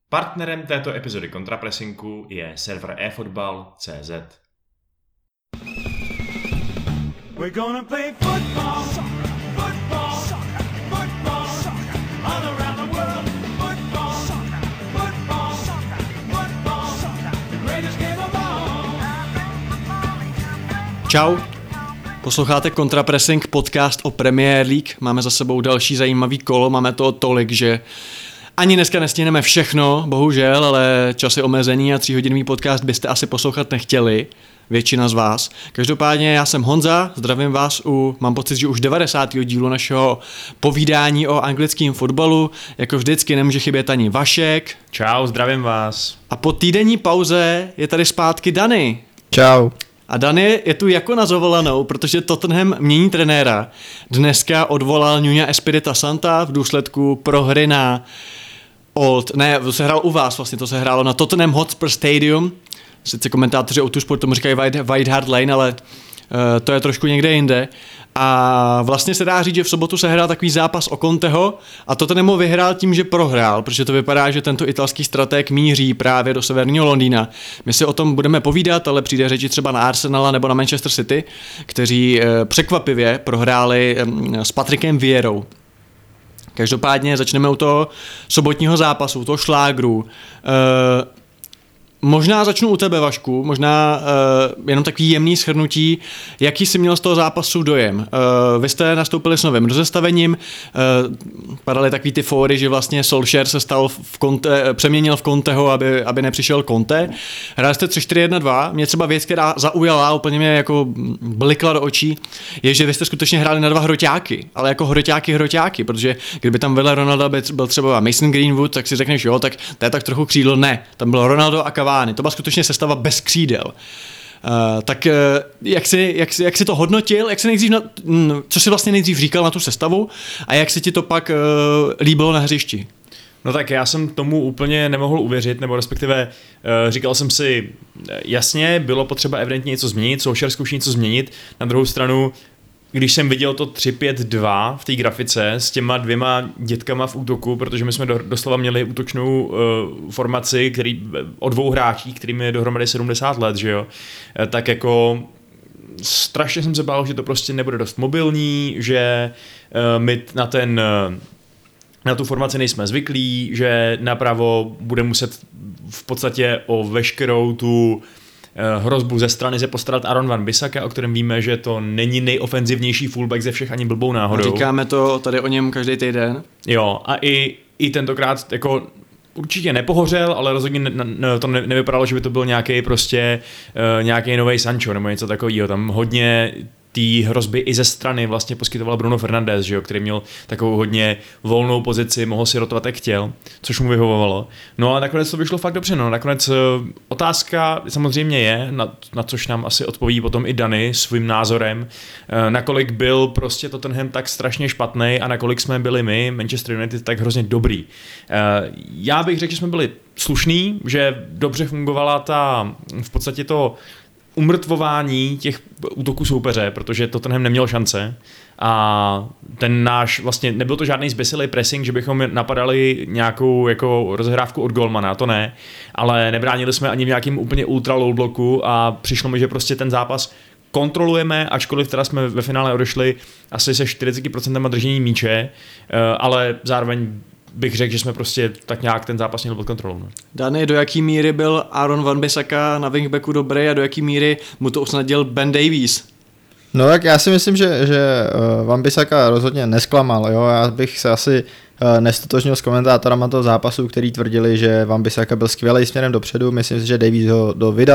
Partnerem této epizody Kontrapressingu je server eFootball.cz. We're gonna play football, football, football, all around the world. Football, football, football, the greatest game of all. Čau, posloucháte Kontrapressing, podcast o Premier League. Máme za sebou další zajímavý kolo, máme toho tolik, že ani dneska nestihneme všechno, bohužel, ale čas je omezený a 3hodinový podcast byste asi poslouchat nechtěli, většina z vás. Každopádně já jsem Honza, zdravím vás mám pocit, že už 90. dílu našeho povídání o anglickém fotbalu. Jako vždycky nemůže chybět ani Vašek. Čau, zdravím vás. A po týdenní pauze je tady zpátky Dany. Čau. A Dany je tu jako na zovolanou, protože Tottenham mění trenéra. Dneska odvolal Nuno Espirita Santa v důsledku prohry na to se hrálo u vás vlastně, to se hrálo na Tottenham Hotspur Stadium. Sice komentátoři o tu sport tomu říkají White Hart Lane, ale to je trošku někde jinde. A vlastně se dá říct, že v sobotu se hrál takový zápas o Conteho a Tottenham ho vyhrál tím, že prohrál, protože to vypadá, že tento italský stratég míří právě do severního Londýna. My si o tom budeme povídat, ale přijde řeči třeba na Arsenala nebo na Manchester City, kteří překvapivě prohráli s Patrickem Vieirou. Každopádně začneme u toho sobotního zápasu, u toho šlágru. Možná začnu u tebe, Vašku, možná jenom takový jemný shrnutí, jaký jsi měl z toho zápasu dojem. Vy jste nastoupili s novým rozestavením, padaly takový ty fóry, že vlastně Solskjaer se stal přeměnil v Conteho, aby nepřišel Conte. Hráli jste 3-4-1-2, mě třeba věc, která zaujala, úplně mě jako blikla do očí, je, že vy jste skutečně hráli na dva hroťáky, ale jako hroťáky, protože kdyby tam vedle Ronalda byl třeba Mason Greenwood, tak si řekneš, jo, tak to je tak trochu křídlo, ne, tam byl Ronaldo a Cavani, to byla skutečně sestava bez křídel. Tak jak jsi to hodnotil, co jsi vlastně nejdřív říkal na tu sestavu a jak se ti to pak líbilo na hřišti? No tak já jsem tomu úplně nemohl uvěřit, nebo respektive říkal jsem si, jasně, bylo potřeba evidentně něco změnit, Solskjaer zkouší něco změnit, na druhou stranu, když jsem viděl to 3-5-2 v té grafice s těma dvěma dětkama v útoku, protože my jsme doslova měli útočnou formaci o dvou hráčích, kterým je dohromady 70 let, že jo, tak jako strašně jsem se bál, že to prostě nebude dost mobilní, že my na tu formaci nejsme zvyklí, že napravo bude muset v podstatě o veškerou tu hrozbu ze strany se postarat Aaron Wan-Bissaka, o kterém víme, že to není nejofenzivnější fullback ze všech ani blbou náhodou. Říkáme to tady o něm každý týden. Jo, a i tentokrát jako určitě nepohořel, ale rozhodně to nevypadalo, že by to byl nějaký nový Sancho nebo něco takového. Tam hodně té hrozby i ze strany vlastně poskytoval Bruno Fernandes, že jo, který měl takovou hodně volnou pozici, mohl si rotovat jak chtěl, což mu vyhovovalo. No a nakonec to vyšlo fakt dobře. No. Nakonec otázka samozřejmě je, na což nám asi odpoví potom i Dany svým názorem, nakolik byl prostě Tottenham tak strašně špatný a nakolik jsme byli my, Manchester United, tak hrozně dobrý. Já bych řekl, že jsme byli slušný, že dobře fungovala v podstatě to umrtvování těch útoků soupeře, protože Tottenham neměl šance a ten náš, vlastně nebyl to žádný zběsilý pressing, že bychom napadali nějakou jako rozhrávku od golmana, to ne, ale nebránili jsme ani v nějakým úplně ultra low bloku a přišlo mi, že prostě ten zápas kontrolujeme, ačkoliv teda jsme ve finále odešli asi se 40% držení míče, ale zároveň bych řekl, že jsme prostě tak nějak ten zápas měli pod kontrolou. No. Dany, do jaký míry byl Aaron Wan-Bissaka na wingbacku dobrý a do jaký míry mu to usnadnil Ben Davies? No tak já si myslím, že Wan-Bissaka rozhodně nesklamal. Jo? Já bych se asi nestotožnil s komentátorama toho zápasu, který tvrdili, že Wan-Bissaka byl skvělý směrem dopředu. Myslím si, že Davies ho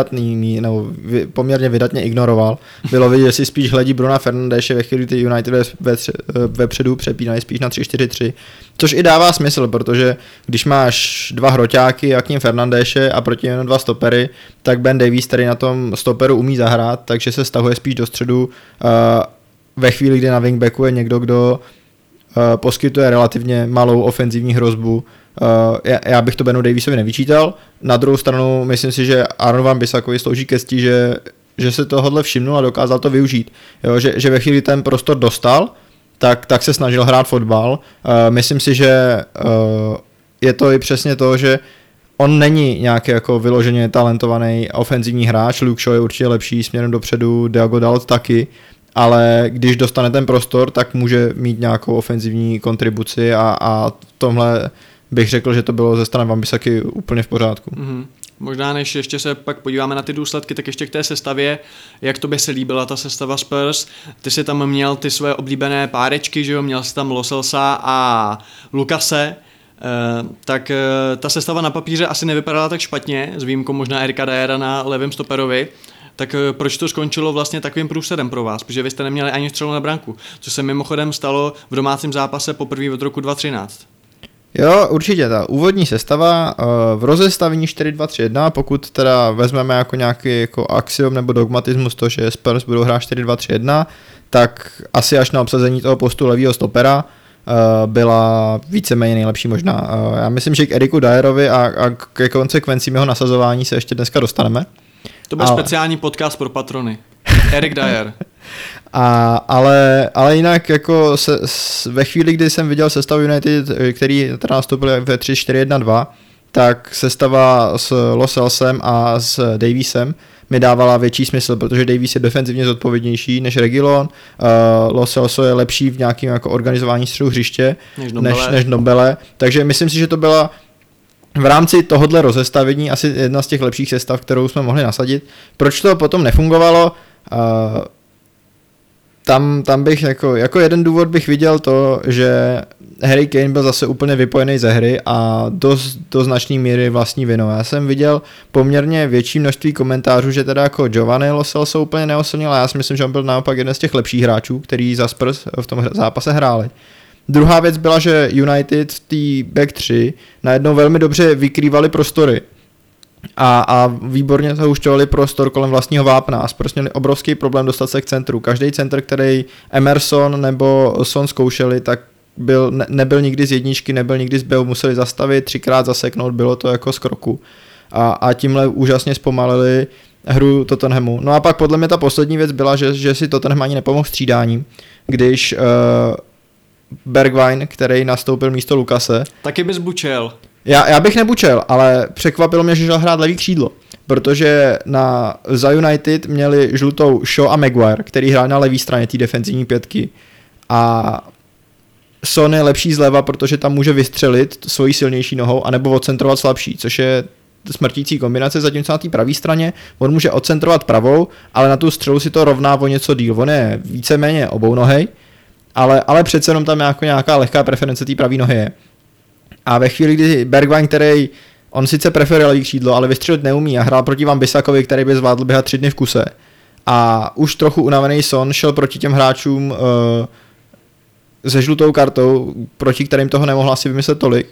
poměrně vydatně ignoroval. Bylo vidět, že si spíš hledí Bruna Fernandese, ve chvíli ty United vepředu přepínají spíš na 3-4-3. Což i dává smysl, protože když máš dva hroťáky a k ním Fernandese a proti jenom dva stopery, tak Ben Davies tady na tom stoperu umí zahrát, takže se stahuje spíš do středu ve chvíli, kdy na wingbacku je někdo, kdo poskytuje relativně malou ofenzivní hrozbu. Já bych to Benu Daviesovi nevyčítal. Na druhou stranu myslím si, že Aaron Wan-Bissakovi slouží ke cti, že se tohohle všimnul a dokázal to využít. Jo, že ve chvíli ten prostor dostal, tak se snažil hrát fotbal. Myslím si, že je to i přesně to, že on není nějaký jako vyloženě talentovaný ofenzivní hráč, Luke Shaw je určitě lepší směrem dopředu, Diogo Dalot taky, ale když dostane ten prostor, tak může mít nějakou ofenzivní kontribuci a tomhle bych řekl, že to bylo ze strany Wan-Bissaky úplně v pořádku. Mm-hmm. Možná než ještě se pak podíváme na ty důsledky, tak ještě k té sestavě, jak tobě se líbila ta sestava Spurs, ty jsi tam měl ty své oblíbené párečky, že jo, měl jsi tam Lo Celsa a Lukase, tak ta sestava na papíře asi nevypadala tak špatně, s výjimkou možná Erika Dyera na levém stoperovi. Tak proč to skončilo vlastně takovým průsedem pro vás? Protože vy jste neměli ani střelu na branku, co se mimochodem stalo v domácím zápase poprvé od roku 2013. Jo, určitě, ta úvodní sestava v rozestavení 4-2-3-1, pokud teda vezmeme jako nějaký jako axiom nebo dogmatismus to, že Spurs budou hrát 4-2-3-1, tak asi až na obsazení toho postu levýho stopera byla víceméně nejlepší možná. Já myslím, že k Eriku Dyerovi a ke konsekvencím jeho nasazování se ještě dneska dostaneme. To byl speciální podcast pro patrony. Erik Dyer. Ale jinak jako ve chvíli, kdy jsem viděl sestavu United, který teda nastoupil ve 3-4-1-2, tak sestava s Lo Celsem a s Daviesem mi dávala větší smysl, protože Davies je defenzivně zodpovědnější než Reguilon, Lo Celso je lepší v nějakém jako organizování středu hřiště než Ndombele, takže myslím si, že to byla v rámci tohohle rozestavení asi jedna z těch lepších sestav, kterou jsme mohli nasadit. Proč to potom nefungovalo? Tam bych jako jeden důvod bych viděl to, že Harry Kane byl zase úplně vypojený ze hry a do značné míry vlastní vinou. Já jsem viděl poměrně větší množství komentářů, že teda jako Giovanni Lo Celso úplně neoslnil, ale já si myslím, že on byl naopak jeden z těch lepších hráčů, který za Spurs v tom zápase hráli. Druhá věc byla, že United v té back 3 najednou velmi dobře vykrývali prostory a výborně zahušťovali prostor kolem vlastního vápna a Spurs měli obrovský problém dostat se k centru. Každý centr, který Emerson nebo Son zkoušeli, tak nebyl nikdy z jedničky, nebyl nikdy z BU, museli zastavit, 3krát zaseknout, bylo to jako z kroku. A tímhle úžasně zpomalili hru Tottenhamu. No a pak podle mě ta poslední věc byla, že si Tottenham ani nepomohl střídáním, když Bergwijn, který nastoupil místo Lukase. Taky bys bučel. Já bych nebučel, ale překvapilo mě, že šel hrát levý křídlo, protože za United měli žlutou Shaw a Maguire, který hrál na levý straně té defenzivní pětky a Son je lepší zleva, protože tam může vystřelit svojí silnější nohou anebo odcentrovat slabší, což je smrtící kombinace, zatímco na té pravé straně on může odcentrovat pravou, ale na tu střelu si to rovná o něco díl, on je víceméně obounohej, ale přece jenom tam jako nějaká lehká preference té pravé nohy je. A ve chvíli, kdy Bergwijn, který on sice preferuje levý křídlo, ale vystřelit neumí a hrál proti Wan-Bissakovi, který by zvládl běhat 3 dny v kuse. A už trochu unavený Son šel proti těm hráčům se žlutou kartou, proti kterým toho nemohl asi vymyslet tolik.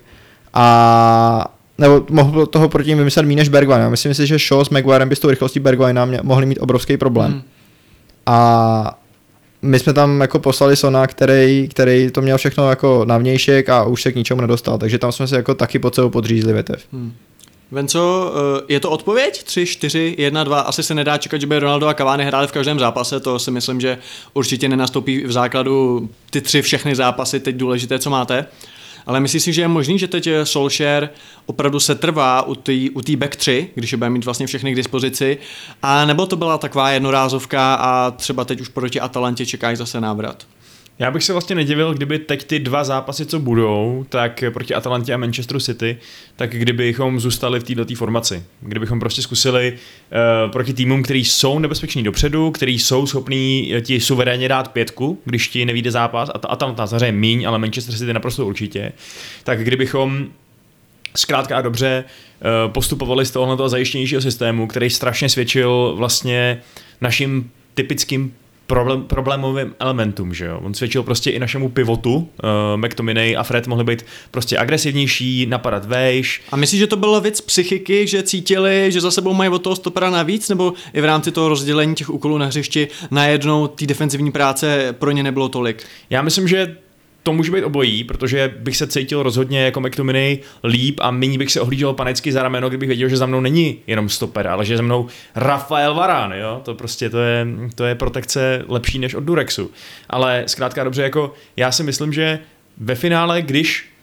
Nebo mohl toho proti ním vymyslet méně než Bergwijn. Já myslím si, že Shaw s Maguirem by s tou rychlostí Bergwijna mohli mít obrovský problém. A my jsme tam jako poslali Sona, který to měl všechno jako na vnějšek a už se k ničemu nedostal, takže tam jsme se jako taky pod sebou podřízli větev. Venco, je to odpověď? 3, 4, 1, 2, asi se nedá čekat, že by Ronaldo a Cavani hráli v každém zápase, to si myslím, že určitě nenastoupí v základu ty 3 všechny zápasy, teď důležité, co máte. Ale myslíš si, že je možný, že teď Solskjaer opravdu se trvá u té back 3, když je bude mít vlastně všechny k dispozici, a nebo to byla taková jednorázovka a třeba teď už proti Atalantě čekáš zase návrat? Já bych se vlastně nedivil, kdyby teď ty 2 zápasy, co budou, tak proti Atalantě a Manchesteru City, tak kdybychom zůstali v této formaci. Kdybychom prostě zkusili proti týmům, který jsou nebezpeční dopředu, který jsou schopní ti suverénně dát 5, když ti nevyjde zápas, a Atalanta samozřejmě míň, ale Manchester City naprosto určitě, tak kdybychom zkrátka a dobře postupovali z tohoto zajištěnějšího systému, který strašně svědčil vlastně našim typickým problémovým elementům, že jo. On svědčil prostě i našemu pivotu, McTominay a Fred mohli být prostě agresivnější, napadat vejš. A myslíš, že to byla věc psychiky, že cítili, že za sebou mají od toho stopera navíc, nebo i v rámci toho rozdělení těch úkolů na hřišti najednou té defenzivní práce pro ně nebylo tolik? Já myslím, že to může být obojí, protože bych se cítil rozhodně jako McTominay líp a méně bych se ohlížel panicky za rameno, kdybych věděl, že za mnou není jenom stoper, ale že za mnou Rafael Varane, jo? To prostě to je protekce lepší než od Durexu. Ale zkrátka dobře, jako já si myslím, že ve finále, když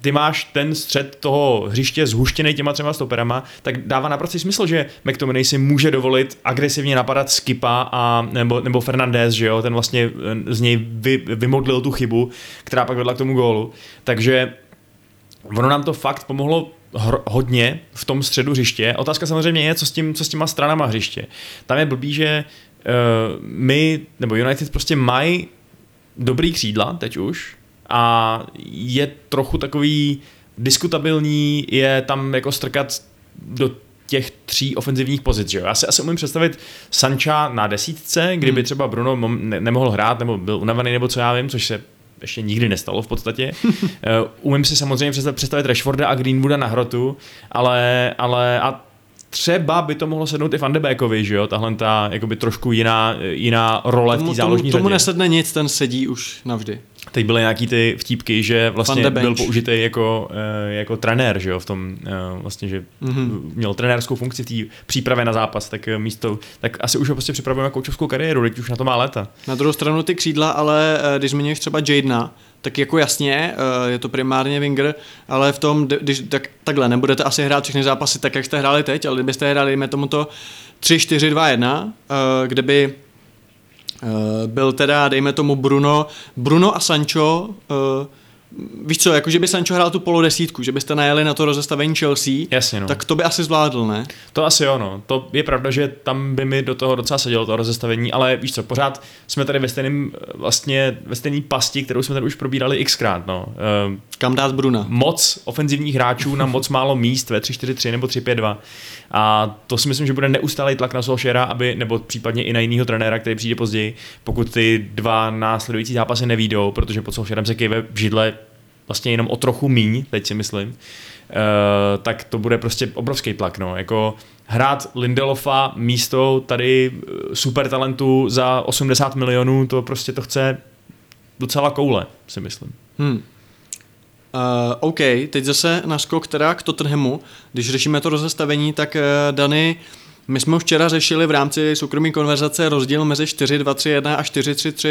ty máš ten střed toho hřiště zhuštěný těma 3 stoperama, tak dává naprosto smysl, že McTominay si může dovolit agresivně napadat Skipa nebo Fernandes, že jo, ten vlastně z něj vymodlil tu chybu, která pak vedla k tomu gólu. Takže ono nám to fakt pomohlo hodně v tom středu hřiště. Otázka samozřejmě je, co s těma stranama hřiště. Tam je blbý, že my, nebo United prostě mají dobrý křídla teď už a je trochu takový diskutabilní je tam jako strkat do těch 3 ofenzivních pozic. Že? Já si asi umím představit Sancha na 10, kdyby třeba Bruno nemohl hrát nebo byl unavený nebo co já vím, což se ještě nikdy nestalo v podstatě. Umím si samozřejmě představit Rashforda a Greenwooda na hrotu, ale a třeba by to mohlo sednout i Van de Beekovi, že jo, tahle ta jakoby trošku jiná role v té záložní řadě. Tomu nesedne nic, ten sedí už navždy. Teď byly nějaký ty vtípky, že vlastně byl použitý jako trenér, že jo, v tom vlastně, že měl trenérskou funkci v té přípravě na zápas, tak tak asi už ho prostě připravujeme koučovskou kariéru, teď už na to má léta. Na druhou stranu ty křídla, ale když zmiňuješ třeba Jadena, tak jako jasně, je to primárně winger, ale v tom, takhle, nebudete asi hrát všechny zápasy tak, jak jste hráli teď, ale kdybyste hráli, dejme tomuto 3-4-2-1, kde by byl teda, dejme tomu Bruno a Sancho, víš co, jako že by Sancho hrál tu polodesítku, že byste najeli na to rozestavení Chelsea, jasně, no. Tak to by asi zvládl, ne? To asi jo, no. To je pravda, že tam by mi do toho docela sedělo to rozestavení, ale víš co, pořád jsme tady ve stejné pasti, kterou jsme tady už probírali xkrát, no. Kam dát Bruna? Moc ofenzivních hráčů na moc málo míst ve 3-4-3 nebo 3-5-2. A to si myslím, že bude neustálý tlak na Solskjaera, nebo případně i na jinýho trenéra, který přijde později, pokud ty 2 následující zápasy nevídou, protože pod Solskjaerem se kejve v židle vlastně jenom o trochu míň, teď si myslím, tak to bude prostě obrovský tlak. No. Jako hrát Lindelofa místo tady super talentu za 80 milionů, to prostě to chce docela koule, si myslím. OK, teď zase naskok teda k Tottenhamu. Když řešíme to rozestavení, tak Dany, my jsme včera řešili v rámci soukromé konverzace rozdíl mezi 4-2-3-1 a 4-3-3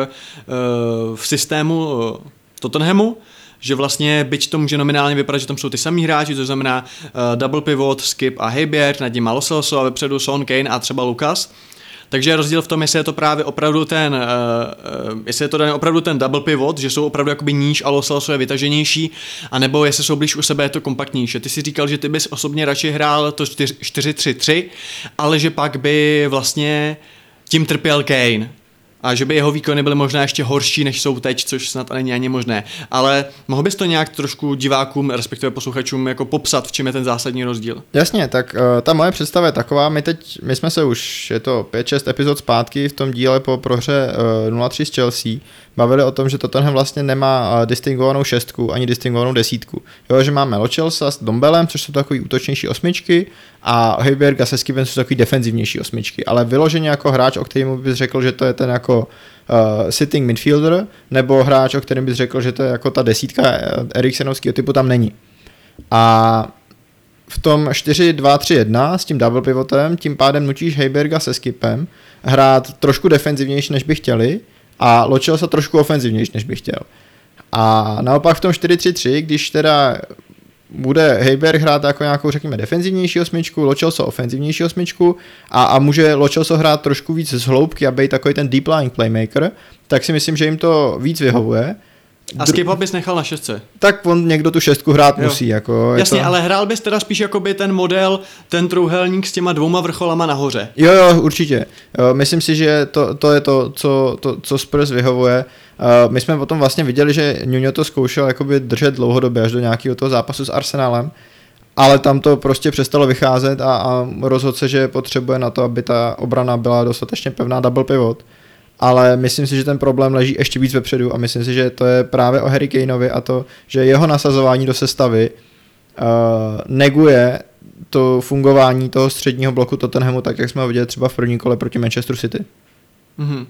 v systému Tottenhamu, že vlastně byť to může nominálně vypadat, že tam jsou ty samý hráči, to znamená double pivot, Skip a Højbjerg, nad ním Lo Celso a vepředu Son, Kane a třeba Lucas. Takže je rozdíl v tom, jestli je to právě opravdu jestli je to opravdu ten double pivot, že jsou opravdu jakoby níž a Lo Celso je vytaženější, anebo jestli jsou blíž u sebe, je to kompaktnější. Ty si říkal, že ty bys osobně radši hrál to 4-3-3, ale že pak by vlastně tím trpěl Kane. A že by jeho výkony byly možná ještě horší, než jsou teď, což snad není ani možné. Ale mohl bys to nějak trošku divákům, respektive posluchačům, jako popsat, v čem je ten zásadní rozdíl? Jasně, tak ta moje představa je taková, my jsme se už, je to 5-6 epizod zpátky v tom díle po prohře 0-3 s Chelsea, bavili o tom, že Tottenham vlastně nemá distingovanou 6 ani distingovanou 10. Jo, že máme Lo Celsa s Dombelem, což jsou takový útočnější 8, a Højbjerga se Skipem jsou takový defenzivnější 8, ale vyloženě jako hráč, o kterém bys řekl, že to je ten jako sitting midfielder, nebo hráč, o kterém bys řekl, že to je jako ta 10 Eriksenovského typu, tam není. A v tom 4-2-3-1 s tím double pivotem tím pádem nutíš Højbjerga se Skipem hrát trošku defenzivnější, než by chtěli, a Lo Celso trošku ofenzivnější, než by chtěl. A naopak v tom 4-3-3, když teda bude Højbjerg hrát jako nějakou, řekněme, defenzivnější 8, Lo Celso ofenzivnější 8 a může Lo Celso hrát trošku víc z hloubky a být takový ten deep lying playmaker, tak si myslím, že jim to víc vyhovuje. A Skipa bys nechal na 6. Tak on někdo tu 6 hrát musí. Jako, jasně, to... ale hrál bys teda spíš jakoby ten model, ten trojúhelník s těma 2 vrcholama nahoře. Jo, určitě. Myslím si, že to je to, co Spurs vyhovuje. My jsme potom vlastně viděli, že Nuno to zkoušel jakoby držet dlouhodobě až do nějakého toho zápasu s Arsenalem, ale tam to prostě přestalo vycházet a rozhodl se, že potřebuje na to, aby ta obrana byla dostatečně pevná double pivot. Ale myslím si, že ten problém leží ještě víc vepředu a myslím si, že to je právě o Harry Kaneovi a to, že jeho nasazování do sestavy neguje to fungování toho středního bloku Tottenhamu, tak jak jsme ho viděli třeba v prvním kole proti Manchesteru City. Mm-hmm.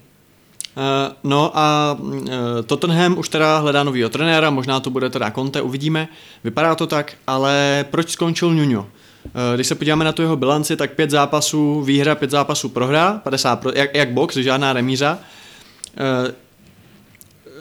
No a Tottenham už teda hledá novýho trenéra, možná to bude teda Conte, uvidíme, vypadá to tak, ale proč skončil Nuno? Když se podíváme na tu jeho bilanci, tak 5 zápasů výhra, 5 zápasů prohra, 50%, jak box, žádná remíza.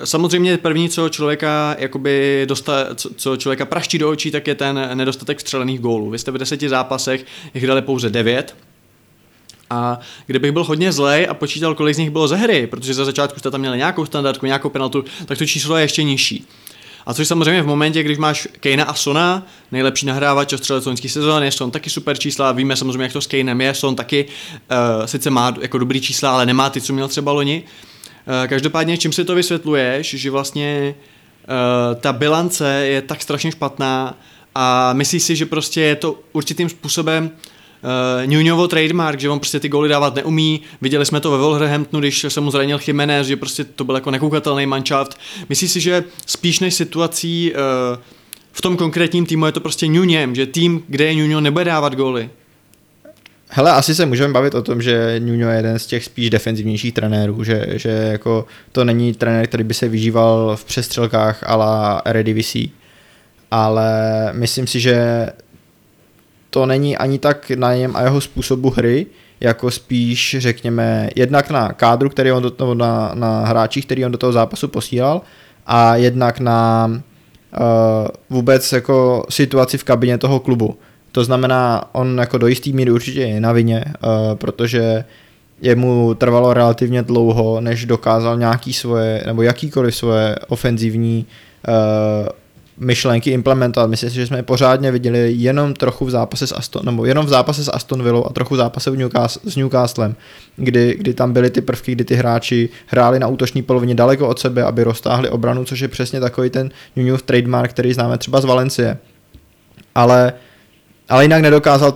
samozřejmě první, co člověka jakoby co člověka praští do očí, tak je ten nedostatek střelených gólů. Vy jste v 10 zápasech jich dali pouze 9. A kdybych byl hodně zlej a počítal, kolik z nich bylo ze hry, protože za začátku jste tam měli nějakou standardku, nějakou penaltu, tak to číslo je ještě nižší. A což samozřejmě v momentě, když máš Kanea a Sona, nejlepší nahrávač a střelec loňský sezóny, Son taky super čísla, víme samozřejmě, jak to s Kanem je, Son taky sice má jako dobrý čísla, ale nemá ty, co měl třeba loni. Každopádně, čím si to vysvětluješ, že vlastně ta bilance je tak strašně špatná a myslíš si, že prostě je to určitým způsobem Nunovo trademark, že on prostě ty góly dávat neumí. Viděli jsme to ve Wolverhamptonu, když se mu zranil Jiménez, že prostě to byl jako nekoukatelný manšaft. Myslíš si, že spíš než situací v tom konkrétním týmu je to prostě Nunem, že tým, kde je Nuno, nebude dávat góly? Hele, asi se můžeme bavit o tom, že Nuno je jeden z těch spíš defenzivnějších trenérů, že jako to není trenér, který by se vyžíval v přestřelkách a la Eredivisie, ale myslím si, že to není ani tak na něm a jeho způsobu hry, jako spíš řekněme jednak na kádru, který on na hráčích, který on do toho zápasu posílal, a jednak na vůbec jako situaci v kabině toho klubu. To znamená, on jako do jistý míry určitě je na vině, protože jemu trvalo relativně dlouho, než dokázal nějaký svoje, nebo jakýkoliv svoje ofenzivní myšlenky implementovat. Myslím si, že jsme je pořádně viděli jenom trochu v zápase s Aston Villou a trochu v zápase s Newcastlem, kdy tam byly ty prvky, kdy ty hráči hráli na útoční polovině daleko od sebe, aby roztáhli obranu, což je přesně takový ten Nunův trademark, který známe třeba z Valencie. Ale jinak nedokázal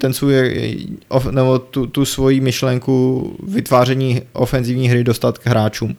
tu svoji myšlenku vytváření ofenzivní hry dostat k hráčům.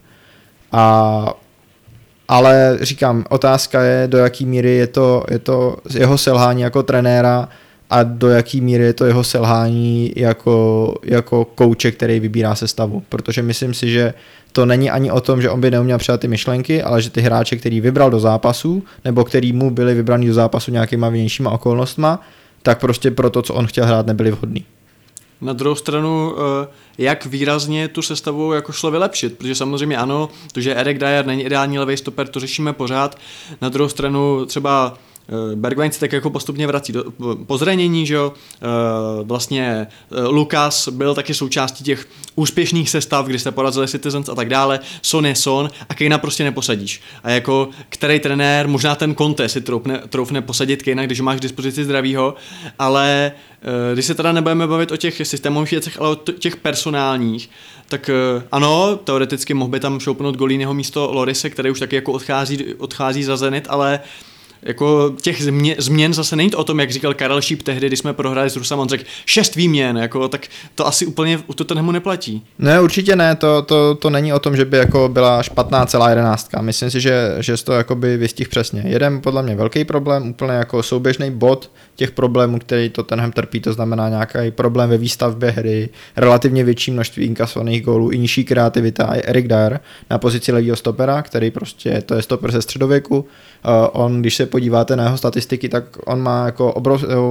Ale říkám, otázka je, do jaký míry je to jeho selhání jako trenéra a do jaký míry je to jeho selhání jako kouče, který vybírá sestavu. Protože myslím si, že to není ani o tom, že on by neuměl přijat ty myšlenky, ale že ty hráče, který vybral do zápasu, nebo který mu byli vybraný do zápasu nějakýma vnějšíma okolnostma, tak prostě pro to, co on chtěl hrát, nebyli vhodný. Na druhou stranu, jak výrazně tu sestavu jako šlo vylepšit, protože samozřejmě ano, to, že Eric Dier není ideální levý stoper, to řešíme pořád. Na druhou stranu třeba Bergwijn se tak jako postupně vrací po zranění, že jo, vlastně Lukas byl taky součástí těch úspěšných sestav, kdy jste porazili Citizens a tak dále, Son je Son a Kanea prostě neposadíš. A jako který trenér, možná ten Conte si troufne posadit Kanea, když máš k dispozici zdravýho, ale když se teda nebudeme bavit o těch systémových věcech, ale o těch personálních, tak ano, teoreticky mohl by tam šoupnout Golínyho místo Lorise, který už taky jako odchází za Zenit, ale jako těch změn zase není to o tom, jak říkal Karel Šíp tehdy, když jsme prohráli s Rusem, on řekl 6 výměn, jako, tak to asi úplně u Tottenhamu neplatí. Ne, určitě ne, to není o tom, že by jako byla špatná celá 11. Myslím si, že to jakoby vystihl přesně. Jeden podle mě velký problém, úplně jako souběžný bod těch problémů, který Tottenham trpí, to znamená nějaký problém ve výstavbě hry, relativně větší množství inkasovaných gólů, i nižší kreativita, a Eric Dier na pozici levýho stopera, který prostě, to je stoper ze středověku. On, když se podíváte na jeho statistiky, tak on má jako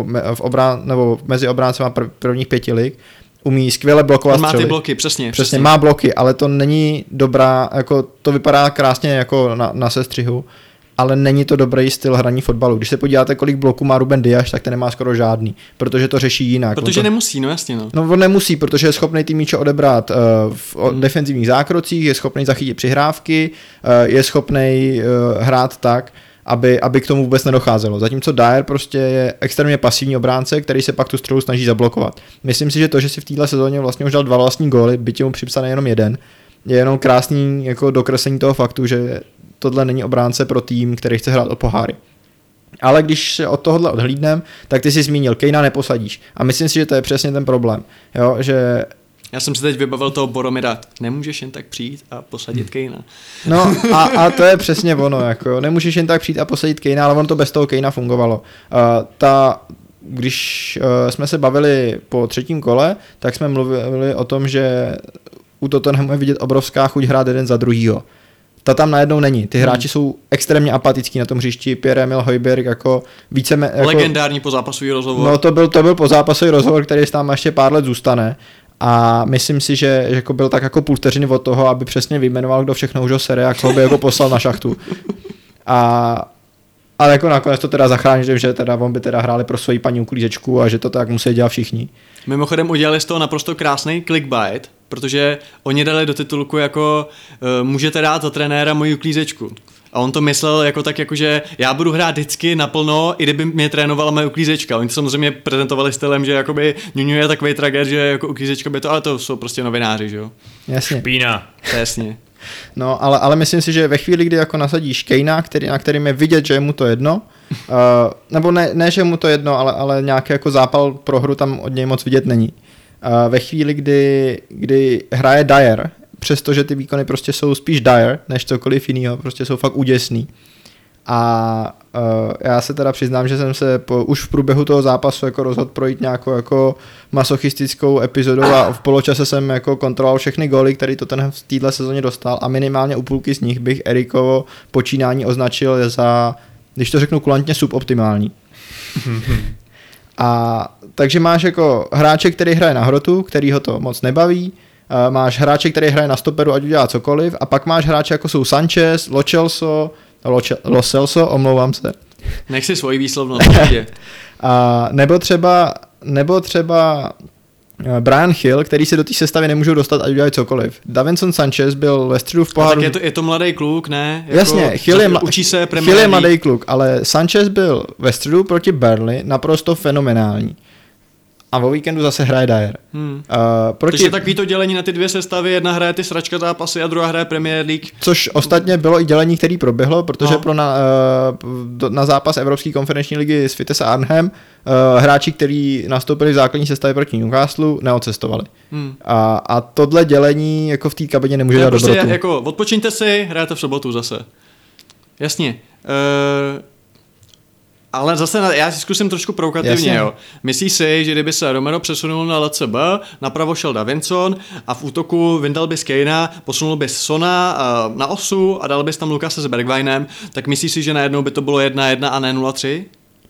mezi obráncema prvních 5 lig, umí skvěle blokovat střely. On má ty bloky, přesně. Má bloky, ale to není dobrá, jako to vypadá krásně jako na sestřihu, ale není to dobrý styl hraní fotbalu. Když se podíváte, kolik bloků má Ruben Dias, tak ten nemá skoro žádný, protože to řeší jinak. Protože nemusí, no jasně. No on nemusí, protože je schopný ty míče odebrat v defenzivních zákrocích, je schopný zachytit přihrávky, je schopný hrát tak, aby k tomu vůbec nedocházelo. Zatímco Dier prostě je extrémně pasivní obránce, který se pak tu střelu snaží zablokovat. Myslím si, že to, že si v této sezóně vlastně už dal 2 vlastní góly, byť je mu připsaný jenom jeden, je jenom krásný jako dokreslení toho faktu, že tohle není obránce pro tým, který chce hrát o poháry. Ale když se od tohohle odhlídnem, tak ty si zmínil, Kanea neposadíš. A myslím si, že to je přesně ten problém. Jo, že já jsem si teď vybavil toho Boromira. Nemůžeš jen tak přijít a posadit Kanea. No a to je přesně ono. Jako, nemůžeš jen tak přijít a posadit Kanea, ale ono to bez toho Kanea fungovalo. Když jsme se bavili po 3. kole, tak jsme mluvili o tom, že u Tottenhamu je vidět obrovská chuť hrát jeden za druhýho. Ta tam najednou není. Ty hráči jsou extrémně apatický na tom hřišti. Pierre-Emil Højbjerg jako více... Legendární pozápasový rozhovor. No to byl pozápasový rozhovor, který tam ještě pár let zůstane. A myslím si, že jako byl tak jako půl vteřiny od toho, aby přesně vyjmenoval, kdo všechno už ho sere a koho by jako poslal na šachtu. Ale jako nakonec to teda zachránil, že teda on by teda hráli pro svoji paní uklízečku a že to tak musí dělat všichni. Mimochodem udělali z toho naprosto krásný clickbait, protože oni dali do titulku jako můžete dát za trenéra moji uklízečku. A on to myslel jako tak, jako že já budu hrát vždycky naplno, i kdyby mě trénovala moje uklízečka. Oni to samozřejmě prezentovali stylem, že jakoby Ňuňu je takovej trager, že jako uklízečka by to, ale to jsou prostě novináři, že jo? Jasně. Špína. Jasně. No, ale myslím si, že ve chvíli, kdy jako nasadíš Kanea, na kterým je vidět, že je mu to jedno, nebo ne, že je mu to jedno, ale nějaký jako zápal pro hru tam od něj moc vidět není. Ve chvíli, kdy hraje Dyer, přestože ty výkony prostě jsou spíš Dyer, než cokoliv jiného, prostě jsou fakt úděsný. A já se teda přiznám, že jsem se už v průběhu toho zápasu jako rozhodl projít nějakou jako masochistickou epizodou a v poločase jsem jako kontroloval všechny góly, který to ten v této sezóně dostal a minimálně u půlky z nich bych Erikovo počínání označil za, když to řeknu kulantně, suboptimální. A takže máš jako hráče, který hraje na hrotu, který ho to moc nebaví, máš hráče, který hraje na stoperu, ať udělá cokoliv, a pak máš hráče, jako jsou Sanchez, Lo Celso, omlouvám se. Nech si svoji výslovnost. nebo třeba Brian Hill, který se do té sestavy nemůžou dostat, ať udělají cokoliv. Davinson Sanchez byl ve středu v poháru. Tak je to mladý kluk, ne? Jako, jasně, učí se Hill je mladý kluk, ale Sanchez byl ve středu proti Burnley naprosto fenomenální. A o víkendu zase hraje Dyer. Takže takový to dělení na ty dvě sestavy, jedna hraje ty sračka zápasy a druhá hraje Premier League. Což ostatně bylo i dělení, který proběhlo, protože na zápas Evropské konferenční ligy s Vitesse Arnhem hráči, kteří nastoupili v základní sestavě proti Newcastle, neodcestovali. A tohle dělení jako v té kabině nemůže dát prostě dobrotu. Jako odpočiňte si, hrajete v sobotu zase. Jasně. Ale zase já si zkusím trošku provokativně, jo. Myslíš si, že kdyby se Romero přesunul na LCB, napravo šel Davinson a v útoku vyndal bys Kanea, posunul bys Sona na osu a dal bys tam Lukase s Bergwijnem, tak myslíš si, že najednou by to bylo 1-1 a ne 0-3?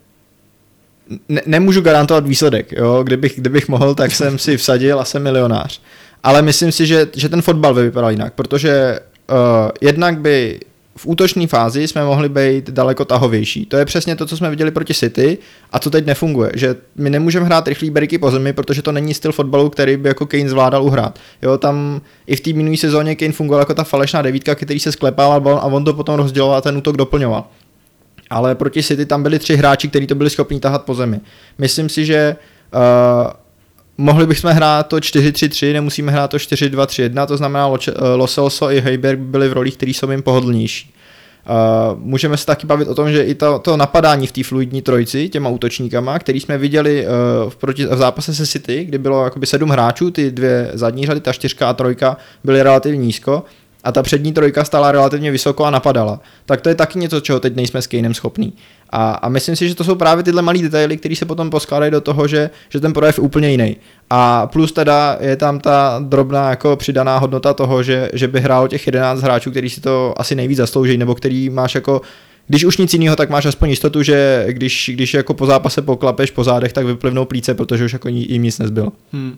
Nemůžu garantovat výsledek, jo. Kdybych mohl, tak jsem si vsadil a jsem milionář. Ale myslím si, že ten fotbal by vypadal jinak, protože jednak by v útočné fázi jsme mohli být daleko tahovější. To je přesně to, co jsme viděli proti City a co teď nefunguje. Že my nemůžeme hrát rychlý breaky po zemi, protože to není styl fotbalu, který by jako Kane zvládal uhrát. Jo, tam i v té minulé sezóně Kane fungoval jako ta falešná devítka, který se sklepával balon a on to potom rozděloval a ten útok doplňoval. Ale proti City tam byli 3 hráči, kteří to byli schopni tahat po zemi. Myslím si, že mohli bychom hrát to 4-3-3, nemusíme hrát to 4-2-3-1, to znamená Lo Celso i Højbjerg byli v rolích, které jsou jim pohodlnější. Můžeme se taky bavit o tom, že i to napadání v té fluidní trojici těma útočníkama, který jsme viděli v zápase se City, kdy bylo jakoby 7 hráčů, ty 2 zadní řady, ta 4 a 3 byly relativně nízko a ta přední trojka stála relativně vysoko a napadala. Tak to je taky něco, čeho teď nejsme s Kanem schopní. A myslím si, že to jsou právě tyhle malé detaily, které se potom poskládají do toho, že ten projev je úplně jiný. A plus teda je tam ta drobná jako přidaná hodnota toho, že by hrálo těch 11 hráčů, který si to asi nejvíc zaslouží, nebo který máš jako, když už nic jiného, tak máš aspoň jistotu, že když jako po zápase poklapeš po zádech, tak vyplivnou plíce, protože už jako jim nic nezbylo.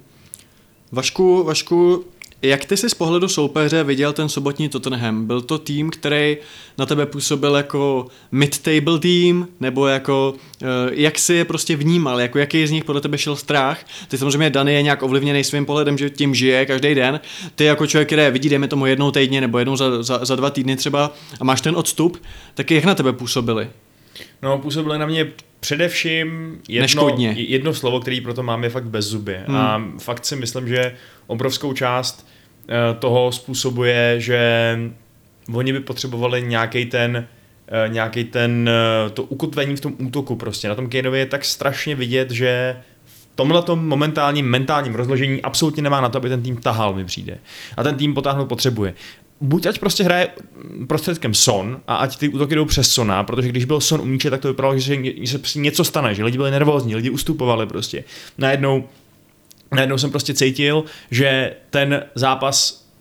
Vašku, jak ty jsi z pohledu soupeře viděl ten sobotní Tottenham? Byl to tým, který na tebe působil jako mid-table tým, nebo jako, jak jsi je prostě vnímal, jako jaký z nich podle tebe šel strach? Ty samozřejmě Dany je nějak ovlivněný svým pohledem, že tím žije každý den. Ty jako člověk, který vidí, dejme tomu jednou týdně nebo jednou za 2 týdny třeba a máš ten odstup, tak jak na tebe působili? No, působily na mě především jedno slovo, který proto mám, je fakt bezzubě. A fakt si myslím, že obrovskou část toho způsobuje, že oni by potřebovali nějaký ten to ukotvení v tom útoku prostě. Na tom Kaneovi je tak strašně vidět, že v tomhletom momentálním mentálním rozložení absolutně nemá na to, aby ten tým tahal, mi přijde. A ten tým potáhnout potřebuje. Buď ať prostě hraje prostředkem Son a ať ty útoky jdou přes Sona, protože když byl Son u míče, tak to vypadalo, že se něco stane, že lidi byli nervózní, lidi ustupovali prostě. Najednou jsem prostě cítil, že ten zápas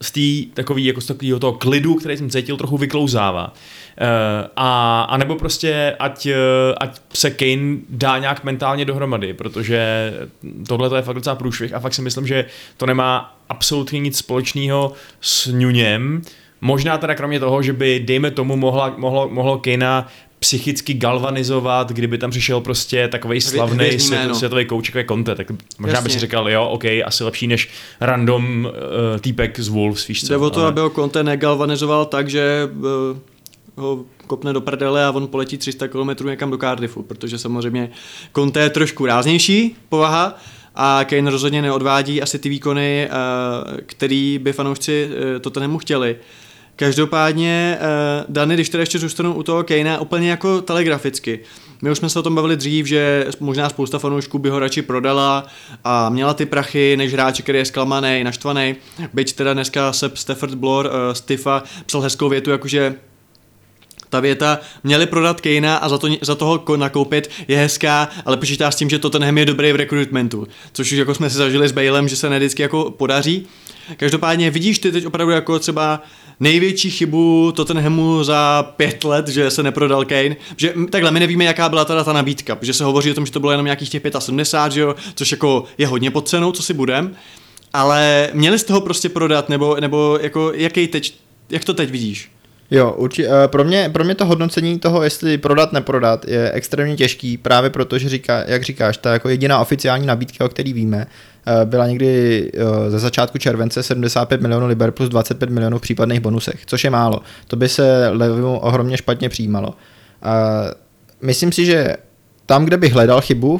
z té takový, jako z takového toho klidu, který jsem cítil, trochu vyklouzává. A nebo prostě ať se Kane dá nějak mentálně dohromady, protože tohle to je fakt docela průšvih a fakt si myslím, že to nemá absolutně nic společného s Nunem. Možná teda kromě toho, že by, dejme tomu, mohlo Kanea psychicky galvanizovat, kdyby tam přišel prostě takovej slavný světový kouč jako je Conte, tak možná by si říkal, jo, ok, asi lepší než random týpek z Wolves, víš co. Jde o to, aby ho Conte negalvanizoval tak, že ho kopne do prdele a on poletí 300 km někam do Cardiffu, protože samozřejmě Conte je trošku ráznější povaha a Kane rozhodně neodvádí asi ty výkony, který by fanoušci Tottenhamu chtěli. Každopádně, Dany, když teda ještě zůstanu u toho Kanea úplně jako telegraficky. My už jsme se o tom bavili dřív, že možná spousta fanoušků by ho radši prodala a měla ty prachy, než hráče, který je zklamaný, naštvaný. Byť teda dneska Sepp Stafford Bloor z Tifa psal hezkou větu, jakože ta věta, měli prodat Kanea a za toho nakoupit je hezká, ale počítá s tím, že Tottenham je dobrý v rekrutmentu, což už jako jsme si zažili s Balem, že se ne vždycky jako podaří. Každopádně vidíš ty teď opravdu jako třeba největší chybu Tottenhamu za 5 let, že se neprodal Kane, že takhle my nevíme, jaká byla teda ta nabídka, protože se hovoří o tom, že to bylo jenom nějakých těch 75, že jo, což jako je hodně pod cenou, co si budem, ale měli jste ho prostě prodat, nebo jako jak to teď vidíš? Jo, pro mě to hodnocení toho, jestli prodat, neprodat, je extrémně těžký, právě protože jak říkáš, ta jako jediná oficiální nabídka, o který víme, byla někdy ze začátku července 75 milionů liber plus 25 milionů v případných bonusech, což je málo. To by se Levymu ohromně špatně přijímalo. Myslím si, že tam, kde bych hledal chybu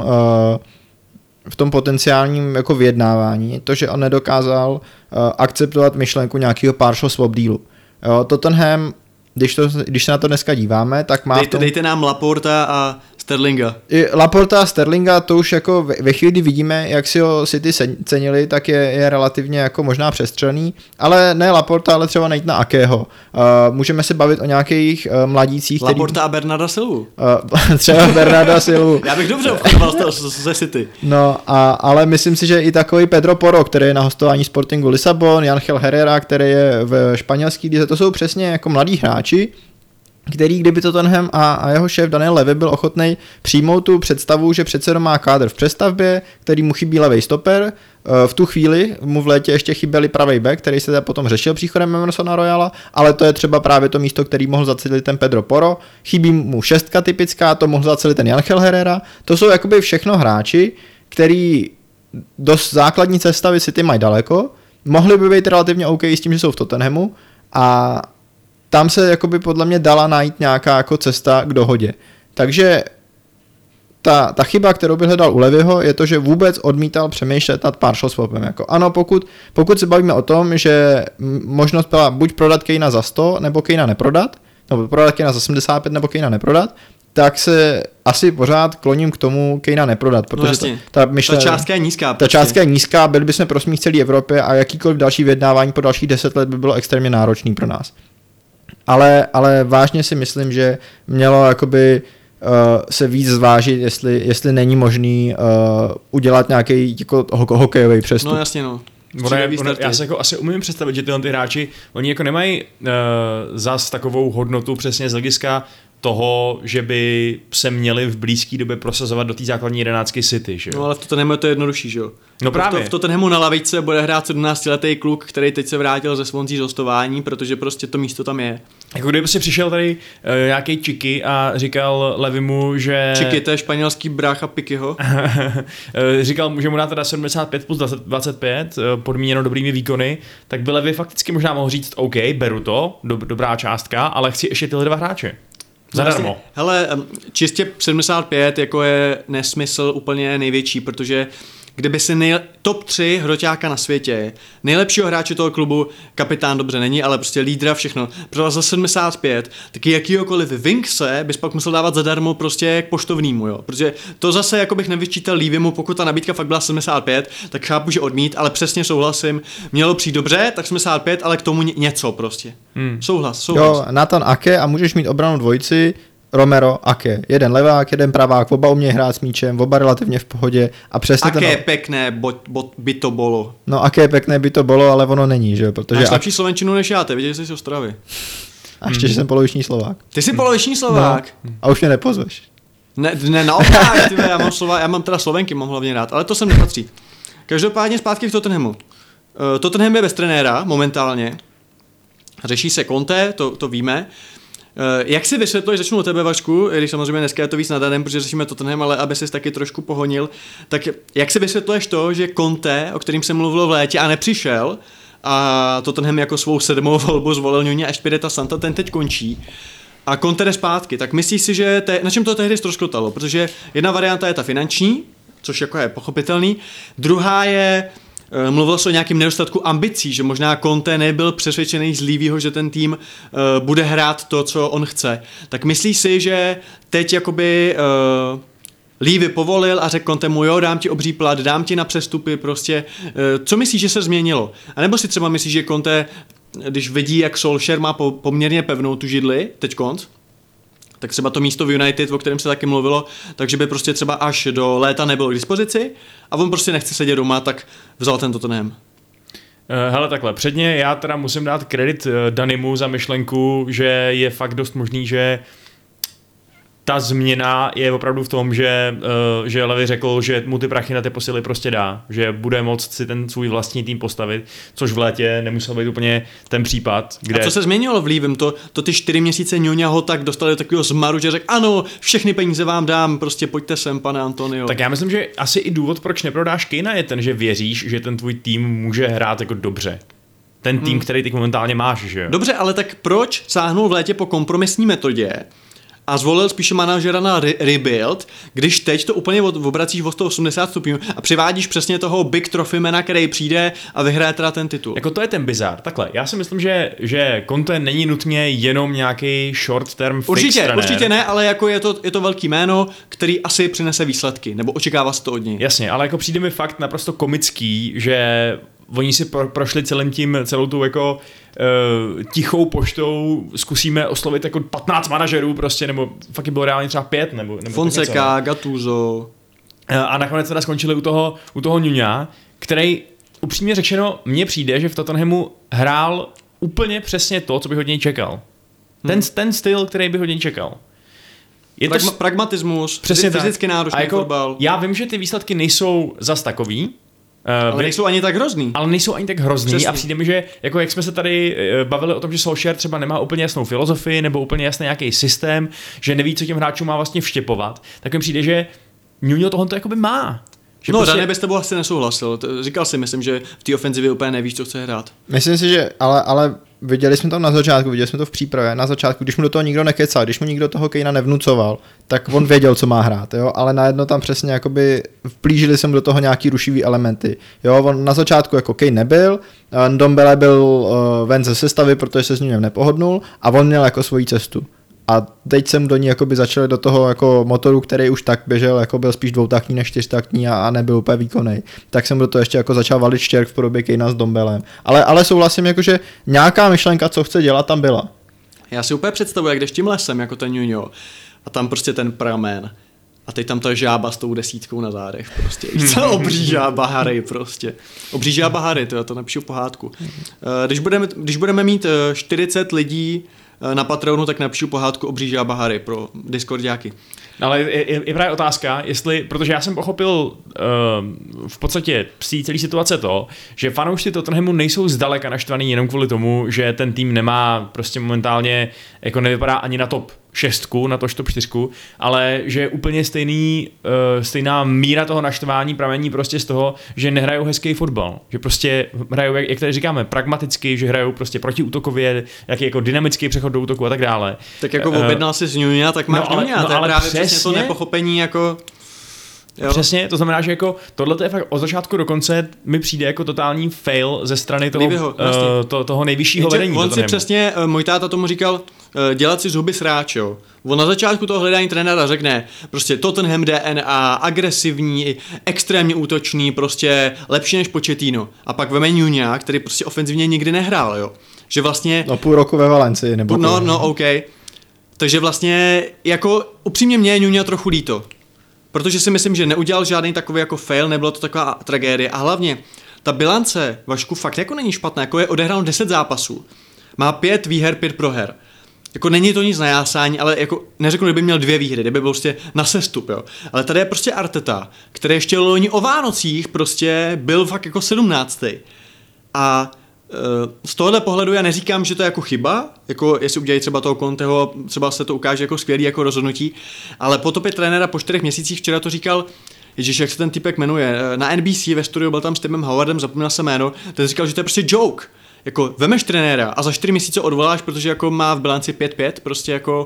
v tom potenciálním jako vyjednávání, to, že on nedokázal akceptovat myšlenku nějakého partial swap dealu. Jo, Tottenham, když se na to dneska díváme, tak má dejte nám Laporta a Sterlinga. Laporta a Sterlinga, to už jako ve chvíli, kdy vidíme, jak si ho City cenili, tak je relativně jako možná přestřelný, ale ne Laporta, ale třeba najít na Akeho. Můžeme se bavit o nějakých mladících, Laporta a Bernarda Silvu. Třeba Bernarda Silvu. Já bych dobře obchodoval ze City. No, ale myslím si, že i takový Pedro Porro, který je na hostování Sportingu Lisabon, Angel Herrera, který je v španělské lize, to jsou přesně jako mladí hráči, který, kdyby Tottenham a jeho šéf Daniel Levy byl ochotný přijmout tu představu, že přece má kádr v přestavbě, který mu chybí levej stoper, v tu chvíli mu v létě ještě chyběli pravej back, který se potom řešil příchodem Emersona Royala, ale to je třeba právě to místo, který mohl zacelit ten Pedro Porro, chybí mu šestka typická, to mohl zacelit ten Angel Herrera, to jsou jakoby všechno hráči, který do základní sestavy City mají daleko, mohli by být relativně OK s tím, že jsou v Tottenhamu a tam se jakoby podle mě dala najít nějaká jako cesta k dohodě. Takže ta chyba, kterou bych hledal u Levyho, je to, že vůbec odmítal přemýšlet nad partial swapem. Jako ano, pokud se bavíme o tom, že možnost byla buď prodat Kanea za 100, nebo Kanea neprodat, nebo prodat Kanea za 75, nebo Kanea neprodat, tak se asi pořád kloním k tomu Kanea neprodat, protože ta částka je nízká. Ta částka je nízká, byli bychom pro smích celé Evropě a jakýkoliv další vyjednávání po dalších 10 let by bylo extrémně náročný pro nás. Ale vážně si myslím, že mělo jakoby se víc zvážit, jestli není možný udělat nějaký jako hokejový přestup. No jasně, no. Já se jako asi umím představit, že tyhle ty hráči, oni jako nemají zas takovou hodnotu přesně z hlediska toho, že by se měli v blízké době prosazovat do té základní 11 City, že jo? No ale v Tottenhamu je to jednodušší, že jo? No právě. V Tottenhamu na lavičce bude hrát 17letý kluk, který teď se vrátil ze Swansea z hostování, protože prostě to místo tam je. Jako kdyby si přišel tady nějaký Čiky a říkal Levymu, že... Čiky, to je španělský brácha Pikyho. Říkal, že mu dá teda 75 plus 25, podmíněno dobrými výkony, tak by Levy fakticky možná mohl říct, OK, beru to, dobrá částka, ale chci ještě tyhle dva hráče. Zadarmo. Hele, čistě 75 jako je nesmysl úplně největší, protože kdyby si top 3 hroťáka na světě, nejlepšího hráče toho klubu, kapitán dobře není, ale prostě lídra, všechno, prodal za 75, taky jakýhokoliv Winkse bys pak musel dávat zadarmo prostě k poštovnímu, jo, protože to zase jako bych nevyčítal Levymu, pokud ta nabídka fakt byla 75, tak chápu, že odmít, ale přesně souhlasím, mělo přijít dobře, tak 75, ale k tomu něco prostě. Souhlas. Jo, Nathan Ake a můžeš mít obranu dvojici, Romero, Ake. Jeden levák, jeden pravák, oba umějí hrát s míčem, oba relativně v pohodě a přesně Aké pekné by to bylo. No aké pekné by to bylo, ale ono není, že jo, protože... Máš lepší slovenčinu než já, ty viděl jsi z Ostravy. A ještě, že jsem poloviční Slovák. Ty jsi poloviční Slovák? No, a už mě nepozveš. Ne, naopak, já mám teda Slovenky, mám hlavně rád, ale to sem nepatří. Každopádně zpátky k Tottenhamu. Tottenham je bez trenéra momentálně. Řeší se Conte, to víme. Jak si vysvětluješ, začnu od tebe, Vašku, když samozřejmě dneska je to víc nadanem, protože řešíme Tottenham, ale aby ses taky trošku pohonil, tak jak si vysvětluješ to, že Conte, o kterým se mluvilo v létě a nepřišel, a Tottenham jako svou 7. volbu zvolil Nuno Espirita Santa, ten teď končí a Conte jde zpátky, tak myslíš si, že na čem to tehdy ztroskotalo? Protože jedna varianta je ta finanční, což jako je pochopitelný, druhá je, mluvilo se o nějakém nedostatku ambicí, že možná Conte nebyl přesvědčený z Levyho, že ten tým bude hrát to, co on chce. Tak myslíš si, že teď jakoby Levy povolil a řekl Contemu, jo, dám ti obří plat, dám ti na přestupy, prostě, co myslíš, že se změnilo? A nebo si třeba myslíš, že Conte, když vidí, jak Solskjaer má poměrně pevnou tu židli, teď konc, tak třeba to místo v United, o kterém se taky mluvilo, takže by prostě třeba až do léta nebylo k dispozici a on prostě nechce sedět doma, tak vzal ten Tottenham. Hele, takhle, předně já teda musím dát kredit Danimu za myšlenku, že je fakt dost možný, že ta změna je opravdu v tom, že Levy řekl, že mu ty prachy na ty posily prostě dá, že bude moct si ten svůj vlastní tým postavit, což v létě nemusel být úplně ten případ. Kde... A co se změnilo v Levym? To ty 4 měsíce Nuňa ho tak dostali do takového zmaru, že řekl, ano, všechny peníze vám dám, prostě pojďte sem, pane Antonio. Tak já myslím, že asi i důvod, proč neprodáš Kanea, je ten, že věříš, že ten tvůj tým může hrát jako dobře. Ten tým, který ty momentálně máš, že jo? Dobře, ale tak proč sáhnul v létě po kompromisní metodě a zvolil spíše manažera na rebuild, když teď to úplně obracíš o 180 stupňů a přivádíš přesně toho big trofeymana, který přijde a vyhraje teda ten titul. Jako to je ten bizar. Takhle, já si myslím, že Conte není nutně jenom nějaký short term fix trenér. Určitě ne, ale jako je to velký jméno, který asi přinese výsledky, nebo očekává se to od něj. Jasně, ale jako přijde mi fakt naprosto komický, že oni si prošli celou tu jako tichou poštou, zkusíme oslovit jako 15 manažerů prostě, nebo fakt bylo reálně třeba 5, nebo Fonseca, Gattuso. A nakonec teda skončili u toho Nuňa, který upřímně řečeno mně přijde, že v Tottenhamu hrál úplně přesně to, co bych od něj čekal. Ten styl, který bych od něj čekal. Je pragmatismus, přesně fyzicky náročný jako, fotbal. Já vím, že ty výsledky nejsou zas takový, ale nejsou ani tak hrozný. Ale nejsou ani tak hrozný. Přesný. A přijde mi, že jako jak jsme se tady bavili o tom, že Solskjaer třeba nemá úplně jasnou filozofii nebo úplně jasný nějaký systém, že neví, co těm hráčům má vlastně vštěpovat, tak mi přijde, že Nuno tohle jakoby má. Že no, Dané bez tebou asi nesouhlasil. Říkal si, myslím, že v té ofenzivě úplně nevíš, co chce hrát. Myslím si, že ale viděli jsme to na začátku, viděli jsme to v přípravě, na začátku, když mu do toho nikdo nekecal, když mu nikdo toho Kanea nevnucoval, tak on věděl, co má hrát, jo, ale najednou tam přesně jakoby vplížili se mu do toho nějaký rušivý elementy, jo, on na začátku jako Kane nebyl, Ndombele byl ven ze sestavy, protože se s ním nepohodnul a on měl jako svoji cestu. A teď jsem do ní jakoby začali do toho jako motoru, který už tak běžel, jako byl spíš dvoutaktní než čtyřtaktní a nebyl úplně výkonný. Tak jsem do toho ještě jako začal valit štěrk v podobě Kanea s Ndombelem. Ale souhlasím, jako, že nějaká myšlenka, co chce dělat, tam byla. Já si úplně představuji, jak jdeš tím lesem, jako ten Nuno, a tam prostě ten pramen. A teď tam ta žába s tou 10 na zádech prostě. Obří žába Harry prostě. Obří žába Harry, to já to napíšu pohádku. Když budeme mít 40 lidí na Patreonu, tak napíšu pohádku Obří žába Harry pro Discordiáky. Ale je právě otázka, jestli, protože já jsem pochopil v podstatě z té celé situace to, že fanoušci Tottenhamu nejsou zdaleka naštvaný jenom kvůli tomu, že ten tým nemá prostě momentálně, jako nevypadá ani na top 6, na to top 4, ale že je úplně stejná míra toho naštvání pramení prostě z toho, že nehrajou hezký fotbal, že prostě hrajou, jak tady říkáme, pragmaticky, že hrajou prostě protiútokově, jaký jako dynamický přechod do útoku a tak dále. Tak jako objednal si z Nuňa, tak máš Nuňa, to je právě přesně to nepochopení jako... Jo. Přesně, to znamená, že jako tohle je fakt od začátku do konce mi přijde jako totální fail ze strany toho nejvyššího vedení. On si přesně, můj táta tomu říkal, dělat si z huby sráč, jo. On na začátku toho hledání trenéra řekne, prostě Tottenham DNA, agresivní, extrémně útočný, prostě lepší než Pochettino. A pak veme Nuňa, který prostě ofenzivně nikdy nehrál, jo. Že vlastně... No půl roku ve Valencii, nebo... No, OK. Takže vlastně jako upřímně mě je Nuno trochu líto. Protože si myslím, že neudělal žádný takový jako fail, nebylo to taková tragédie. A hlavně ta bilance, Vašku, fakt jako není špatná, jako je odehrál 10 zápasů. Má 5 výher, 5 proher. Jako není to nic na jásání, ale jako neřeknu, kdyby měl 2 výhry, kdyby byl prostě na sestup, jo. Ale tady je prostě Arteta, který ještě loni o Vánocích prostě byl fakt jako 17. A z tohohle pohledu já neříkám, že to je jako chyba, jako jestli udělají třeba toho Conteho, třeba se to ukáže jako skvělý jako rozhodnutí, ale po topě trenéra po 4 měsících včera to říkal, ježiš, jak se ten typek jmenuje, na NBC ve studiu byl tam s Timem Howardem, zapomněl jsem jméno, ten říkal, že to je prostě joke. Jako vemeš trenéra a za 4 měsíce odvoláš, protože jako má v bilanci 5-5, prostě jako...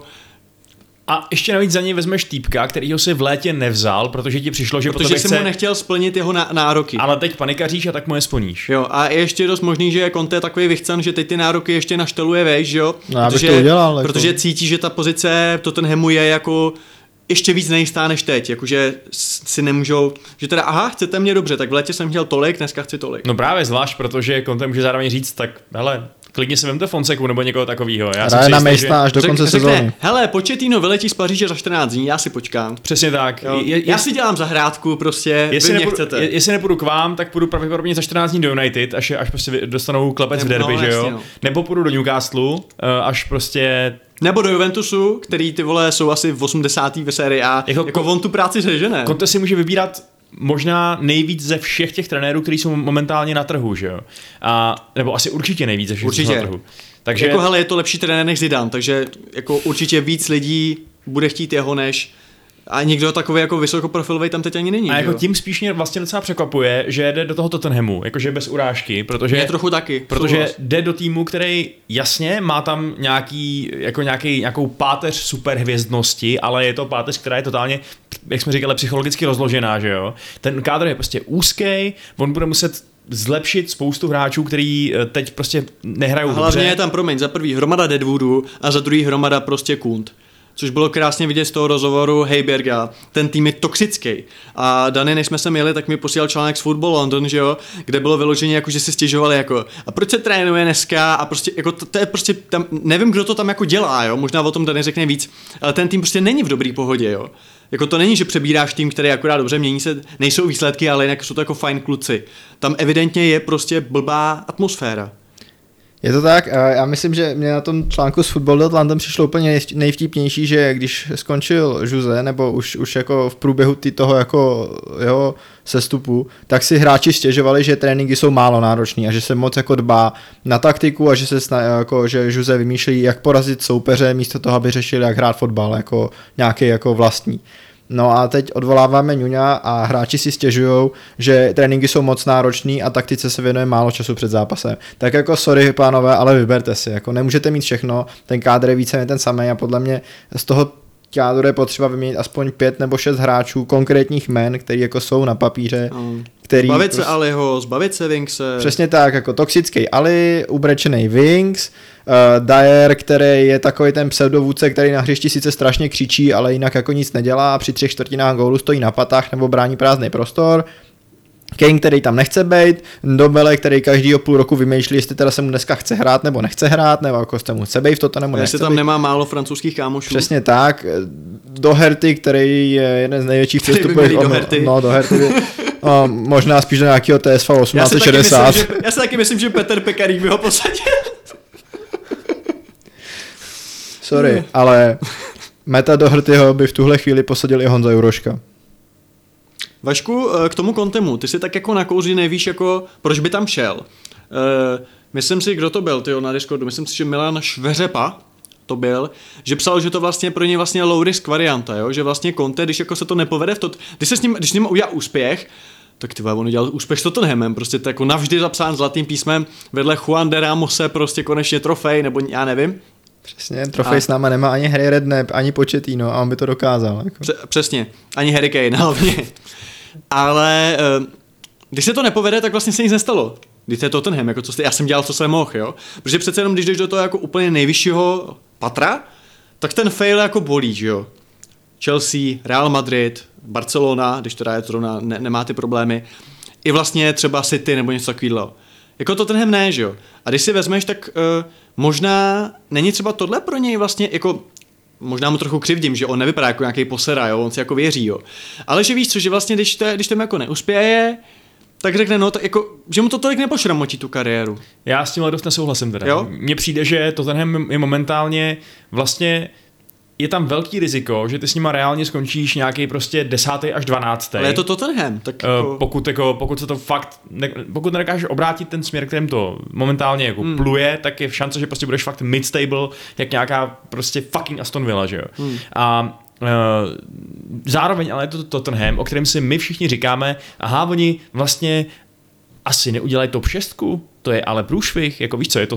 A ještě navíc za něj vezmeš týpka, kterýho si v létě nevzal, protože ti přišlo, že protože jsem mu nechtěl splnit jeho nároky. Ale teď panikaříš a tak mu je splníš. Jo, a je ještě dost možný, že Conte je takový vychcen, že teď ty nároky ještě našteluje vejš, jo? No, protože, to udělal, protože jako... cítí, že ta pozice Tottenhamu je jako ještě víc nejistá než teď, jakože si nemůžou, že teda aha, chcete mě dobře, tak v létě jsem chtěl tolik, dneska chci tolik. No právě zvlášť, protože Conte může zároveň říct, tak hele, klidně si vemte Fonseku nebo někoho takového. Hraje na Mejsta až do konce sezóny. Hele, Pochettino vyletí z Paříže za 14 dní, já si počkám. Přesně tak. Já si dělám zahrádku, prostě, vy mě chcete. Jestli nepůjdu k vám, tak půjdu pravděpodobně za 14 dní do United, až prostě dostanou klepec v derby, že jo? Nebo půjdu do Newcastle, až prostě... Nebo do Juventusu, který ty vole jsou asi v 80. v sérii A. Jako on tu práci řežene. Conte si může vybírat možná nejvíc ze všech těch trenérů, kteří jsou momentálně na trhu, že jo? Nebo asi určitě nejvíc ze všech na trhu. Takže... Jako hele, je to lepší trenér než Zidane, takže jako určitě víc lidí bude chtít jeho než... A někdo takový jako vysokoprofilový tam teď ani není. A jako tím spíš mě vlastně docela překvapuje, že jde do toho Tottenhamu, jakože bez urážky, protože... Mě trochu taky. Protože jde do týmu, který jasně má tam nějakou páteř superhvězdnosti, ale je to páteř, která je totálně, jak jsme říkali, psychologicky rozložená, že jo. Ten kádr je prostě úzký, on bude muset zlepšit spoustu hráčů, který teď prostě nehrajou dobře. Hlavně je tam, promiň, za prvý hromada Deadwoodu a za druhý hromada prostě Kunt. Což bylo krásně vidět z toho rozhovoru Heiberga. Ten tým je toxický. A Dany, než jsme se měli, tak mi posílal článek z Football London, že jo, kde bylo vyloženě jako, že si stěžovali jako a proč se trénuje dneska a prostě jako to je prostě tam, nevím, kdo to tam jako dělá, jo, možná o tom Dany řekne víc, ale ten tým prostě není v dobrý pohodě, jo. Jako to není, že přebíráš tým, který akorát dobře mění se, nejsou výsledky, ale jinak jsou to jako fajn kluci. Tam evidentně je prostě blbá atmosféra. Je to tak, já myslím, že mě na tom článku s Football.London přišlo úplně nejvtipnější, že když skončil Jose, nebo už jako v průběhu toho jako jeho sestupu, tak si hráči stěžovali, že tréninky jsou málo náročný a že se moc jako dbá na taktiku a že Jose vymýšlí, jak porazit soupeře místo toho, aby řešili, jak hrát fotbal, jako nějaký jako vlastní. No a teď odvoláváme Nuna a hráči si stěžujou, že tréninky jsou moc náročný a taktice se věnuje málo času před zápasem. Tak jako sorry pánové, ale vyberte si, jako nemůžete mít všechno, ten kádr je víceméně ten samý a podle mě z toho kádru je potřeba vyměnit aspoň 5 nebo 6 hráčů konkrétních jmen, který jako jsou na papíře. Zbavit se Aliho, zbavit se Wingse. Přesně tak, jako toxický Ali, ubrečený Wings, Dyer, který je takový ten pseudovůdce, který na hřišti sice strašně křičí, ale jinak jako nic nedělá a při 3/4 gólu stojí na patách nebo brání prázdný prostor. Kane, který tam nechce být, Ndombele, který každýho půl roku vymýšlí, jestli teda se mu dneska chce hrát, nebo nechce hrát, nebo jako se mu chce být v toto, nebo nechce. Jestli tam nemá málo francouzských kámošů. Přesně tak. Doherty, který je jeden z největších přestupů. Doherty. Možná spíš do nějakého TSV 1860. Já si taky myslím, že Petr Pekarík by ho posadil. Sorry, ale Meta Dohertyho by v tuhle chvíli posadil i Honza Juroška. Vašku, k tomu Contemu, ty si tak jako na kouři nevíš, jako proč by tam šel. Myslím si, kdo to byl, tyjo, na Discordu, myslím si, že Milan Šveřepa to byl, že psal, že to vlastně pro ně vlastně low risk varianta, jo? Že vlastně Conte, když jako se to nepovede, když s ním udělá úspěch, tak ty on udělal úspěch s Tottenhamem, prostě to jako navždy zapsán zlatým písmem vedle Juan de Ramose, prostě konečně trofej, nebo já nevím. Přesně, trofej s náma nemá ani Harry Redknapp, ani Pochettino a on by to dokázal. Jako. Přesně, ani Harry Kane hlavně. Ale když se to nepovede, tak vlastně se nic nestalo. Když to je Tottenham, jako já jsem dělal, co jsem mohl, jo. Protože přece jenom, když jdeš do toho jako úplně nejvyššího patra, tak ten fail jako bolí, že jo. Chelsea, Real Madrid, Barcelona, když teda je zrovna nemá ty problémy, i vlastně třeba City nebo něco takového. Jako Tottenham ne, že jo. A když si vezmeš, tak možná není třeba tohle pro něj vlastně, jako možná mu trochu křivdím, že on nevypadá jako nějaký posera, jo, on si jako věří, jo. Ale že víš co, že vlastně, když to jako neuspěje, tak řekne, no, tak jako, že mu to tolik nepošramotí tu kariéru. Já s tímhle dost nesouhlasím teda. Jo? Mně přijde, že Tottenham je momentálně vlastně je tam velký riziko, že ty s nima reálně skončíš nějaký prostě 10. až 12. Ale je to Tottenham, tak jako... Pokud se to fakt, pokud nedokážeš obrátit ten směr, kterým to momentálně jako pluje, tak je šance, že prostě budeš fakt mid-stable, jak nějaká prostě fucking Aston Villa, že jo. A zároveň ale je to Tottenham, o kterém si my všichni říkáme, aha, oni vlastně asi neudělají top 6, to je ale průšvih, jako víš co, je to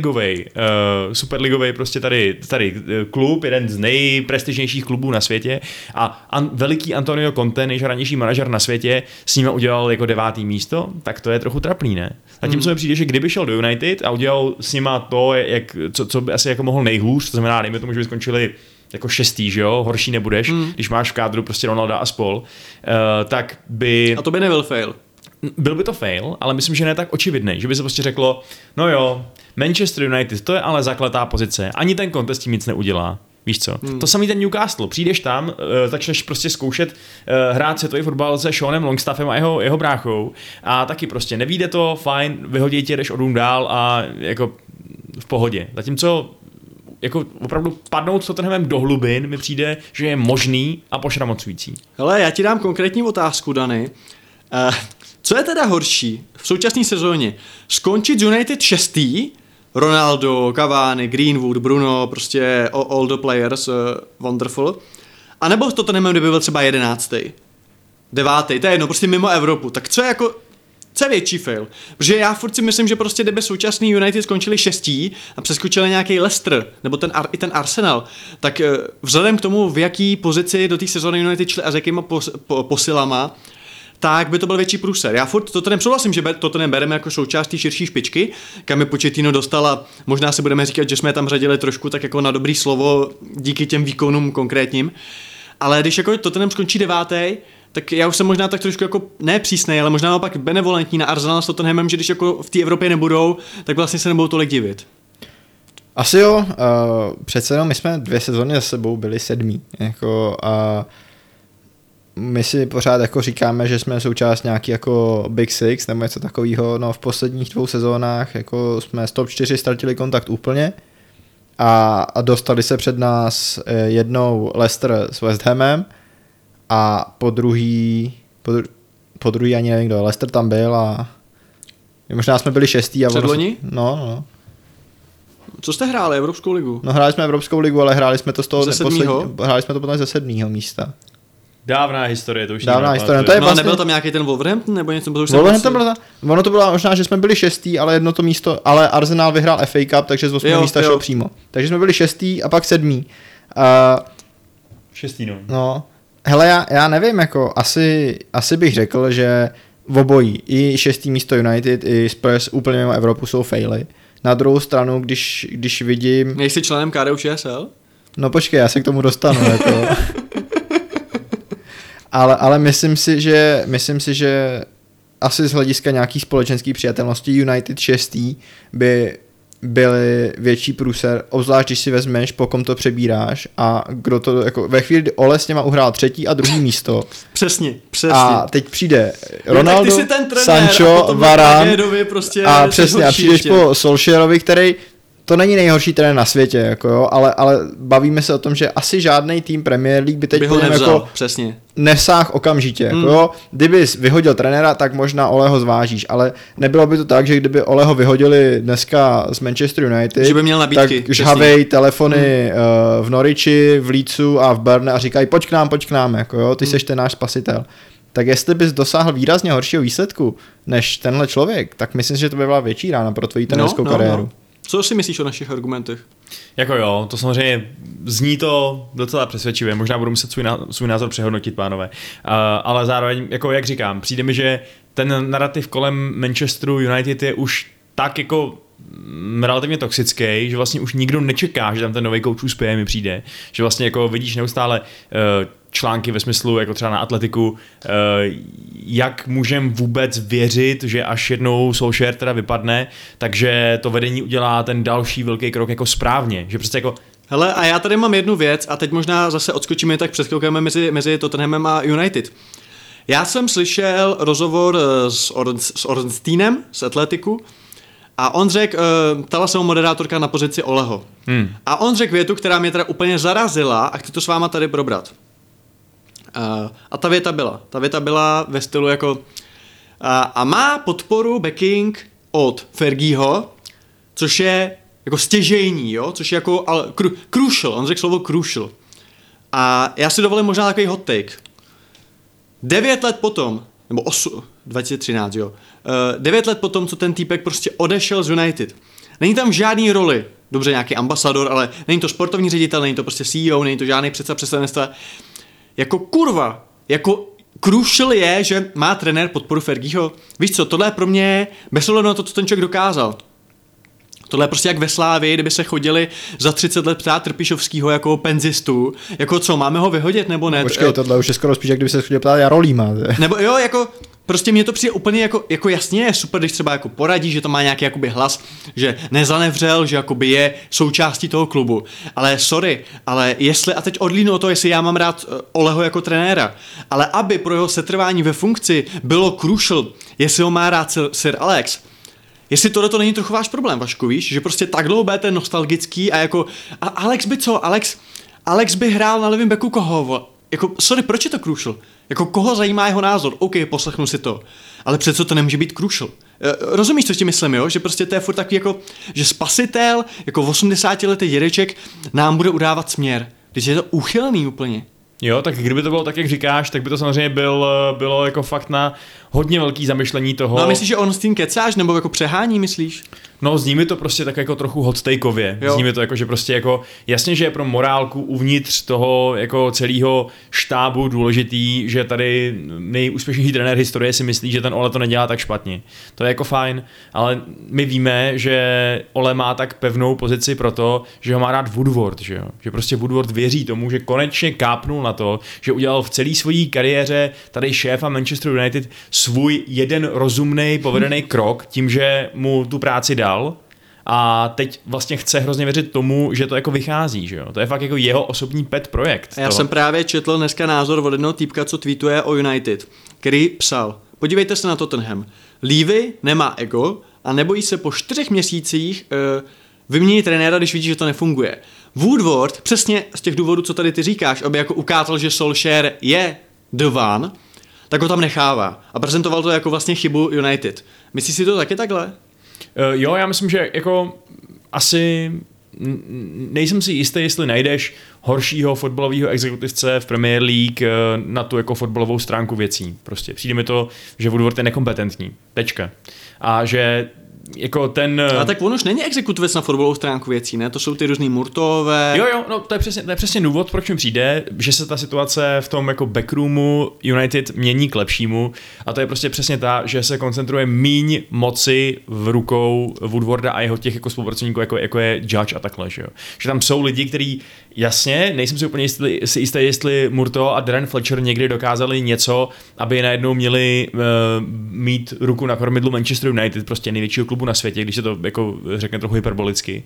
superligovej prostě tady klub, jeden z nejprestižnějších klubů na světě a veliký Antonio Conte, nejžranější manažer na světě, s ním udělal jako 9. místo, tak to je trochu trapný, ne? Zatímco mi přijde, že kdyby šel do United a udělal s nima to, co by asi jako mohl nejhůř, to znamená, dejme tomu, že by skončili jako 6., že jo, horší nebudeš, když máš v kádru prostě Ronalda a spol, tak by... A to by nebyl fail. Byl by to fail, ale myslím, že ne tak očividný, že by se prostě řeklo, no jo, Manchester United, to je ale zakletá pozice, ani ten Conte tím nic neudělá. Víš co? To samý ten Newcastle. Přijdeš tam, začneš prostě zkoušet hrát světový fotbal se Seanem Longstaffem a jeho bráchou a taky prostě nevíde to, fajn, vyhodí tě, jdeš o dům dál a jako v pohodě. Zatímco jako opravdu padnout s Tottenhamem do hlubin mi přijde, že je možný a pošramocující. Hele, já ti dám konkrétní otázku, Dany. Co je teda horší v současné sezóně? Skončit z United 6. Ronaldo, Cavani, Greenwood, Bruno, prostě all the players, wonderful. A nebo to nemám, kdyby byl třeba 11. 9. To je jedno, prostě mimo Evropu. Tak co je větší fail? Protože já furt si myslím, že prostě kdyby současný United skončili 6. a přeskočili nějaký Leicester, nebo i ten Arsenal, tak vzhledem k tomu, v jaký pozici do té sezóny United šli a s jakýma posilama, tak by to byl větší průser. Já furt to nesouhlasím, že to bereme jako součást té širší špičky, kam je Pochettino dostal a možná si budeme říkat, že jsme je tam řadili trošku tak jako na dobrý slovo díky těm výkonům konkrétním. Ale když jako Tottenham skončí 9., tak já už jsem možná tak trošku jako ne přísnej, ale možná naopak benevolentní na Arsenal s Tottenhamem, že když jako v té Evropě nebudou, tak vlastně se nebudou tolik divit. Asi jo, přece jenom my jsme 2 sezóny za sebou byli 7. Jako, my si pořád jako říkáme, že jsme součást nějaký jako Big Six nebo něco takového. No v posledních 2 sezónách jako jsme z top 4 ztratili kontakt úplně a dostali se před nás jednou Leicester s West Hamem a po druhý ani nevím kdo, Leicester tam byl a možná jsme byli 6. a předloni? No. Co jste hráli, Evropskou ligu? No hráli jsme Evropskou ligu, ale hráli jsme to z toho hráli jsme to potom ze 7. místa. Dávná historie, to už dávná historie. To je vlastně... nebyl tam nějaký ten Wolverhampton nebo něco? Ono to bylo možná, že jsme byli 6. ale jedno to místo, ale Arsenal vyhrál FA Cup, takže z 8. místa šel přímo. Takže jsme byli 6. a pak 7. 6. No. Hele, já nevím, jako asi bych řekl, že v obojí, i 6. místo United, i Spurs úplně mimo Evropu jsou faily. Na druhou stranu, když vidím... Nejsi členem KDU ČSL? No počkej, já se k tomu dostanu, jako... Ale myslím si, že asi z hlediska nějaký společenský přijatelnosti United 6. by byly větší průser, obzvlášť když si vezmeš, po kom to přebíráš a kdo to, jako ve chvíli, kdy Ole s něma uhrál 3. a 2. místo. Přesně. A teď přijde Ronaldo, Sancho, Varane prostě a přesně, a přijdeš po Solskjaerovi, který to není nejhorší trenér na světě, jako jo, ale bavíme se o tom, že asi žádný tým Premier League by teď ho nevzal, jako přesně. Nesáh okamžitě, jako jo. Kdyby vyhodil trenéra, tak možná Oleho zvážíš, ale nebylo by to tak, že kdyby Oleho vyhodili dneska z Manchester United, že by měl nabídky, tak žhavej telefony v Norwichi, v Leedsu a v Burnley a říkají pojď k nám, jako jo, ty seš ten náš spasitel. Tak jestli bys dosáhl výrazně horšího výsledku než tenhle člověk, tak myslím, že to by byla větší rána pro tvoji trenérskou kariéru. No. Co si myslíš o našich argumentech? Jako jo, to samozřejmě zní to docela přesvědčivě, možná budu muset svůj názor přehodnotit, pánové. Ale zároveň, jako jak říkám, přijde mi, že ten narrativ kolem Manchesteru United je už tak jako relativně toxický, že vlastně už nikdo nečeká, že tam ten nový coach uspěje, mi přijde. Že vlastně jako vidíš neustále články ve smyslu, jako třeba na Atletiku, jak můžem vůbec věřit, že až jednou Solskjaer teda vypadne, takže to vedení udělá ten další velký krok jako správně. Že přece jako Hele, a já tady mám jednu věc a teď možná zase odskočíme, tak přeskoukujeme mezi Tottenhamem a United. Já jsem slyšel rozhovor s Ornsteinem z Atletiku a on řekl, ptala se mu moderátorka na pozici Oleho. A on řekl větu, která mě teda úplně zarazila a chci to s váma tady probrat. A ta věta byla ve stylu jako a má podporu backing od Fergieho, což je jako stěžejní, jo? Což je jako crucial, on řekl slovo crucial. A já si dovolím možná takový hot take. 9 let potom, nebo 2013, jo. 9 let potom, co ten týpek prostě odešel z United. Není tam žádný roli, dobře nějaký ambasador, ale není to sportovní ředitel, není to prostě CEO, není to žádný představenstva. Jako kurva, jako crucial je, že má trenér podporu Fergieho. Víš co, tohle je pro mě bez ohledu na to, co ten člověk dokázal. Tohle je prostě jak ve Slávii, kdyby se chodili za 30 let ptát Trpišovskýho jako penzistu, jako co, máme ho vyhodit nebo ne? Počkej, tohle už je skoro spíš, jak kdyby se chodil ptát Jarolíma. Nebo jo, jako prostě mně to přijde úplně jako jasně je super, když třeba jako poradí, že to má nějaký jakoby hlas, že nezanevřel, že jakoby je součástí toho klubu. Ale sorry, ale jestli, a teď odlínu o to, jestli já mám rád Oleho jako trenéra, ale aby pro jeho setrvání ve funkci bylo crucial, jestli ho má rád Sir Alex, jestli tohle to není trochu váš problém, Vašku, víš, že prostě tak dlouho budete nostalgický a jako, a Alex by co, Alex by hrál na levém beku koho, jako, sorry, proč je to crucial? Jako, koho zajímá jeho názor? OK, poslechnu si to, ale přece to nemůže být crucial. Rozumíš, co ti myslím, jo? Že prostě to je furt takový jako, že spasitel, jako 80letý dědeček nám bude udávat směr, když je to uchylný úplně. Jo, tak kdyby to bylo tak, jak říkáš, tak by to samozřejmě bylo jako fakt na hodně velký zamyšlení toho. No a myslíš, že on s tím kecáš, nebo jako přehání, myslíš? No, zní mi to prostě tak jako trochu hot takeově. Zní mi to jako, že prostě jako, jasně, že je pro morálku uvnitř toho jako celého štábu důležitý, že tady nejúspěšnější trenér historie si myslí, že ten Ole to nedělá tak špatně. To je jako fajn, ale my víme, že Ole má tak pevnou pozici proto, že ho má rád Woodward, že jo? Že prostě Woodward věří tomu, že konečně kápnul na to, že udělal v celé své kariéře tady šéfa Manchester United svůj jeden rozumný povedený krok tím, že mu tu práci dal. A teď vlastně chce hrozně věřit tomu, že to jako vychází, že jo? To je fakt jako jeho osobní pet projekt. Já jsem právě četl dneska názor od jednoho týpka, co tweetuje o United, který psal, podívejte se na Tottenham. Levy nemá ego a nebojí se po 4 měsících vyměnit trenéra, když vidí, že to nefunguje. Woodward, přesně z těch důvodů, co tady ty říkáš, aby jako ukázal, že Solskjaer je the one, tak ho tam nechává. A prezentoval to jako vlastně chybu United. Myslíš si to taky takhle? Jo, já myslím, že jako asi nejsem si jistý, jestli najdeš horšího fotbalového exekutivce v Premier League na tu jako fotbalovou stránku věcí. Prostě přijde mi to, že Woodward je nekompetentní. Tečka. A že jako ten... Ale tak on už není exekutivec na fotbalovou stránku věcí, ne? To jsou ty různý Murtové. Jo, no to je přesně důvod, proč mi přijde, že se ta situace v tom jako backroomu United mění k lepšímu a to je prostě přesně ta, že se koncentruje míň moci v rukou Woodwarda a jeho těch jako spolupracovníků, jako je Judge a takhle, že jo. Že tam jsou lidi, kteří jasně, nejsem si úplně jistý, jestli Murto a Darren Fletcher někdy dokázali něco, aby najednou měli mít ruku na kormidlu Manchester United, prostě největšího klubu na světě, když se to jako řekne trochu hyperbolicky.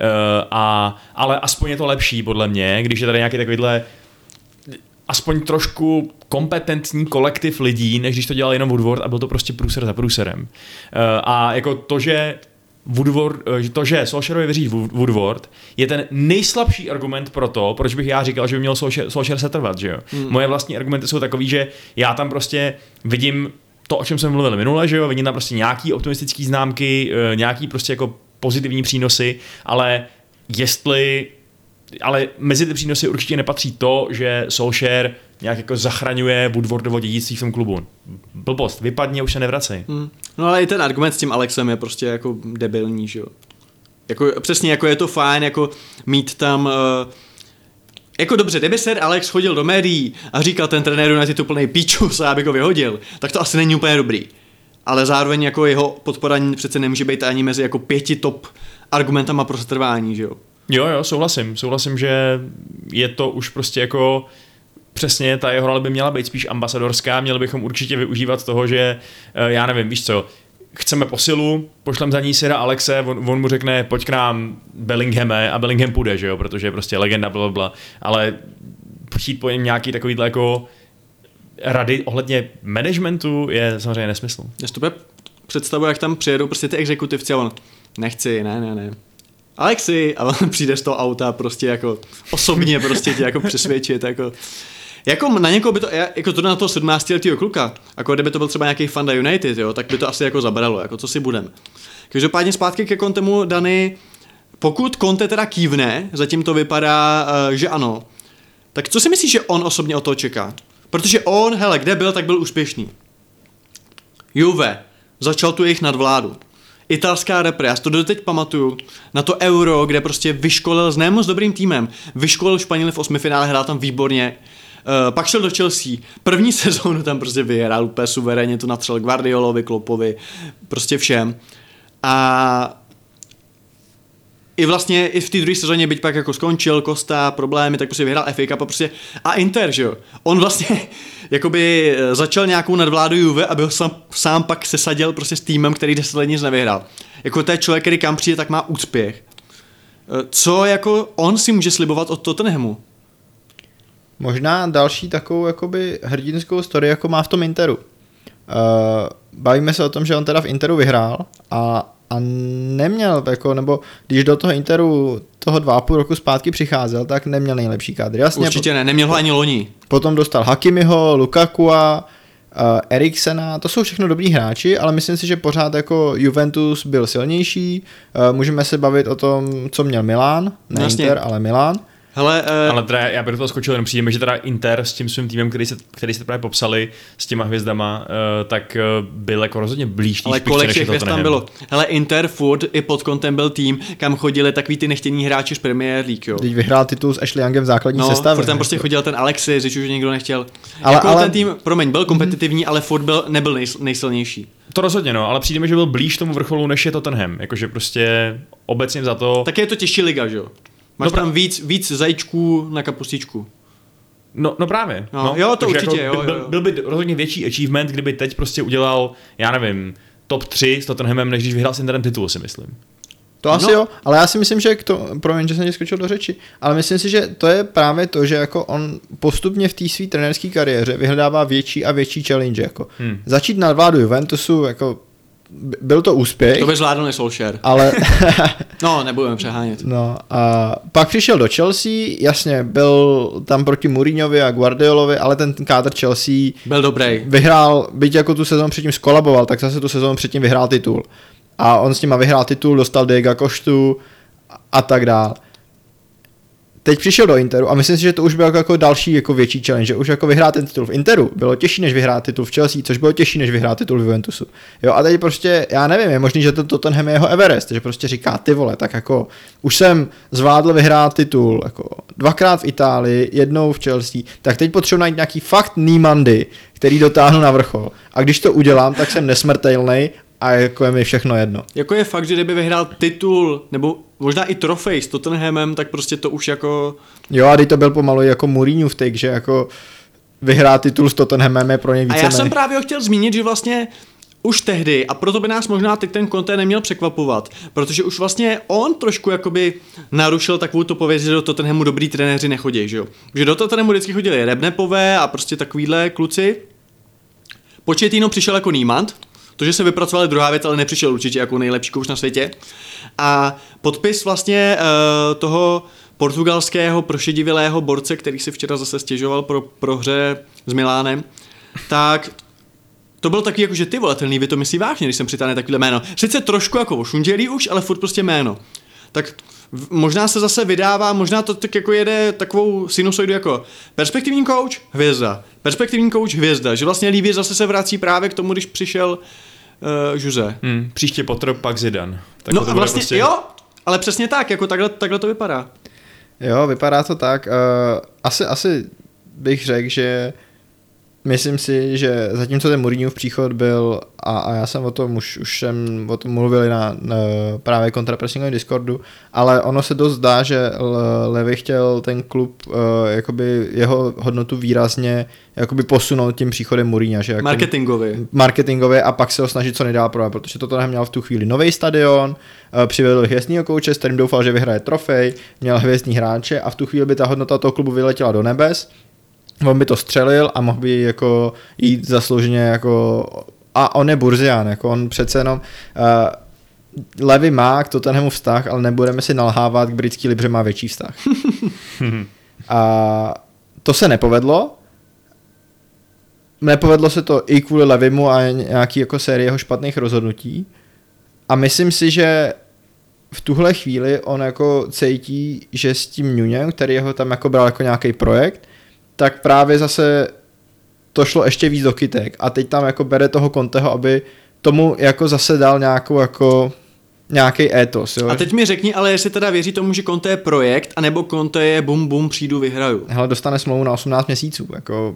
Ale aspoň je to lepší podle mě, když je tady nějaký takovýhle aspoň trošku kompetentní kolektiv lidí, než když to dělal jenom Woodward a byl to prostě průser za průserem. A jako to, že Solskjaerovi věří Woodward, je ten nejslabší argument pro to, proč bych já říkal, že by měl Solskjaer setrvat, že jo. Moje vlastní argumenty jsou takový, že já tam prostě vidím to, o čem jsem mluvil minule, že jo, vidím tam prostě nějaký optimistický známky, nějaký prostě jako pozitivní přínosy, ale mezi ty přínosy určitě nepatří to, že Solskjaer nějak jako zachraňuje Woodwardovo dědictví v tom klubu. Blbost, vypadně, už se nevracej. No ale i ten argument s tím Alexem je prostě jako debilní, že jo. Jako, přesně jako je to fajn, jako mít tam... Jako dobře, kdyby Sir Alex chodil do médií a říkal ten trenér na tu plnej píčus a já bych ho vyhodil, tak to asi není úplně dobrý. Ale zároveň jako jeho podpora přece nemůže být ani mezi jako 5 top argumentama pro setrvání, že jo. Jo, souhlasím, že je to už prostě jako přesně ta jeho role by měla být spíš ambasadorská, měli bychom určitě využívat toho, že já nevím, víš co, chceme posilu, pošlem za ní Sira Alexe, on mu řekne, pojď k nám Bellinghame a Bellingham půjde, že jo, protože je prostě legenda, blablabla, ale chtít po něm nějaký takovýhle jako rady ohledně managementu je samozřejmě nesmysl. Já si to představuji, jak tam přijedou prostě ty exekutivci a on, nechci, ne. Alexi, a on přijde z toho auta prostě jako osobně prostě tě jako přesvědčit, jako na někoho by to, jako to na toho 17letého kluka, jako kdyby to byl třeba nějaký Fanda United, jo, tak by to asi jako zabralo, jako co si budem. Každopádně zpátky ke Contemu, Dany, pokud Conte teda kývne, zatím to vypadá, že ano, tak co si myslíš, že on osobně od toho čeká? Protože on, hele, kde byl, tak byl úspěšný. Juve, začal tu jejich nadvládu. Italská repre, já si to doteď pamatuju, na to Euro, kde prostě vyškolil s nemoc dobrým týmem, vyškolil Španěly v 8. finále, hrál tam výborně, pak šel do Chelsea, první sezónu tam prostě vyhrál úplně suverénně, to natřel Guardiolovi, Kloppovi, prostě všem. A i vlastně i v té druhé sezóně, byť pak jako skončil, Costa, problémy, tak prostě vyhrál FA Cup a prostě a Inter, že jo. On vlastně jakoby začal nějakou nadvládu Juve, aby ho sám pak sesadil prostě s týmem, který 10 let nic nevyhrál. Jako to je člověk, který kam přijde, tak má úspěch. Co jako on si může slibovat od Tottenhamu? Možná další takovou jakoby hrdinskou story, jako má v tom Interu. Bavíme se o tom, že on teda v Interu vyhrál a neměl, jako, nebo když do toho Interu toho 2,5 roku zpátky přicházel, tak neměl nejlepší kádr. Jasně, určitě ne, neměl ho ani loni. Potom dostal Hakimiho, Lukakua, Eriksena, to jsou všechno dobrý hráči, ale myslím si, že pořád jako Juventus byl silnější. Můžeme se bavit o tom, co měl Milan, ne jasně. Inter, ale Milan. Hele, ale teda já bych do toho skočil, jenom přijde, že teda Inter s tím svým týmem, který jste právě popsali, s těma hvězdama, tak byl jako rozhodně blíž. Ale kolik těch hvězd tam bylo? Hele, Inter furt i pod Contem byl tým, kam chodili takový ty nechtění hráči z Premier League, jo. Teď vyhrál titul s Ashley Youngem v základní sestavě. Furt tam prostě chodil ten Alexis, když už nikdo nechtěl. Ale ten tým, promiň, byl kompetitivní, ale furt nebyl nejsilnější. To rozhodně, no, ale přijde mi, že byl blíž tomu vrcholu, než je Tottenham. Jakože prostě obecně za to. Tak je to těžší liga, že jo? Máš tam víc zajíčků na kapustičku. No právě. No, jo, to určitě, jako byl by rozhodně větší achievement, kdyby teď prostě udělal, já nevím, top 3 s Tottenhamem, než když vyhrál s Interem titul, si myslím. To asi jo, ale já si myslím, že promiň, že jsem tě skočil do řeči, ale myslím si, že to je právě to, že jako on postupně v té své trenérské kariéře vyhledává větší a větší challenge. Jako. Začít na vládu Juventusu, jako byl to úspěch. To by zvládl Solskjaer. Ale no, nebudeme přehánět. No a pak přišel do Chelsea, jasně, byl tam proti Mourinhovi a Guardiolovi, ale ten kádr Chelsea byl dobrý. Vyhrál, byť jako tu sezónu předtím skolaboval, tak zase tu sezónu předtím vyhrál titul. A on s nima vyhrál titul, dostal Diego Costu a tak dál. Teď přišel do Interu a myslím si, že to už bylo jako další jako větší challenge, že už jako vyhrát ten titul v Interu bylo těžší než vyhrát titul v Chelsea, což bylo těžší než vyhrát titul v Juventusu. Jo, a teď prostě, já nevím, je možný, že to Tottenham je jeho Everest, že prostě říká, ty vole, tak jako už jsem zvládl vyhrát titul, jako 2krát v Itálii, jednou v Chelsea, tak teď potřebuji najít nějaký fakt Niemandy, který dotáhnu na vrchol. A když to udělám, tak jsem nesmrtelný a jako je mi všechno jedno. Jako je fakt, že kdyby vyhrál titul, nebo možná i trofej s Tottenhamem, tak prostě to už jako... Jo, a teď to byl pomalu jako Mourinho v take, že jako vyhrát titul s Tottenhamem je pro něj více. A já jsem právě chtěl zmínit, že vlastně už tehdy, a proto by nás možná teď ten Conte neměl překvapovat, protože už vlastně on trošku jakoby narušil takovou tu pověst, že do Tottenhamu dobrý trenéři nechodí, že jo. Že do Tottenhamu vždycky chodili Rebnepové a prostě takovýhle kluci. Pochettino přišel jako Niemand. To, že se vypracovali druhá věc, ale nepřišel určitě jako nejlepší kouč na světě. A podpis vlastně toho portugalského prošedivilého borce, který si včera zase stěžoval pro hře s Milánem, tak to bylo taky jako, že ty vole, ten Levy to myslí vážně, když jsem přitáhne takovýhle jméno. Sice trošku jako ošundělý už, ale furt prostě jméno. Tak možná se zase vydává, možná to tak jako jede takovou sinusoidu jako perspektivní kouč, hvězda. Perspektivní kouč, hvězda. Že vlastně Levy zase se vrací právě k tomu, když přišel Jose. Příště Potter, pak Zidane. Tak no a vlastně prostě... jo, ale přesně tak, jako takhle to vypadá. Jo, vypadá to tak. Asi bych řekl, že myslím si, že zatímco ten Mourinhův příchod byl, a já jsem o tom už jsem o tom mluvil na právě kontrapressingovém Discordu, ale ono se dost zdá, že Levy chtěl ten klub jakoby jeho hodnotu výrazně jakoby posunout tím příchodem Mourinha, že jako marketingově a pak se ho snažit co nejdál prodat, protože toto měl v tu chvíli nový stadion, přivedl hvězdního kouče, s kterým doufal, že vyhraje trofej, měl hvězdní hráče a v tu chvíli by ta hodnota toho klubu vyletěla do nebes. On by to střelil a mohl by jako jít zaslouženě jako, a on je burzián, jako on přece jenom Levy má k Tottenhamu vztah, ale nebudeme si nalhávat, k britský libře má větší vztah. A to se nepovedlo. Nepovedlo se to i kvůli Levymu a nějaký jako série jeho špatných rozhodnutí. A myslím si, že v tuhle chvíli on jako cítí, že s tím Nunem, který ho tam jako bral jako nějaký projekt, tak právě zase to šlo ještě víc do kytek a teď tam jako bere toho Conteho, aby tomu jako zase dal nějakou jako nějaký étos. Jo? A teď mi řekni, ale jestli teda věří tomu, že Conte je projekt, anebo Conte je bum bum, přijdu, vyhraju. Hele, dostane smlouvu na 18 měsíců, jako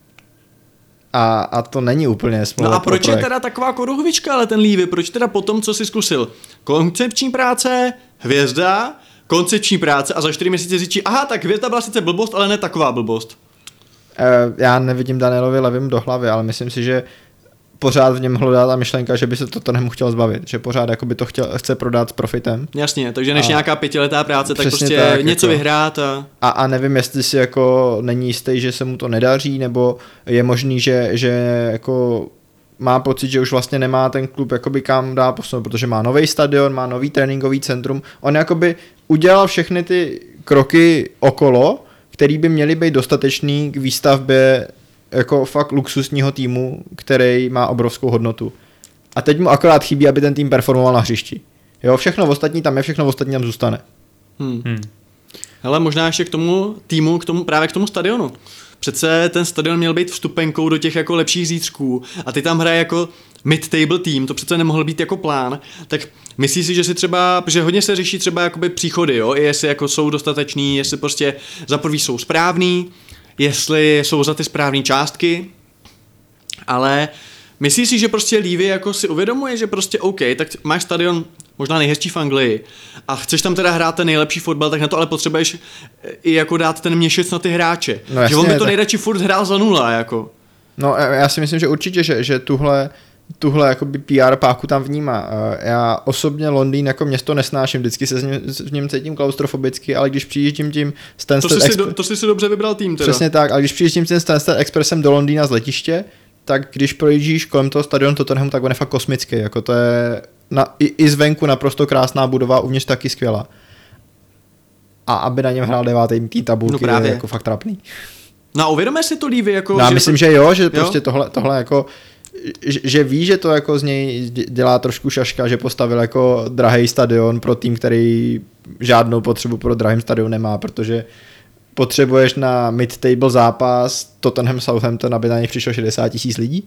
a to není úplně smlouva. No a proč je teda taková koruhvička, ale ten Levy, proč teda po tom, co si zkusil? Koncepční práce, hvězda, koncepční práce a za 4 měsíce říčí, aha, tak hvězda byla sice blbost, ale ne taková blbost. Já nevidím Danielovi Levym do hlavy, ale myslím si, že pořád v něm hlodá ta myšlenka, že by se to nemu chtěl zbavit, že pořád jakoby to chce prodat s profitem. Jasně, takže než nějaká 5letá práce, tak prostě tak, něco jako vyhrát a nevím, jestli si jako není jistý, že se mu to nedaří, nebo je možný, že jako má pocit, že už vlastně nemá ten klub jakoby kam dá posunout, protože má nový stadion, má nový tréninkový centrum, on jakoby udělal všechny ty kroky okolo, který by měly být dostatečný k výstavbě jako fakt luxusního týmu, který má obrovskou hodnotu. A teď mu akorát chybí, aby ten tým performoval na hřišti. Jo, všechno ostatní tam je, všechno ostatní tam zůstane. Hele, možná ještě k tomu týmu, právě k tomu stadionu. Přece ten stadion měl být vstupenkou do těch jako lepších zítřků a ty tam hraje jako mid-table tým, to přece nemohl být jako plán, tak myslíš si, že si třeba, protože hodně se řeší třeba jakoby příchody, jo, jestli jako jsou dostateční, jestli prostě za prvý jsou správný, jestli jsou za ty správné částky, ale myslíš si, že prostě Levy jako si uvědomuje, že prostě OK, tak máš stadion možná nejhezčí v Anglii a chceš tam teda hrát ten nejlepší fotbal, tak na to ale potřebuješ i jako dát ten měšec na ty hráče. No jasně, že on by to nejradši furt hrál za 0 jako. No já si myslím, že určitě, že tuhle jakoby PR páku tam vnímá. Já osobně Londýn jako město nesnáším, vždycky se v něm cítím klaustrofobicky, ale když přijíždím tím to jsi si dobře vybral tým teda. Přesně tak, ale když přijíždím tím Stansted Expressem do Londýna z letiště, tak když projíždíš kolem toho stadionu Tottenhamu, tak on je fakt kosmický, jako to je i zvenku naprosto krásná budova, uvnitř taky skvělá. A aby na něm hrál 9. tý tabulky, no je jako fakt trapný. No a uvědomuje si to Levy jako... No, já myslím, že jo, že prostě tohle jako... Že ví, že to jako z něj dělá trošku šaška, že postavil jako drahý stadion pro tým, který žádnou potřebu pro drahým stadion nemá, protože potřebuješ na mid-table zápas Tottenham Southampton, aby na něj přišlo 60 000 lidí.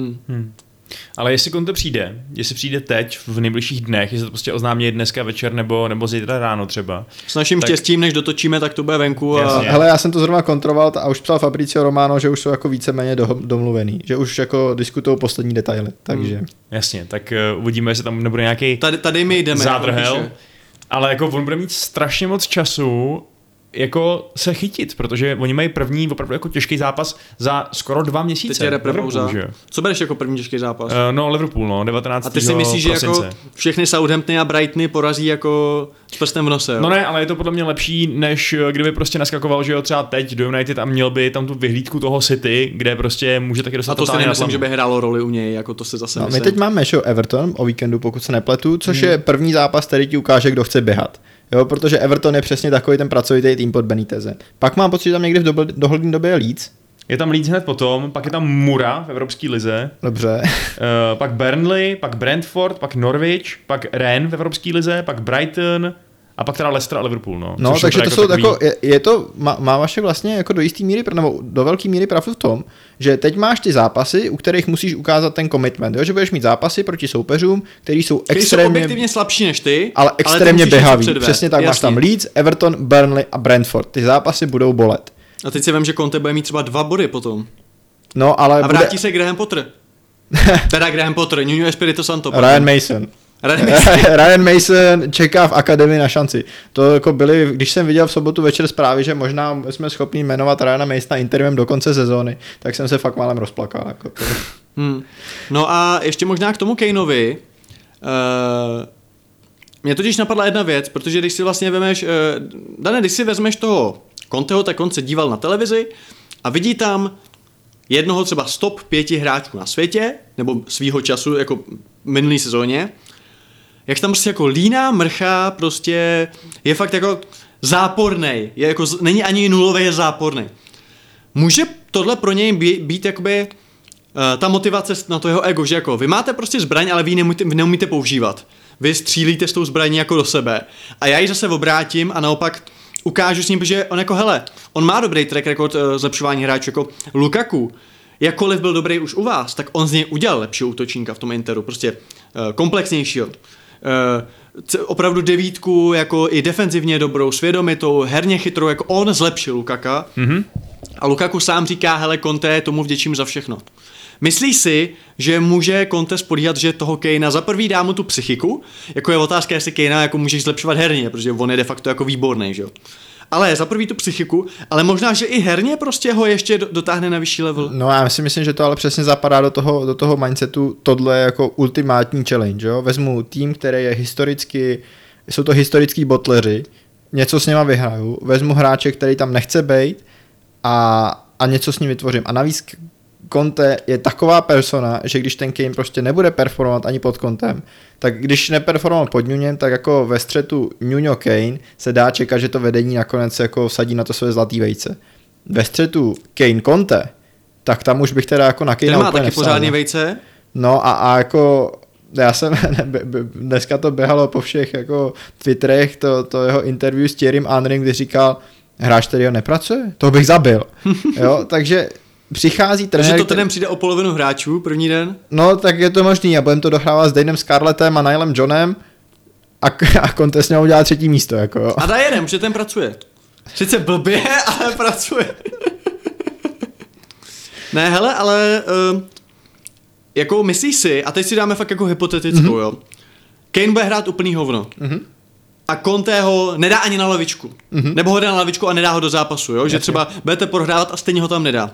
Ale jestli Conte přijde, jestli přijde teď v nejbližších dnech, jestli to prostě oznámí dneska večer nebo zítra ráno třeba. S naším štěstím, než dotočíme, tak to bude venku. Hele, já jsem to zrovna kontroloval a už psal Fabrizio Romano, že už jsou jako víceméně domluvený, že už jako diskutují poslední detaily, takže. Jasně, tak uvidíme, jestli tam nebude nějaký tady my jdeme, zádrhel, ale jako on bude mít strašně moc času jako se chytit, protože oni mají první opravdu jako těžký zápas za skoro 2 měsíce. Teď je repropouza. Co bereš jako první těžký zápas? No Liverpool, 19. A ty si myslíš, prosince. Že jako všechny Southamptony a Brightony porazí jako s prstem v nose, jo? No ne, ale je to podle mě lepší, než kdyby prostě naskakoval, že jo, třeba teď do United a měl by tam tu vyhlídku toho City, kde prostě může taky dostat. A to si nemyslím, že by hrálo roli u něj, jako to se zase myslím. My teď máme Everton o víkendu, pokud se nepletu, což je první zápas, který ti ukáže, kdo chce běhat. Jo, protože Everton je přesně takový ten pracovitý tým pod Benitezem. Pak mám pocit, že tam někdy v dohledné době je Leeds. Je tam Leeds hned potom, pak je tam Mura v Evropské lize. Dobře. Pak Burnley, pak Brentford, pak Norwich, pak Rennes v Evropské lize, pak Brighton a pak teda Leicester a Liverpool. No takže to jsou takový... je to, má vaše vlastně jako do jistý míry, nebo do velké míry pravdu v tom, že teď máš ty zápasy, u kterých musíš ukázat ten commitment, jo? Že budeš mít zápasy proti soupeřům, který jsou extrémně... objektivně slabší než ty, ale extrémně běhaví. Přesně tak, máš tam Leeds, Everton, Burnley a Brentford. Ty zápasy budou bolet. A teď si vím, že Conte bude mít třeba 2 body potom. No, ale a vrátí se Graham Potter. Teda Graham Potter, Nuno Espirito Santo. Ryan Mason. Ryan Mason čeká v akademii na šanci. To jako byly, když jsem viděl v sobotu večer zprávy, že možná jsme schopni jmenovat Ryana Masona interimem do konce sezóny, tak jsem se fakt málem rozplakal. Jako to. No a ještě možná k tomu Kaneovi. Mě totiž napadla jedna věc, protože když si vlastně vemeš, Dane, když si vezmeš toho Conteho, tak on se díval na televizi a vidí tam jednoho třeba z top 5 hráčů na světě, nebo svýho času, jako minulý sezóně, jak tam prostě jako líná mrcha, prostě je fakt jako zápornej, je jako, není ani nulový, je zápornej. Může tohle pro něj být jakoby ta motivace na to jeho ego, že jako vy máte prostě zbraň, ale vy neumíte používat. Vy střílíte s tou zbraní jako do sebe. A já ji zase obrátím a naopak ukážu s ním, že on jako hele, on má dobrý track record zlepšování hráčů, jako Lukaku, jakkoliv byl dobrý už u vás, tak on z něj udělal lepšího útočníka v tom Interu, prostě komplexnějšího. Opravdu devítku, jako i defenzivně dobrou, svědomitou, herně chytrou, jako on zlepšil Lukaka. A Lukaku sám říká, hele Conte, tomu vděčím za všechno. Myslíš si, že může Conte spodíhat, že toho Kanea za prvý dá mu tu psychiku, jako je otázka, jestli Kanea jako můžeš zlepšovat herně, protože on je de facto jako výborný, že jo? Ale za prvý tu psychiku, ale možná, že i herně prostě ho ještě dotáhne na vyšší level. No já si myslím, že to ale přesně zapadá do toho mindsetu, tohle jako ultimátní challenge, jo? Vezmu tým, který je historicky, jsou to historický botleři, něco s něma vyhraju, vezmu hráče, který tam nechce bejt a něco s ním vytvořím. A navíc Conte je taková persona, že když ten Kane prostě nebude performovat ani pod Contem, tak když neperformoval pod Nunem, tak jako ve střetu Nuno Kane se dá čekat, že to vedení nakonec jako vsadí na to své zlatý vejce. Ve střetu Kane Conte, tak tam už bych teda jako na Kanea úplně taky pořádný vejce? No a jako já jsem, dneska to běhalo po všech jako Twitterech, to jeho interview s Thierrym Henrym, kdy říkal, hráč, který ho nepracuje, toho bych zabil. Jo, takže přichází trenér... Takže to ten přijde o polovinu hráčů první den? No, tak je to možný a budeme to dohrávat s Danem Scarlettem a Nilem Johnem a Conte s něm udělá 3. místo. Jako, jo. A dá jeden, že ten pracuje. Sice blbě, ale pracuje. Ne, hele, ale jako myslíš si, a teď si dáme fakt jako hypotetickou, jo. Kane bude hrát úplný hovno. A Conte ho nedá ani na lavičku. Nebo ho dá na lavičku a nedá ho do zápasu, jo? Že třeba budete prohrávat a stejně ho tam nedá.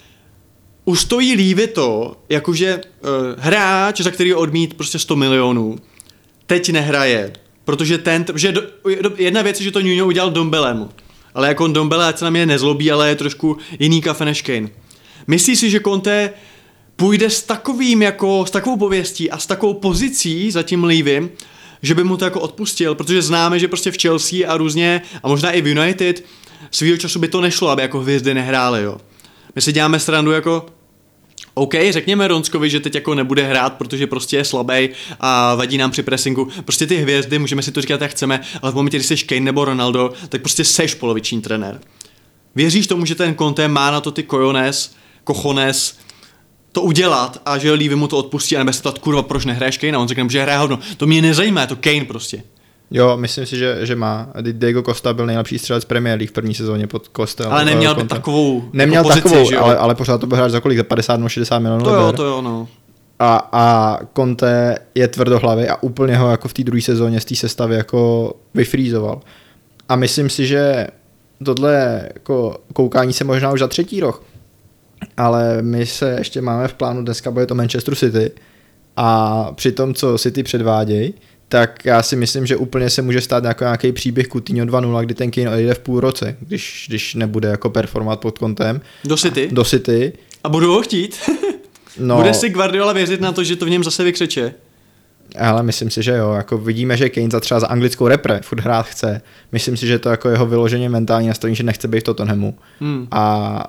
Ustojí Levy to, jakože hráč, za který odmít prostě 100 milionů, teď nehraje, protože jedna věc je, že to Nuno udělal Dombelemu, ale jako Dombele, ať se na mě nezlobí, ale je trošku jiný kafe než Kane. Myslíš si, že Conte půjde s takovou pověstí a s takovou pozicí za tím Levym, že by mu to jako odpustil, protože známe, že prostě v Chelsea a různě, a možná i v United, svýho času by to nešlo, aby jako hvězdy nehrály, jo. My si děláme srandu jako OK, řekněme Ronskovi, že teď jako nebude hrát, protože prostě je slabý a vadí nám při pressingu. Prostě ty hvězdy, můžeme si to říkat jak chceme, ale v momentě, když jsi Kane nebo Ronaldo, tak prostě seš poloviční trenér. Věříš tomu, že ten Conte má na to ty cojones, to udělat a že Levy mu to odpustí a nebude se ptát, kurva, proč nehraješ Kane? A on řekne, že hraje hovno. To mě nezajímá, je to Kane prostě. Jo, myslím si, že má. Diego Costa byl nejlepší střelec Premier League v první sezóně pod Costa. Ale neměl by takovou neměl pozici, takovou, že jo? ale pořád to byl hráč za kolik? Za 50 nebo 60 milionů. To jo, no. A Conte je tvrdohlavý a úplně ho jako v té druhé sezóně z té sestavy jako vyfrýzoval. A myslím si, že tohle jako koukání se možná už za 3. rok. Ale my se ještě máme v plánu, dneska bude to Manchester City a při tom, co City předvádějí, tak já si myslím, že úplně se může stát nějaký příběh Coutinho 2.0, kdy ten Kane odejde v půl roce, když nebude jako performovat pod Contem. Do City. A budou ho chtít. No, bude si Guardiola věřit na to, že to v něm zase vykřeče? Ale myslím si, že jo. Jako vidíme, že Kane třeba za anglickou repre furt hrát chce. Myslím si, že to jako jeho vyloženě mentální nastavení, že nechce být v Tottenhamu. A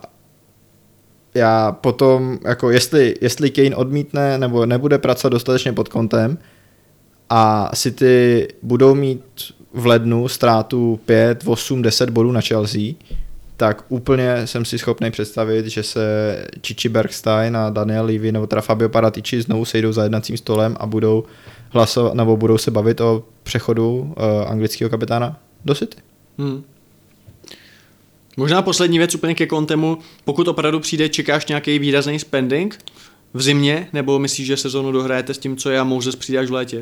já potom, jako jestli Kane odmítne nebo nebude pracovat dostatečně pod Contem a City budou mít v lednu ztrátu 5, 8, 10 bodů na Chelsea, tak úplně jsem si schopný představit, že se Chichi Bergstein a Daniel Levy nebo teda Fabio Paratici znovu sejdou za jednacím stolem a budou hlasovat nebo budou se bavit o přechodu anglického kapitána do City. Možná poslední věc úplně ke Contemu, pokud opravdu přijde, čekáš nějaký výrazný spending v zimě, nebo myslíš, že sezonu dohrajete s tím, co je a Moses přijde až v létě?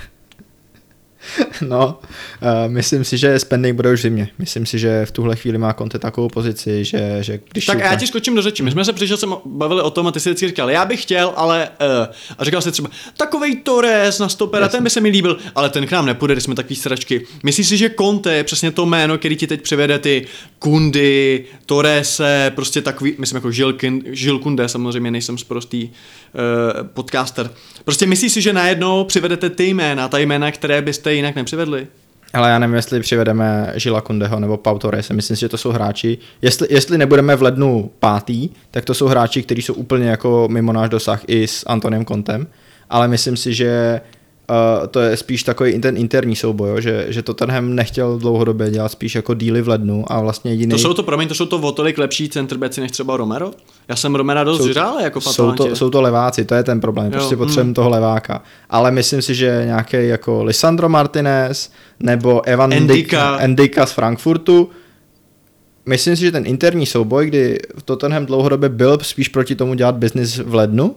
No, myslím si, že spending bude už v zimě. Myslím si, že v tuhle chvíli má Conte takovou pozici, že když... Tak a já ti skočím do řeči. My jsme se přišel sem bavili o tom a ty si vždycky říkal, já bych chtěl, ale... A říkal jsi třeba, takovej Torres na stopera, ten by se mi líbil, ale ten k nám nepůjde, když jsme takový sračky. Myslíš si, že Conte je přesně to jméno, který ti teď přivede ty Kundy, Torrese, prostě takový, myslím jako Žil Kunde, samozřejmě nejsem sprostý podcaster. Prostě myslíš si, že najednou přivedete ty jména, ta jména, které byste jinak nepřivedli? Ale já nevím, jestli přivedeme Žila Kundeho nebo Pau Torrese. Myslím si, že to jsou hráči. Jestli nebudeme v lednu 5., tak to jsou hráči, kteří jsou úplně jako mimo náš dosah i s Antoniem Contem. Ale myslím si, že to je spíš takový ten interní souboj, že Tottenham nechtěl dlouhodobě dělat spíš jako díly v lednu a vlastně jediný... To jsou to o tolik lepší centrbeci než třeba Romero? Já jsem Romera dost žral jako v Atalantě. Jsou to leváci, to je ten problém, prostě potřebujeme toho leváka. Ale myslím si, že nějaký jako Lisandro Martinez nebo Evan Ndika z Frankfurtu, myslím si, že ten interní souboj, kdy Tottenham dlouhodobě byl spíš proti tomu dělat business v lednu,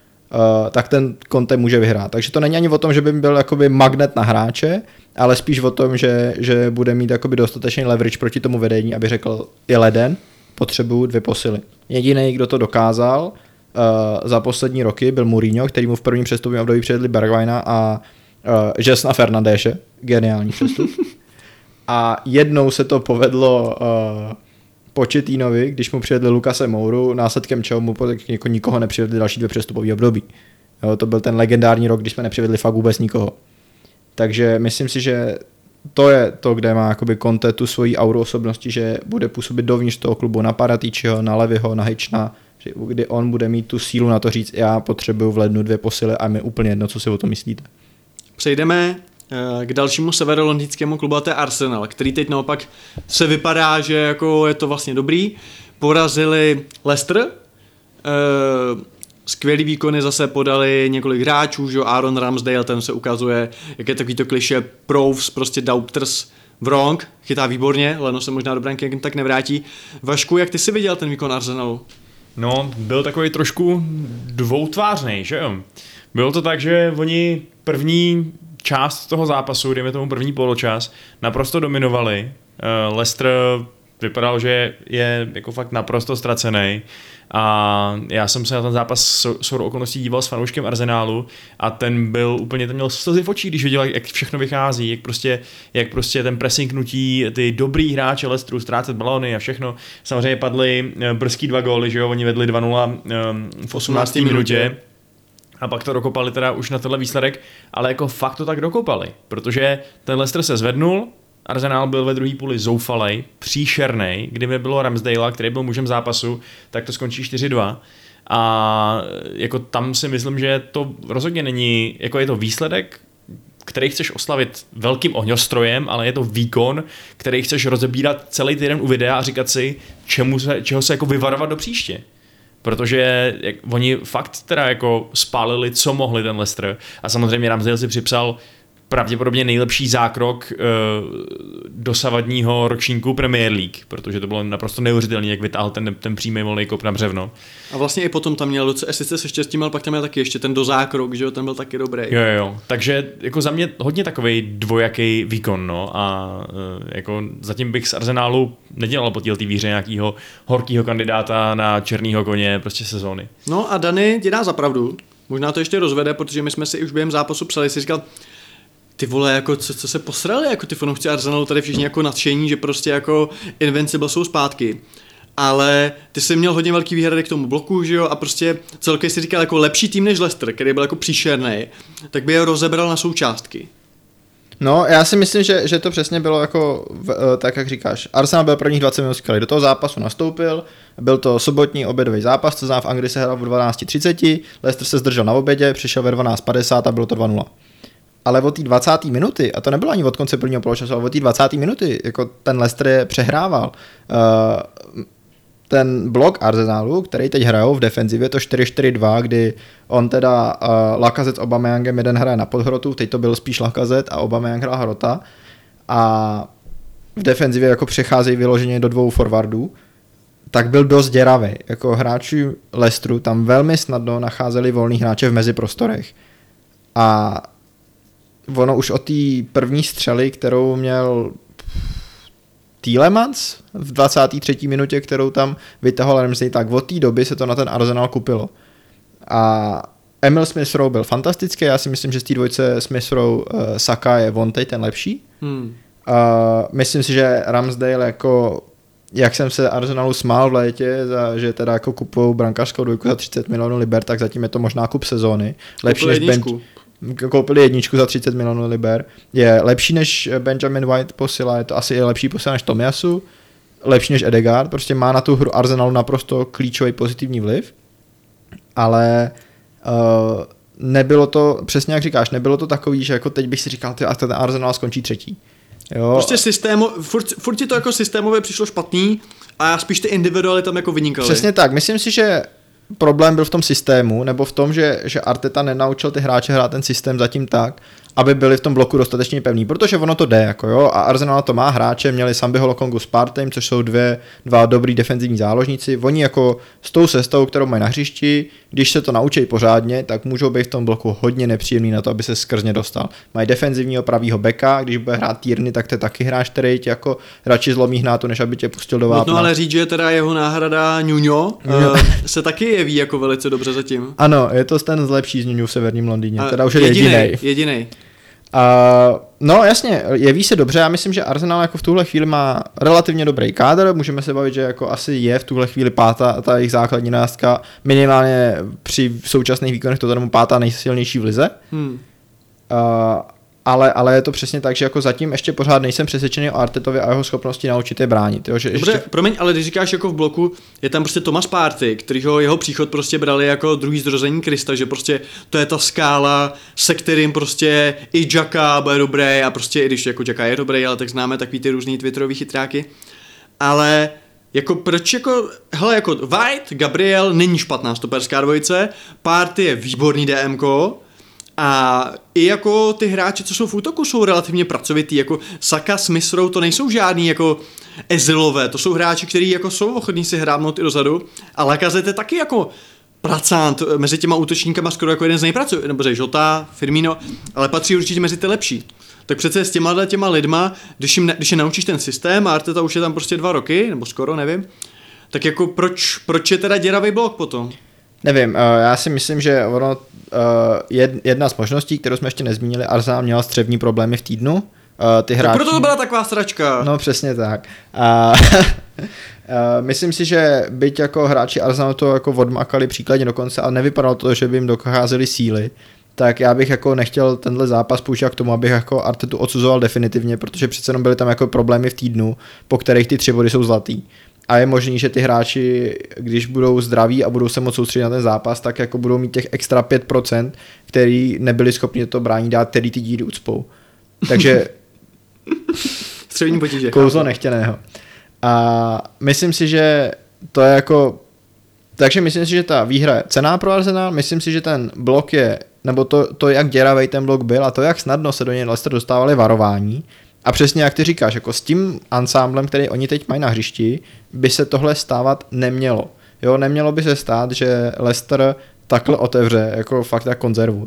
tak ten Conte může vyhrát. Takže to není ani o tom, že by byl jakoby magnet na hráče, ale spíš o tom, že bude mít jakoby dostatečný leverage proti tomu vedení, aby řekl, je leden, potřebuju 2 posily. Jediný, kdo to dokázal za poslední roky, byl Mourinho, který mu v prvním přestupním období přivedli Bergwijna a Jessena Fernandéše. Geniální přestup. A jednou se to povedlo Početínovi, když mu přivedli Lukase Mouru, následkem čeho mu nikoho nepřivedli další 2 přestupové období. Jo, to byl ten legendární rok, když jsme nepřivedli fakt vůbec nikoho. Takže myslím si, že to je to, kde má jakoby Conte tu svoji auru osobnosti, že bude působit dovnitř toho klubu na Paratičiho, na Levyho, na Hitchna, kdy on bude mít tu sílu na to říct, já potřebuju v lednu 2 posily a mi úplně jedno, co si o tom myslíte. Přejdeme k dalšímu severolondýnskému klubu, a to je Arsenal, který teď naopak se vypadá, že jako je to vlastně dobrý. Porazili Leicester, skvělý výkony zase podali několik hráčů, že Aaron Ramsdale, ten se ukazuje, jak je takový to kliše Proves, prostě doubters wrong, chytá výborně, Leno se možná do branky tak nevrátí. Vašku, jak ty jsi viděl ten výkon Arsenalu? No, byl takový trošku dvoutvářnej, že jo? Bylo to tak, že oni první část toho zápasu, dejme tomu první poločas, naprosto dominovali. Leicester vypadal, že je jako fakt naprosto ztracený. A já jsem se na ten zápas shodou okolností díval s fanouškem Arsenálu a ten měl slzy v očích, když viděl, jak všechno vychází, jak prostě ten pressing nutí ty dobrý hráče Leicesteru ztrácet balony a všechno. Samozřejmě padly brzký 2 góly, že jo, oni vedli 2-0 v 18. minutě. A pak to dokopali teda už na tenhle výsledek, ale jako fakt to tak dokopali, protože ten Leicester se zvednul, Arsenal byl ve druhé půli zoufalej, příšernej, kdyby bylo Ramsdale, který byl mužem zápasu, tak to skončí 4-2. A jako tam si myslím, že to rozhodně není, jako je to výsledek, který chceš oslavit velkým ohňostrojem, ale je to výkon, který chceš rozebírat celý týden u videa a říkat si, čeho se jako vyvarovat do příště. Protože oni fakt teda jako spálili, co mohli ten Leicester. A samozřejmě Ramsdale si připsal pravděpodobně nejlepší zákrok dosavadního ročníku Premier League, protože to bylo naprosto neuvěřitelné, jak vytáhl ten přímý volný kop na břevno. A vlastně i potom tam měl docela, sice se štěstím, ale pak tam měl taky ještě ten dozákrok, že jo, ten byl taky dobrý. Jo, takže jako za mě hodně takovej dvojaký výkon, no, a jako zatím bych z Arsenálu nedělal po této výhře nějakýho horkýho kandidáta na černýho koně prostě sezóny. No a Dani ti dá za pravdu, možná to ještě rozvede, protože my jsme si už během zápasu psali, si říkal, ty vole, jako co se posrali, jako ty fanoušci Arsenalu tady všichni jako nadšení, že prostě jako Invincible jsou zpátky. Ale ty jsi měl hodně velký výhrady k tomu bloku, že jo, a prostě celkově si říkal jako lepší tým než Leicester, který byl jako příšerný, tak by je rozebral na součástky. No, já si myslím, že to přesně bylo jako, tak jak říkáš, Arsenal byl prvních 20 minut skvělý, do toho zápasu nastoupil, byl to sobotní obědový zápas, co znamená v Anglii se hrál v 12:30, Leicester se zdržel na obědě, přišel ve 12:50 a bylo to 2-0. Ale od té 20. minuty, a to nebylo ani od konce prvního poločasu, ale od té 20. minuty, jako ten Leicester je přehrával. Ten blok Arsenalu, který teď hrajou v defenzivě, to 4-4-2, kdy on teda Lacazette s Aubameyangem jeden hraje na podhrotu, teď to byl spíš Lacazette a Aubameyang hrál hrota. A v defenzivě jako přecházejí vyloženě do 2 forwardů, tak byl dost děravý. Jako hráči Leicesteru tam velmi snadno nacházeli volný hráče v meziprostorech. A ono už od té první střely, kterou měl Tielemans v 23. minutě, kterou tam vytahoval Ramsey, tak od té doby se to na ten Arsenal kupilo. A Emil Smith-Rowe byl fantastický, já si myslím, že z té dvojce Smith-Rowe Saka je on teď ten lepší. Myslím si, že Ramsdale jako, jak jsem se Arsenalu smál v létě, že teda jako kupujou brankářskou dvojku za 30 milionů liber, tak zatím je to možná kup sezóny. Lepší než koupili jedničku za 30 milionů liber. Je lepší než Benjamin White posila, je to asi i lepší posila než Tomiasu, lepší než Ødegaard, prostě má na tu hru Arsenalu naprosto klíčový pozitivní vliv, ale nebylo to, přesně jak říkáš, nebylo to takový, že jako teď bych si říkal, a ten Arsenal skončí 3. Jo. Prostě furt ti to jako systémově přišlo špatný a spíš ty individuály tam jako vynikaly. Přesně tak, myslím si, že problém byl v tom systému, nebo v tom, že Arteta nenaučil ty hráče hrát ten systém zatím tak, aby byli v tom bloku dostatečně pevný, protože ono to jde, jako jo, a Arsenal to má hráče, měli Sambiho Lokongu s Partey, což jsou dva dobrý defenzivní záložníci, oni jako s tou sestavou, kterou mají na hřišti, když se to naučí pořádně, tak můžou být v tom bloku hodně nepříjemný na to, aby se skrzně dostal. Mají defenzivního pravýho beka, když bude hrát Tierney, tak to je taky hráč, který tě jako radši zlomí hnátu, než aby tě pustil do vápna. No ale říct, že teda jeho náhrada Nuno se taky jeví jako velice dobře zatím. Ano, je to ten zlepší z Nuno v severním Londýně, teda už je jedinej. No jasně, jeví se dobře, já myslím, že Arsenal jako v tuhle chvíli má relativně dobrý kádr, můžeme se bavit, že jako asi je v tuhle chvíli pátá, ta jejich základní náctka, minimálně při současných výkonech to tady pátá nejsilnější v lize. Ale je to přesně tak, že jako zatím ještě pořád nejsem přesvědčený o Artetovi a jeho schopnosti naučit je bránit. Jo, že dobře, ještě... promiň, ale když říkáš jako v bloku, je tam prostě Thomas Partey, kterýho jeho příchod prostě brali jako druhý zrození Krista, že prostě to je ta skála, se kterým prostě i Xhaka bude dobrý a prostě i když jako Xhaka je dobrý, ale tak známe takový ty různý twitterový chytráky. Ale jako proč jako, hele jako White, Gabriel není špatná stoperská dvojice, Partey je výborný DMko, a i jako ty hráči, co jsou v útoku, jsou relativně pracovitý, jako Saka, Smith-Rowe, to nejsou žádný jako ezilové, to jsou hráči, kteří jako jsou ochotní si hrábnout i dozadu a Lacazette je taky jako pracant mezi těma útočníkama skoro jako jeden z nejpracují, nebo Jota, Firmino, ale patří určitě mezi ty lepší. Tak přece s těma lidma, když je naučíš ten systém a Arteta už je tam prostě 2 roky, nebo skoro, nevím, tak jako proč je teda děravý blok potom? Nevím, já si myslím, že ono, jedna z možností, kterou jsme ještě nezmínili, Arsenal měl střevní problémy v týdnu. Ty hráči... Proto to byla taková sračka. No přesně tak. Myslím si, že byť jako hráči Arsenalu to jako odmakali příkladně dokonce a nevypadalo to, že by jim docházely síly, tak já bych jako nechtěl tenhle zápas používat k tomu, abych jako Artetu odsuzoval definitivně, protože přece jenom byly tam jako problémy v týdnu, po kterých ty 3 body jsou zlatý. A je možný, že ty hráči, když budou zdraví a budou se moc soustředit na ten zápas, tak jako budou mít těch extra 5%, který nebyli schopni to brání dát, který ty díry ucpou. Takže střevní potíže. Kouzlo nechtěného. A myslím si, že to je jako... Takže myslím si, že ta výhra je cenná pro Arsenal, myslím si, že ten blok je, nebo to jak děravej ten blok byl a to, jak snadno se do něj Leicester dostávali varování. A přesně jak ty říkáš, jako s tím ansámblem, který oni teď mají na hřišti, by se tohle stávat nemělo. Jo, nemělo by se stát, že Leicester takhle otevře, jako fakt tak konzervu.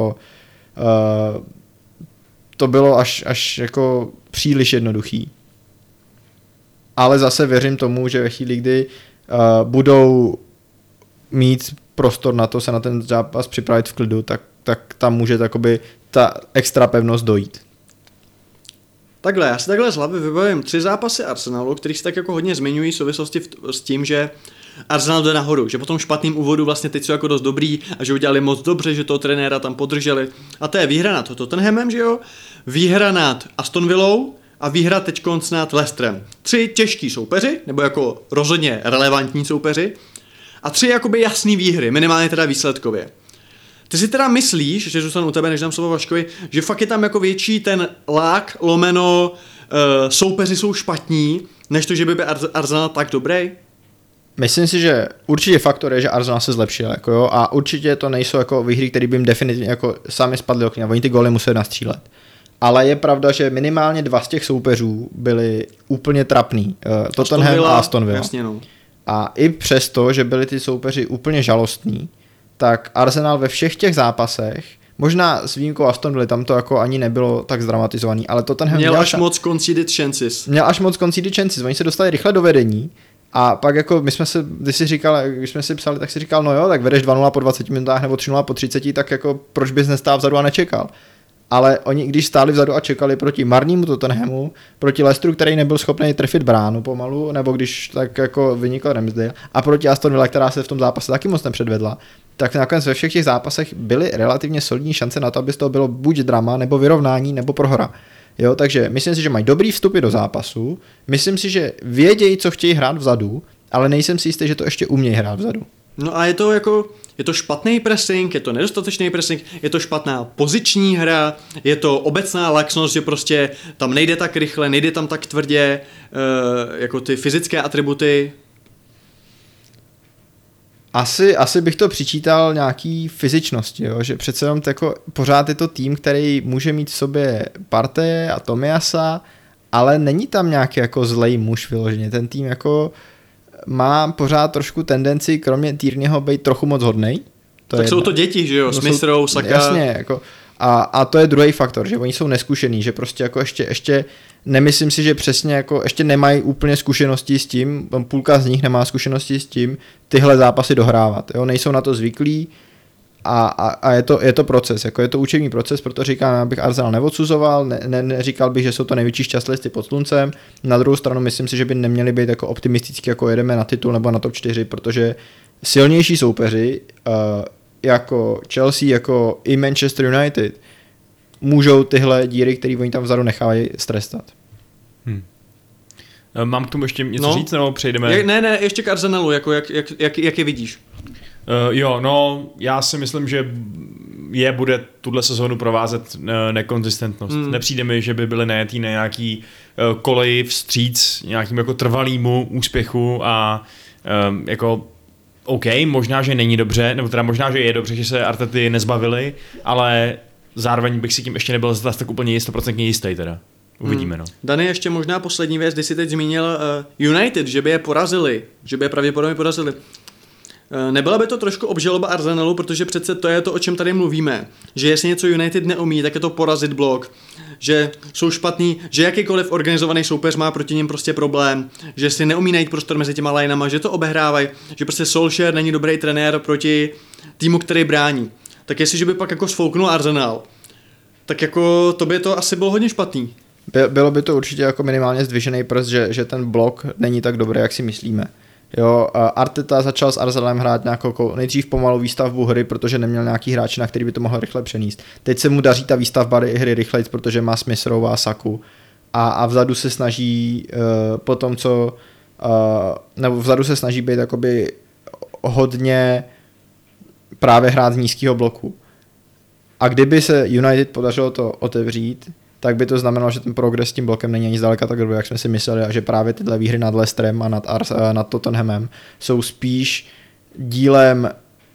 To bylo až jako příliš jednoduchý. Ale zase věřím tomu, že ve chvíli, kdy budou mít prostor na to se na ten zápas připravit v klidu, tak tam může takoby ta extra pevnost dojít. Takhle, já si takhle z hlavy vybavím 3 zápasy Arsenalu, kterých se tak jako hodně zmiňují v souvislosti s tím, že Arsenal jde nahoru, že po tom špatným úvodu vlastně teď jsou jako dost dobrý a že udělali moc dobře, že toho trenéra tam podrželi. A to je výhra nad Tottenhamem, že jo? Výhra nad Aston Villou a výhra teďkonc nad Leicesterem. 3 těžký soupeři, nebo jako rozhodně relevantní soupeři a 3 jakoby jasný výhry, minimálně teda výsledkově. Ty si teda myslíš, že zůstanu u tebe, než dám slovo Vaškovi, že fakt je tam jako větší ten lák, lomeno, soupeři jsou špatní, než to, že by byl Arsenal tak dobrý? Myslím si, že určitě faktor je, že Arsenal se zlepšil, jako jo, a určitě to nejsou jako výhry, které by jim definitivně jako sami spadly okna, oni ty góly museli nastřílet. ale je pravda, že minimálně 2 z těch soupeřů byli úplně trapný. Tottenham a Aston Villa. Jasně, no. A i přesto, že byli ty soupeři úplně žalostní, tak Arsenal ve všech těch zápasech, možná s výjimkou Aston Villa, tam to jako ani nebylo tak zdramatizovaný, ale Tottenham měl až moc conceded chances. Oni se dostali rychle do vedení a pak jako my jsme se, když jsme si psali, tak si říkal, no jo, tak vedeš 2-0 po 20 minutách nebo 3-0 po 30, tak jako proč bys nestál vzadu a nečekal. Ale oni, když stáli vzadu a čekali proti marnému Tottenhamu, proti Leicesteru, který nebyl schopný trefit bránu pomalu, nebo když tak jako vynikl Ramsdale, a proti Aston Villa, která se v tom zápase taky moc nepředvedla, tak nakonec ve všech těch zápasech byly relativně solidní šance na to, aby z toho bylo buď drama, nebo vyrovnání, nebo prohra. Jo, takže myslím si, že mají dobrý vstupy do zápasu, myslím si, že vědějí, co chtějí hrát vzadu, ale nejsem si jistý, že to ještě umějí hrát vzadu. No a je to špatný pressing, je to nedostatečný pressing, je to špatná poziční hra, je to obecná laxnost, že prostě tam nejde tak rychle, nejde tam tak tvrdě, jako ty fyzické atributy. Asi bych to přičítal nějaký fyzičnosti, jo? Že přece jenom jako pořád je to tým, který může mít v sobě Parteye a Tomiasa, ale není tam nějaký jako zlej muž vyloženě. Ten tým jako má pořád trošku tendenci, kromě Tierneyho, být trochu moc hodnej. Tak jsou to děti, že jo? Smith Rowe, Saka. Jasně, jako a to je druhý faktor, že oni jsou neskušený, že prostě jako ještě nemyslím si, že přesně jako ještě nemají úplně zkušenosti s tím, půlka z nich nemá zkušenosti s tím tyhle zápasy dohrávat, jo? Nejsou na to zvyklí a je to proces, jako je to učební proces, proto říkám, abych Arsenal neodsuzoval, neříkal bych, že jsou to největší šťastlisty pod sluncem, na druhou stranu myslím si, že by neměli být jako optimistický, jako jedeme na titul nebo na top 4, protože silnější soupeři jako Chelsea, jako i Manchester United můžou tyhle díry, které oni tam vzadu nechávají, strestat. Mám k tomu ještě něco říct, nebo přejdeme? Ne, ještě k Arsenalu, jako jak je vidíš? Já si myslím, že bude tuhle sezónu provázet nekonzistentnost. Nepřijde mi, že by byly najetý na nějaký koleji vstříc nějakým jako trvalýmu úspěchu a jako OK, možná, že není dobře, nebo teda možná, že je dobře, že se Artety nezbavili, ale zároveň bych si tím ještě nebyl zase tak úplně 100% jistý teda. Uvidíme, no. Dany, ještě možná poslední věc, když jsi teď zmínil United, že by je porazili, že by je pravděpodobně porazili. Nebyla by to trošku obžaloba Arsenalu, protože přece to je to, o čem tady mluvíme, že jestli něco United neumí, tak je to porazit blok, že jsou špatný, že jakýkoliv organizovaný soupeř má proti něm prostě problém, že si neumí najít prostor mezi těma lineama, že to obehrávají, že prostě Solskjaer není dobrý trenér proti týmu, který brání. Tak jestliže by pak jako sfouknul Arsenal, tak jako to by to asi bylo hodně špatný. Bylo by to určitě jako minimálně zdvižený prst, že ten blok není tak dobrý, jak si myslíme. Jo, Arteta začal s Arsenalem hrát nějakou nejdřív pomalou výstavbu hry, protože neměl nějaký hráč, na který by to mohl rychle přenést. Teď se mu daří ta výstavba hry rychleji, protože má Smith Rowe a Saku a vzadu se snaží nebo vzadu se snaží být jakoby hodně právě hrát z nízkého bloku. A kdyby se United podařilo to otevřít, tak by to znamenalo, že ten progres s tím blokem není ani zdaleka tak dobrý, jak jsme si mysleli, a že právě tyhle výhry nad Leicesterem a nad Tottenhamem jsou spíš dílem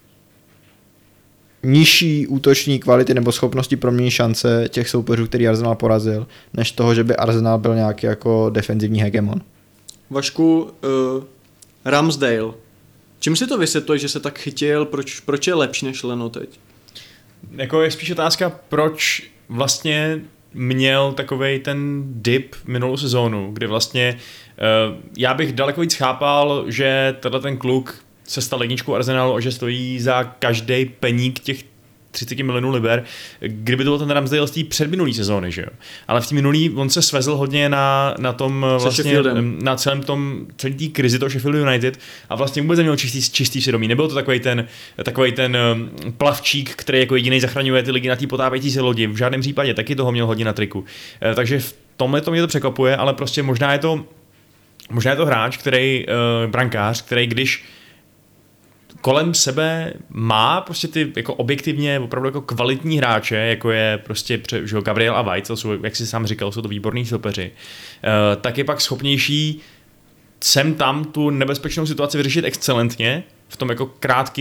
nižší útoční kvality nebo schopnosti proměnit šance těch soupeřů, který Arsenal porazil, než toho, že by Arsenal byl nějaký jako defenzivní hegemon. Vašku, Ramsdale. Čím si to vysvětluje, že se tak chytil? Proč je lepší než Leno teď? Jako je spíš otázka, proč vlastně měl takovej ten dip minulou sezónu, kdy vlastně já bych daleko víc chápal, že ten kluk se stal ledničkou Arsenalu a že stojí za každý peník těch 30 milionů liber, kdyby to byl ten Ramsdale z té předminulý sezóny, že jo. Ale v té minulý on se svezl hodně na tom vlastně, na celé té krizi toho Sheffield United a vlastně vůbec neměl čistý svědomí. Nebyl to takovej ten plavčík, který jako jediný zachraňuje ty lidi na té potápějící se lodi. V žádném případě, taky toho měl hodně na triku. Takže v tomhle to mě to překvapuje, ale prostě možná je to hráč, brankář, který když kolem sebe má prostě ty jako objektivně opravdu jako kvalitní hráče, jako je prostě Gabriel a White, to jsou, jak jsi sám říkal, jsou to výborní soupeři, tak je pak schopnější sem tam tu nebezpečnou situaci vyřešit excelentně v tom jako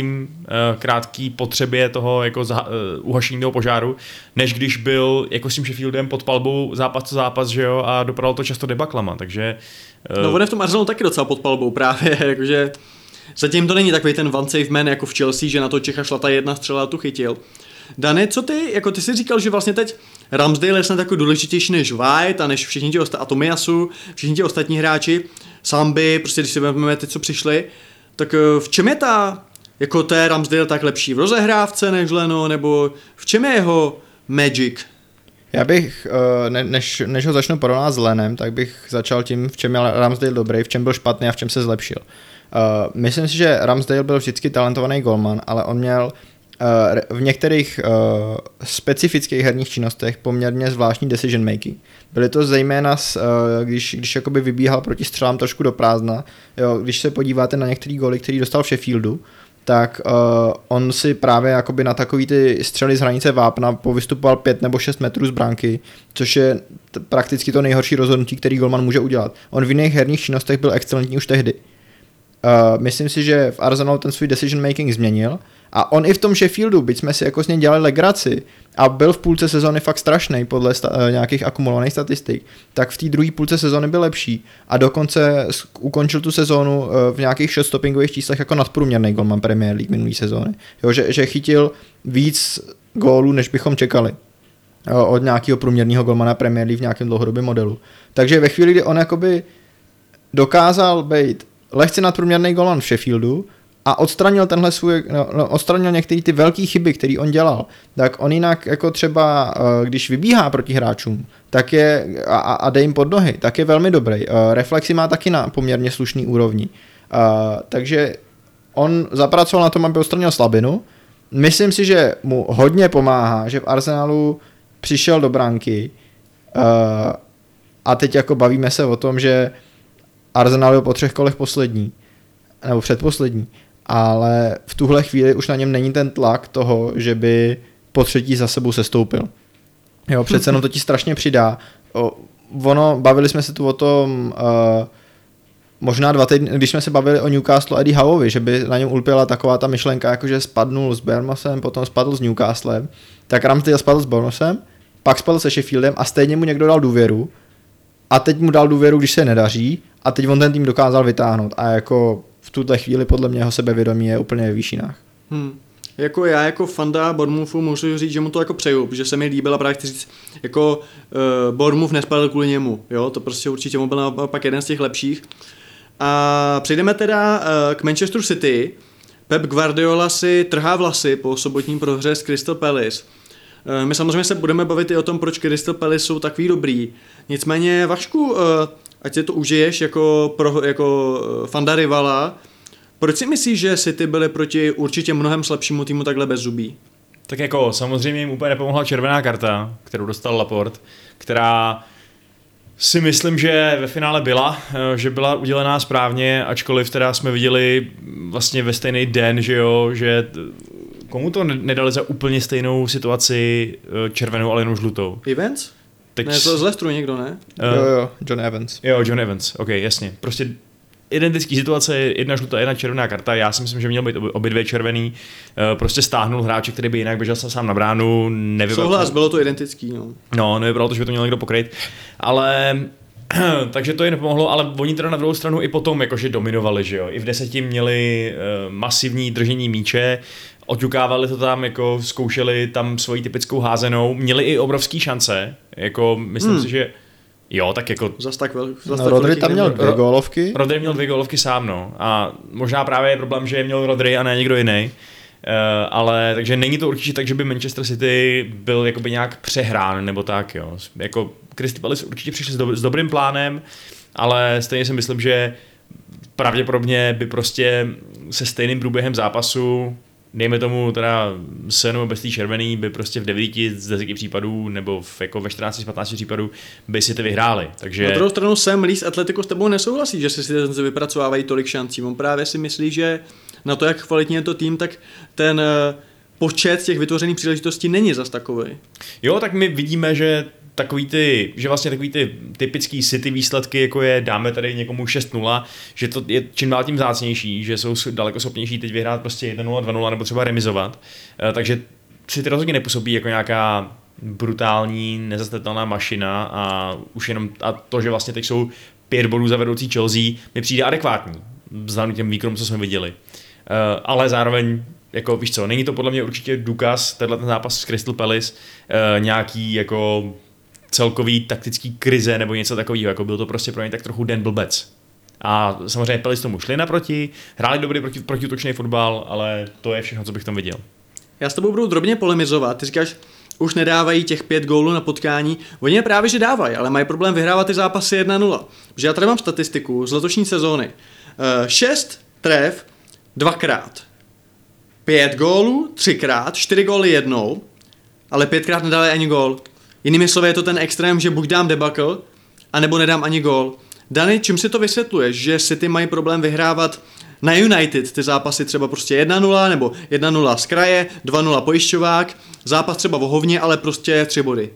krátký potřebě toho jako uhašení toho požáru, než když byl jako s tím Sheffieldem pod palbou zápas co zápas, že jo, a dopadalo to často debaklama, takže... No on je v tom Arsenalu taky docela pod palbou právě, jakože zatím to není takový ten one safe man jako v Chelsea, že na to Čecha šla ta jedna střela a tu chytil. Dane, co ty, jako ty jsi říkal, že vlastně teď Ramsdale je snad jako důležitější než White a než všichni ti a Tomiyasu, všichni ti ostatní hráči, Sambi, prostě když si vezmeme ty, co přišli, tak v čem je jako té Ramsdale tak lepší? V rozehrávce než Leno, nebo v čem je jeho magic? Já bych, než ho začnu porovnat s Lenem, tak bych začal tím, v čem je Ramsdale dobrý, v čem byl špatný a v čem se zlepšil. Myslím si, že Ramsdale byl vždycky talentovaný golman, ale on měl v některých specifických herních činnostech poměrně zvláštní decision making. Byly to zejména, když jakoby vybíhal proti střelám trošku do prázdna. Jo, když se podíváte na některé góly, který dostal v Sheffieldu, tak on si právě jakoby na takový ty střely z hranice vápna povystupoval 5 nebo 6 metrů z branky, což je prakticky to nejhorší rozhodnutí, který golman může udělat. On v jiných herních činnostech byl excelentní už tehdy. Myslím si, že v Arsenalu ten svůj decision making změnil a on i v tom Sheffieldu, byť jsme si jako s ním dělali legraci a byl v půlce sezony fakt strašný podle nějakých akumulovaných statistik, tak v té druhé půlce sezony byl lepší a dokonce ukončil tu sezónu v nějakých shotstoppingových číslech jako nadprůměrný golman Premier League minulý sezóny. Jo, že chytil víc gólů, než bychom čekali od nějakého průměrného golmana Premier League v nějakém dlouhodobém modelu. Takže ve chvíli, kdy on jakoby dokázal být lehce nadprůměrný golman v Sheffieldu a odstranil některé ty velké chyby, které on dělal, tak on jinak jako třeba, když vybíhá proti hráčům, tak je a jde jim pod nohy, tak je velmi dobrý. Reflexy má taky na poměrně slušný úrovni. Takže on zapracoval na tom, aby odstranil slabinu. Myslím si, že mu hodně pomáhá, že v Arsenalu přišel do branky a teď jako bavíme se o tom, že Arsenal byl po 3 kolech poslední, nebo předposlední, ale v tuhle chvíli už na něm není ten tlak toho, že by po 3. za sebou sestoupil. Jo, přece jenom to ti strašně přidá. Bavili jsme se tu o tom možná 2 týdny, když jsme se bavili o Newcastle Eddie Howeovi, že by na něm ulpěla taková ta myšlenka, jakože spadnul s Bournemouthem, potom spadl s Newcastlem, tak Ramsdale spadl s Bournemouthem, pak spadl se Sheffieldem a stejně mu někdo dal důvěru a teď mu dal důvěru, když se nedaří a teď on ten tým dokázal vytáhnout a jako v tuhle chvíli podle mě jeho sebevědomí je úplně ve výšinách. Jako já jako fanda Bournemouthu můžu říct, že mu to jako přeju, protože se mi líbilo, právě chci říct, jako Bournemouth nespadl kvůli němu, jo, to prostě určitě mu byl naopak jeden z těch lepších. A přejdeme teda k Manchesteru City. Pep Guardiola si trhá vlasy po sobotním prohře s Crystal Palace. My samozřejmě se budeme bavit i o tom, proč Crystal Palace jsou takový dobrý. Nicméně, Vašku, ať si to užiješ jako fanda rivala, proč si myslíš, že City byli proti určitě mnohem slabšímu týmu takhle bez zubí? Tak jako samozřejmě jim úplně nepomohla červená karta, kterou dostal Laporte, která si myslím, že ve finále že byla udělená správně, ačkoliv teda jsme viděli vlastně ve stejný den, že jo, že komu to nedali za úplně stejnou situaci červenou, ale jenom žlutou. Evans? Teď... Ne, to z Leicesteru někdo, ne? Jo, John Evans. Jo, John Evans, ok, jasně. Prostě identický situace, jedna žlutá, jedna červená karta, já si myslím, že měl být obě 2 červený, prostě stáhnul hráče, který by jinak běžel sám na bránu, Souhlas, bylo to identický, no. No, nevypadalo to, že by to měl někdo pokryt, ale takže to jim nepomohlo, ale oni teda na druhou stranu i potom jakože dominovali, že jo, i v 10 měli masivní držení míče, oťukávali to tam, jako zkoušeli tam svoji typickou házenou, měli i obrovský šance, jako myslím si, že jo, tak jako... Rodri tam měl 2 gólovky. Rodri měl 2 gólovky sám, no. A možná právě je problém, že je měl Rodri a ne někdo jiný. Ale takže není to určitě tak, že by Manchester City byl jakoby nějak přehrán nebo tak, jo. Jako Crystal Palace určitě přišli s dobrým plánem, ale stejně si myslím, že pravděpodobně by prostě se stejným průběhem zápasu, dejme tomu teda Senu bez té červený, by prostě v 9 z 10 případů nebo jako ve 14 z 15 případů by si to vyhráli. Takže... Na druhou stranu Sam Lee z Atletico s tebou nesouhlasí, že si vypracovávají tolik šancí. On právě si myslí, že na to, jak kvalitně je to tým, tak ten počet těch vytvořených příležitostí není zas takový. Jo, tak my vidíme, že že vlastně takový ty typický City výsledky, jako je dáme tady někomu 6-0, že to je čím dál tím vzácnější, že jsou daleko schopnější teď vyhrát prostě 1-0, 2-0 nebo třeba remizovat. Takže City rozhodně nepůsobí jako nějaká brutální, nezastavitelná mašina a už jenom to, že vlastně teď jsou 5 bodů za vedoucí Chelsea, mi přijde adekvátní vzhledem těm výkonům, co jsme viděli. Ale zároveň jako víš co, není to podle mě určitě důkaz, tenhle ten zápas s Crystal Palace, nějaký jako celkový taktický krize nebo něco takového, jako byl to prostě pro ně tak trochu den blbec. A samozřejmě Palace tomu šli naproti, hráli dobrý protiútočný fotbal, ale to je všechno, co bych tam viděl. Já s tebou budu drobně polemizovat, ty říkáš, už nedávají těch 5 gólů na potkání, oni je právě, že dávají, ale mají problém vyhrávat ty zápasy 1-0. Protože já tady mám statistiku z letošní sezóny. 6 tref, 2krát. 5 gólů, 3krát, 4 góly jednou, ale 5krát nedali ani gól. Jinými slovy je to ten extrém, že buď dám debakl, anebo nedám ani gól. Dani, čím si to vysvětluješ, že City mají problém vyhrávat na United ty zápasy třeba prostě 1-0 nebo 1-0 z kraje, 2-0 pojišťovák, zápas třeba o hovně, ale prostě 3 body.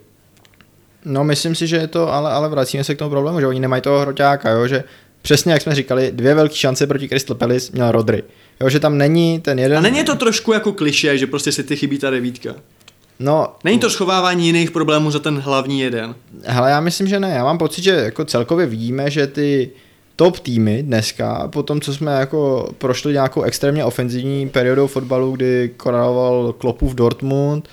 No myslím si, že je to, ale vracíme se k tomu problému, že oni nemají toho hroťáka, jo, že přesně jak jsme říkali, 2 velké šance proti Crystal Palace měl Rodri. Jo, že tam není ten jeden... A není to trošku jako klišé, že prostě City chybí ta 9? No, není to schovávání jiných problémů za ten hlavní jeden? Hele, já myslím, že ne. Já mám pocit, že jako celkově vidíme, že ty top týmy dneska, po tom, co jsme jako prošli nějakou extrémně ofenzivní periodou fotbalu, kdy koronoval Kloppův Dortmund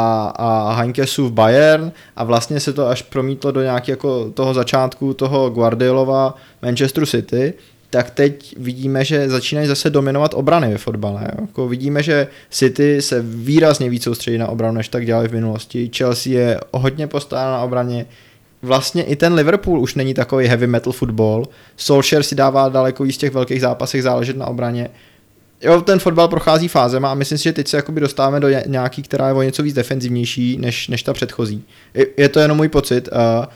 a Heinkesův Bayern a vlastně se to až promítlo do nějakého jako toho začátku toho Guardiolova Manchesteru City, tak teď vidíme, že začínají zase dominovat obrany ve fotbale. Jo. Jako vidíme, že City se výrazně víc soustředí na obranu, než tak dělali v minulosti. Chelsea je hodně postavená na obraně. Vlastně i ten Liverpool už není takový heavy metal football. Solskjaer si dává daleko víc z těch velkých zápasech záležet na obraně. Jo, ten fotbal prochází fázema a myslím si, že teď se jakoby dostáváme do nějaký, která je o něco víc defenzivnější než ta předchozí. Je to jenom můj pocit,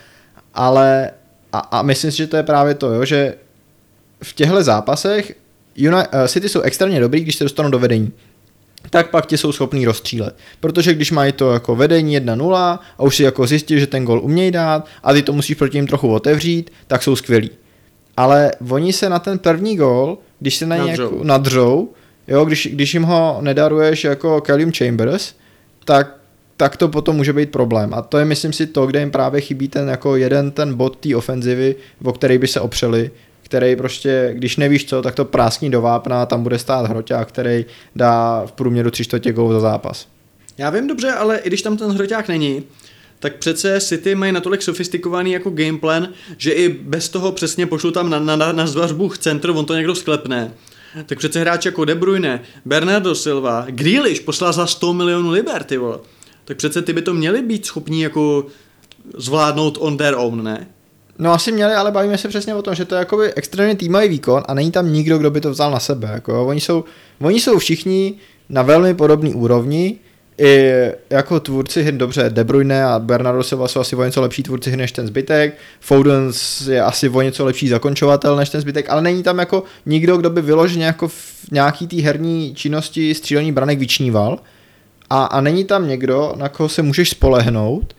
ale myslím si, že to je právě to, jo, že v těchto zápasech City jsou extrémně dobrý, když se dostanou do vedení. Tak pak ti jsou schopný rozstřílet. Protože když mají to jako vedení 1-0 a už si jako zjistí, že ten gol umějí dát a ty to musíš proti ním trochu otevřít, tak jsou skvělí. Ale oni se na ten první gol, když se na ně nadřou, jo, když jim ho nedaruješ jako Callum Chambers, tak to potom může být problém. A to je, myslím si, to, kde jim právě chybí ten jako jeden ten bod té ofenzivy, o který by se opřeli, který prostě, když nevíš co, tak to práskní do vápna a tam bude stát hroťák, který dá v průměru 3/4 gólů za zápas. Já vím dobře, ale i když tam ten hroťák není, tak přece City mají natolik sofistikovaný jako gameplan, že i bez toho přesně pošlu tam na zvařbuch centr, on to někdo sklepne. Tak přece hráči jako De Bruyne, Bernardo Silva, Grealish poslal za 100 milionů liber, ty vole. Tak přece ty by to měli být schopní jako zvládnout on their own, ne? No asi měli, ale bavíme se přesně o tom, že to je jakoby extrémně týmový výkon a není tam nikdo, kdo by to vzal na sebe. Jako. Oni jsou všichni na velmi podobné úrovni, i jako tvůrci hry, dobře, De Bruyne a Bernardo Silva jsou asi o něco lepší tvůrci hry než ten zbytek, Foden je asi o něco lepší zakončovatel než ten zbytek, ale není tam jako nikdo, kdo by vyloženě jako v nějaký té herní činnosti střílení branek vyčníval a není tam někdo, na koho se můžeš spolehnout,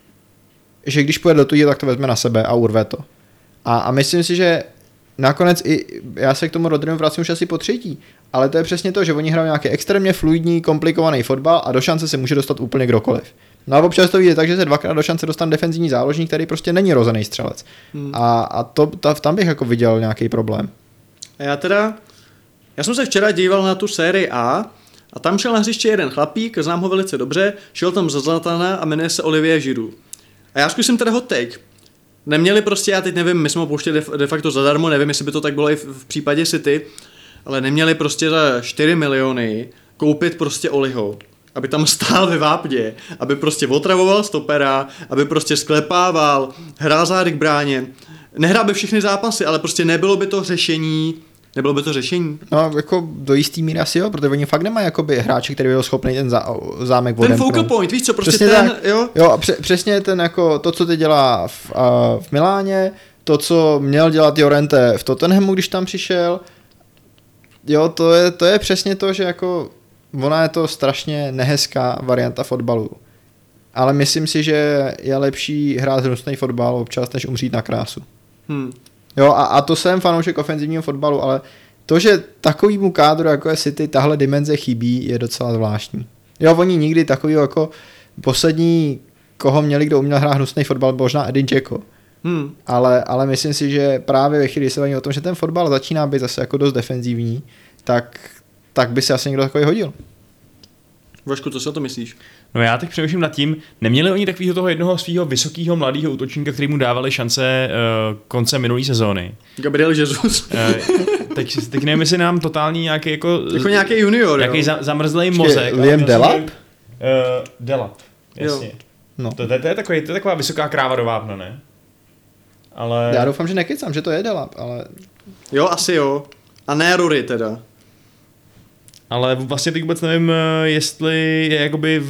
že když půjde do tudy, tak to vezme na sebe a urve to. A myslím si, že nakonec i já se k tomu Rodrimu vracím už asi po třetí, ale to je přesně to, že oni hrají nějaký extrémně fluidní, komplikovaný fotbal a do šance se může dostat úplně kdokoliv. No a občas to vyjde tak, že se dvakrát do šance dostane defenzivní záložník, který prostě není rozený střelec. A tam bych jako viděl nějaký problém. A já jsem se včera díval na tu sérii A a tam šel na hřiště jeden chlapík, znám ho velice dobře, šel tam za Zlatana a jmenuje se Olivier Giroud. A já zkusím teda hot take. Neměli prostě, já teď nevím, my jsme ho pouštěli de facto zadarmo, nevím, jestli by to tak bylo i v případě City, ale neměli prostě za 4 miliony koupit prostě Oliho, aby tam stál ve vápně, aby prostě otravoval stopera, aby prostě sklepával, hrál zády k bráně. Nehrál by všechny zápasy, ale prostě nebylo by to řešení. No, jako do jistý míry asi jo, protože oni fakt nemají jakoby hráče, který by byl schopný ten zámek odemknout. Ten focal point, víš co, prostě přesně ten, tak, jo? Jo, přesně ten jako to, co teď dělá v Miláně, to, co měl dělat Llorente v Tottenhamu, když tam přišel, jo, to je přesně to, že jako ona je to strašně nehezká varianta fotbalu. ale myslím si, že je lepší hrát hnusný fotbal občas, než umřít na krásu. Jo, a to jsem fanoušek ofenzivního fotbalu, ale to, že takovýmu kádru, jako je City, tahle dimenze chybí, je docela zvláštní. Jo, oni nikdy takový jako poslední, koho měli, kdo uměl hrát hnusný fotbal, možná Edin Dzeko. Ale myslím si, že právě ve chvíli, kdy se baví o tom, že ten fotbal začíná být zase jako dost defenzivní, tak by se asi někdo takový hodil. Vašku, co si o to myslíš? No já teď přemýšlím nad tím, neměli oni takového toho jednoho svého vysokého mladého útočníka, který mu dávali šance konce minulé sezóny. Gabriel Jesus. Teď nevím, jestli nám totální nějaký jako nějaký junior, nějaký zamrzlej mozek. Liam Delap? Delap, jasně. Jo. No. To je taková vysoká kráva do vápna, ne? Ale... Já doufám, že nekecám, že to je Delap, ale... Jo, asi jo. A ne Rory teda. Ale vlastně teď vůbec nevím, jestli je jakoby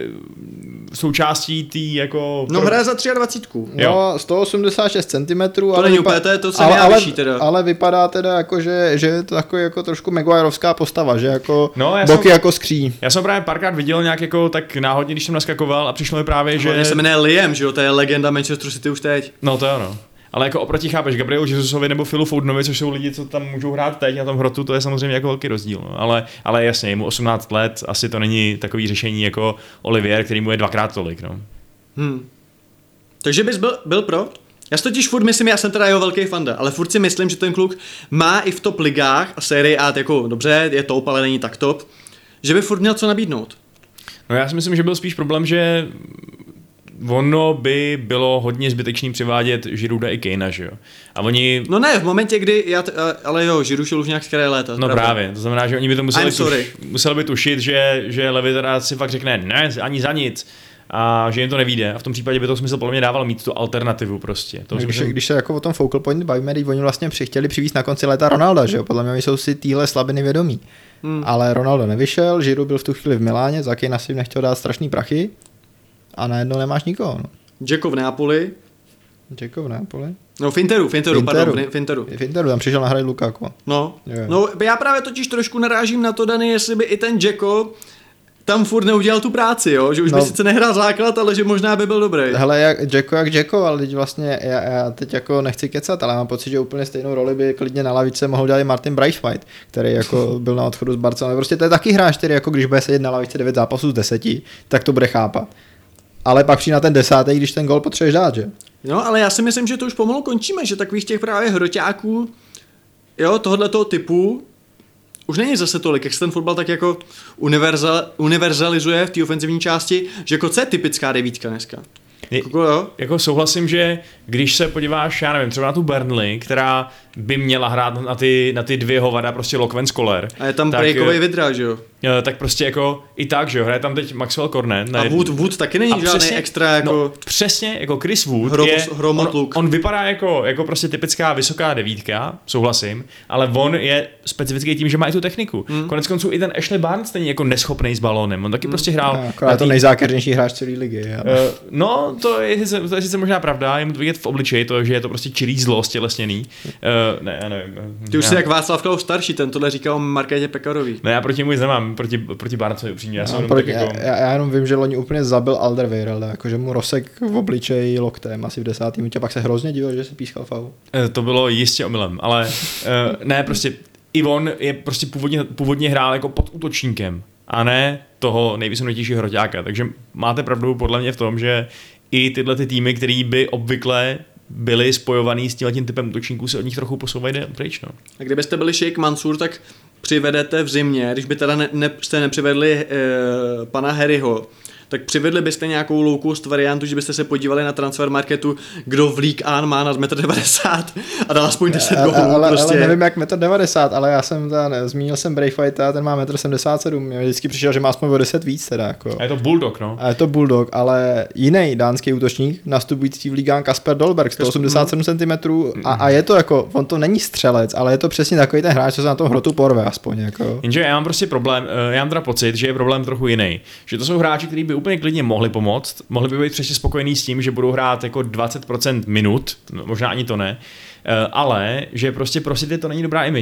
součástí tý jako... No hraje za 23. No, 186 cm. To není úplně, to jsem já vyšší teda. Ale vypadá teda jako, že je to takový jako trošku Maguireovská postava, že jako boky jsem, jako skří. Já jsem právě párkrát viděl nějak jako tak náhodně, když jsem naskakoval a přišlo mi právě, že... se jmenuje Liam, že jo, to je legenda Manchester City už teď. No to je ono. Ale jako oproti chápeš, Gabrielu Jesusovi nebo Philu Foudenovi, což jsou lidi, co tam můžou hrát teď na tom hrotu, to je samozřejmě jako velký rozdíl. No. Ale jasně, je mu 18 let, asi to není takový řešení jako Olivier, který mu je dvakrát tolik. No. Takže bys byl pro? Já si totiž furt myslím, já jsem teda jeho velký fanda, ale furt si myslím, že ten kluk má i v top ligách a Serie A jako dobře, je top, ale není tak top, že by furt měl co nabídnout. No já si myslím, že byl spíš problém, že ono by bylo hodně zbytečný přivádět Girouda i Kanea, že jo. A oni... No ne, v momentě, kdy ale jo, Giroud šel už nějak skvělé léta. No pravda. Právě, to znamená, že oni by to museli by tušit, že Levy teda si fakt řekne ne, ani za nic. A že jim to nevíde. A v tom případě by to smysl podle mě dával mít tu alternativu prostě. To když se jako o tom focal point bavíme, když oni vlastně chtěli přivést na konci léta Ronalda, že jo. Podle mě jsou si týhle slabiny vědomí. Ale Ronaldo nevyšel, Giroud byl v tu chvíli v Miláně, za Kanea si nechtěl dát strašný prachy. A najednou nemáš nikoho. No. Dzeko v Neapoli. No Finteru, pardon, Finteru, tam přišel nahradit Lukaku. No, já právě totiž trošku narážím na to, Dani, jestli by i ten Dzeko tam furt neudělal tu práci, jo? Že už by sice nehrál základ, ale že možná by byl dobrý. Hele, jak Dzeko, ale teď vlastně, já teď jako nechci kecat, ale mám pocit, že úplně stejnou roli by klidně na lavičce mohl dělat i Martin Braithwaite, který jako byl na odchodu z Barcelony. Prostě to je taky hráč, který jako když bude sedět na lavičce 9 zápasů z 10, tak to bude chápat. Ale pak přijde na ten 10., když ten gol potřebuješ dát, že? No, ale já si myslím, že to už pomalu končíme, že takových těch právě hroťáků, jo, tohoto typu, už není zase tolik, jak se ten fotbal tak jako univerzalizuje v té ofenzivní části, že jako co je typická devítka dneska? Jako souhlasím, že když se podíváš, já nevím, třeba na tu Burnley, která by měla hrát na ty dvě hovada, prostě Lokven Scholar. A je tam breakový vidra, že jo? Tak prostě jako i tak, že jo, hraje tam teď Maxwell Cornet. A Wood taky není žádný přesně, extra jako... No, přesně, jako Chris Wood on vypadá jako prostě typická vysoká devítka, souhlasím, ale on je specifický tím, že má i tu techniku. Konec konců i ten Ashley Barnes není jako neschopný s balónem, on taky prostě hrál... Akorát to nejzákeřnější hráč celé ligy. No, to je sice možná pravda, je mu to vidět v obličeji, to, že je to prostě čirý zlo stělesněný. Ne, já nevím. Ty už jsi jak Václav Klaus starší, ten tohle říkal o Markétě Pekarový. No já proti můj nemám, proti Barcovi upřímně. Já jenom vím, že loni úplně zabil Alderweireld, jakože mu rozsek v obličeji loktem asi v 10. minutě, pak se hrozně divil, že se pískal faul. To bylo jistě omylem, ale ne, prostě i on je prostě původně hrál jako pod útočníkem a ne toho nejvysunutějšího hroťáka, takže máte pravdu podle mě v tom, že i tyhle ty týmy, který by obvykle byli spojovaný s tím typem útočníků, se od nich trochu posouvají pryč. No. A kdybyste byli Sheikh Mansour, tak přivedete v zimě, když by teda jste nepřivedli pana Harryho, tak přivedli byste nějakou low cost variantu, že byste se podívali na transfer marketu, kdo v League One má na 1,90 m a dal aspoň 10 gólů. Ale nevím jak 1,90 m, ale já jsem zmínil jsem Braithwaite, ten má 1,77 m, mě vždycky přišel, že má aspoň o 10 víc teda. Jako. A je to Bulldog, no. A je to Bulldog, ale jiný dánský útočník, nastupující v Ligue 1 Kasper Dolberg, 187 cm a je to jako, on to není střelec, ale je to přesně takový ten hráč, co se na tom hrotu porve aspoň. Jako. Jenže já mám prostě problém, já mám teda pocit, že je problém trochu jiný, že to jsou hráči, kteří by úplně klidně mohli pomoct, mohli by být přesně spokojení s tím, že budou hrát jako 20% minut, možná ani to ne, ale že prostě pro City to není dobrá image.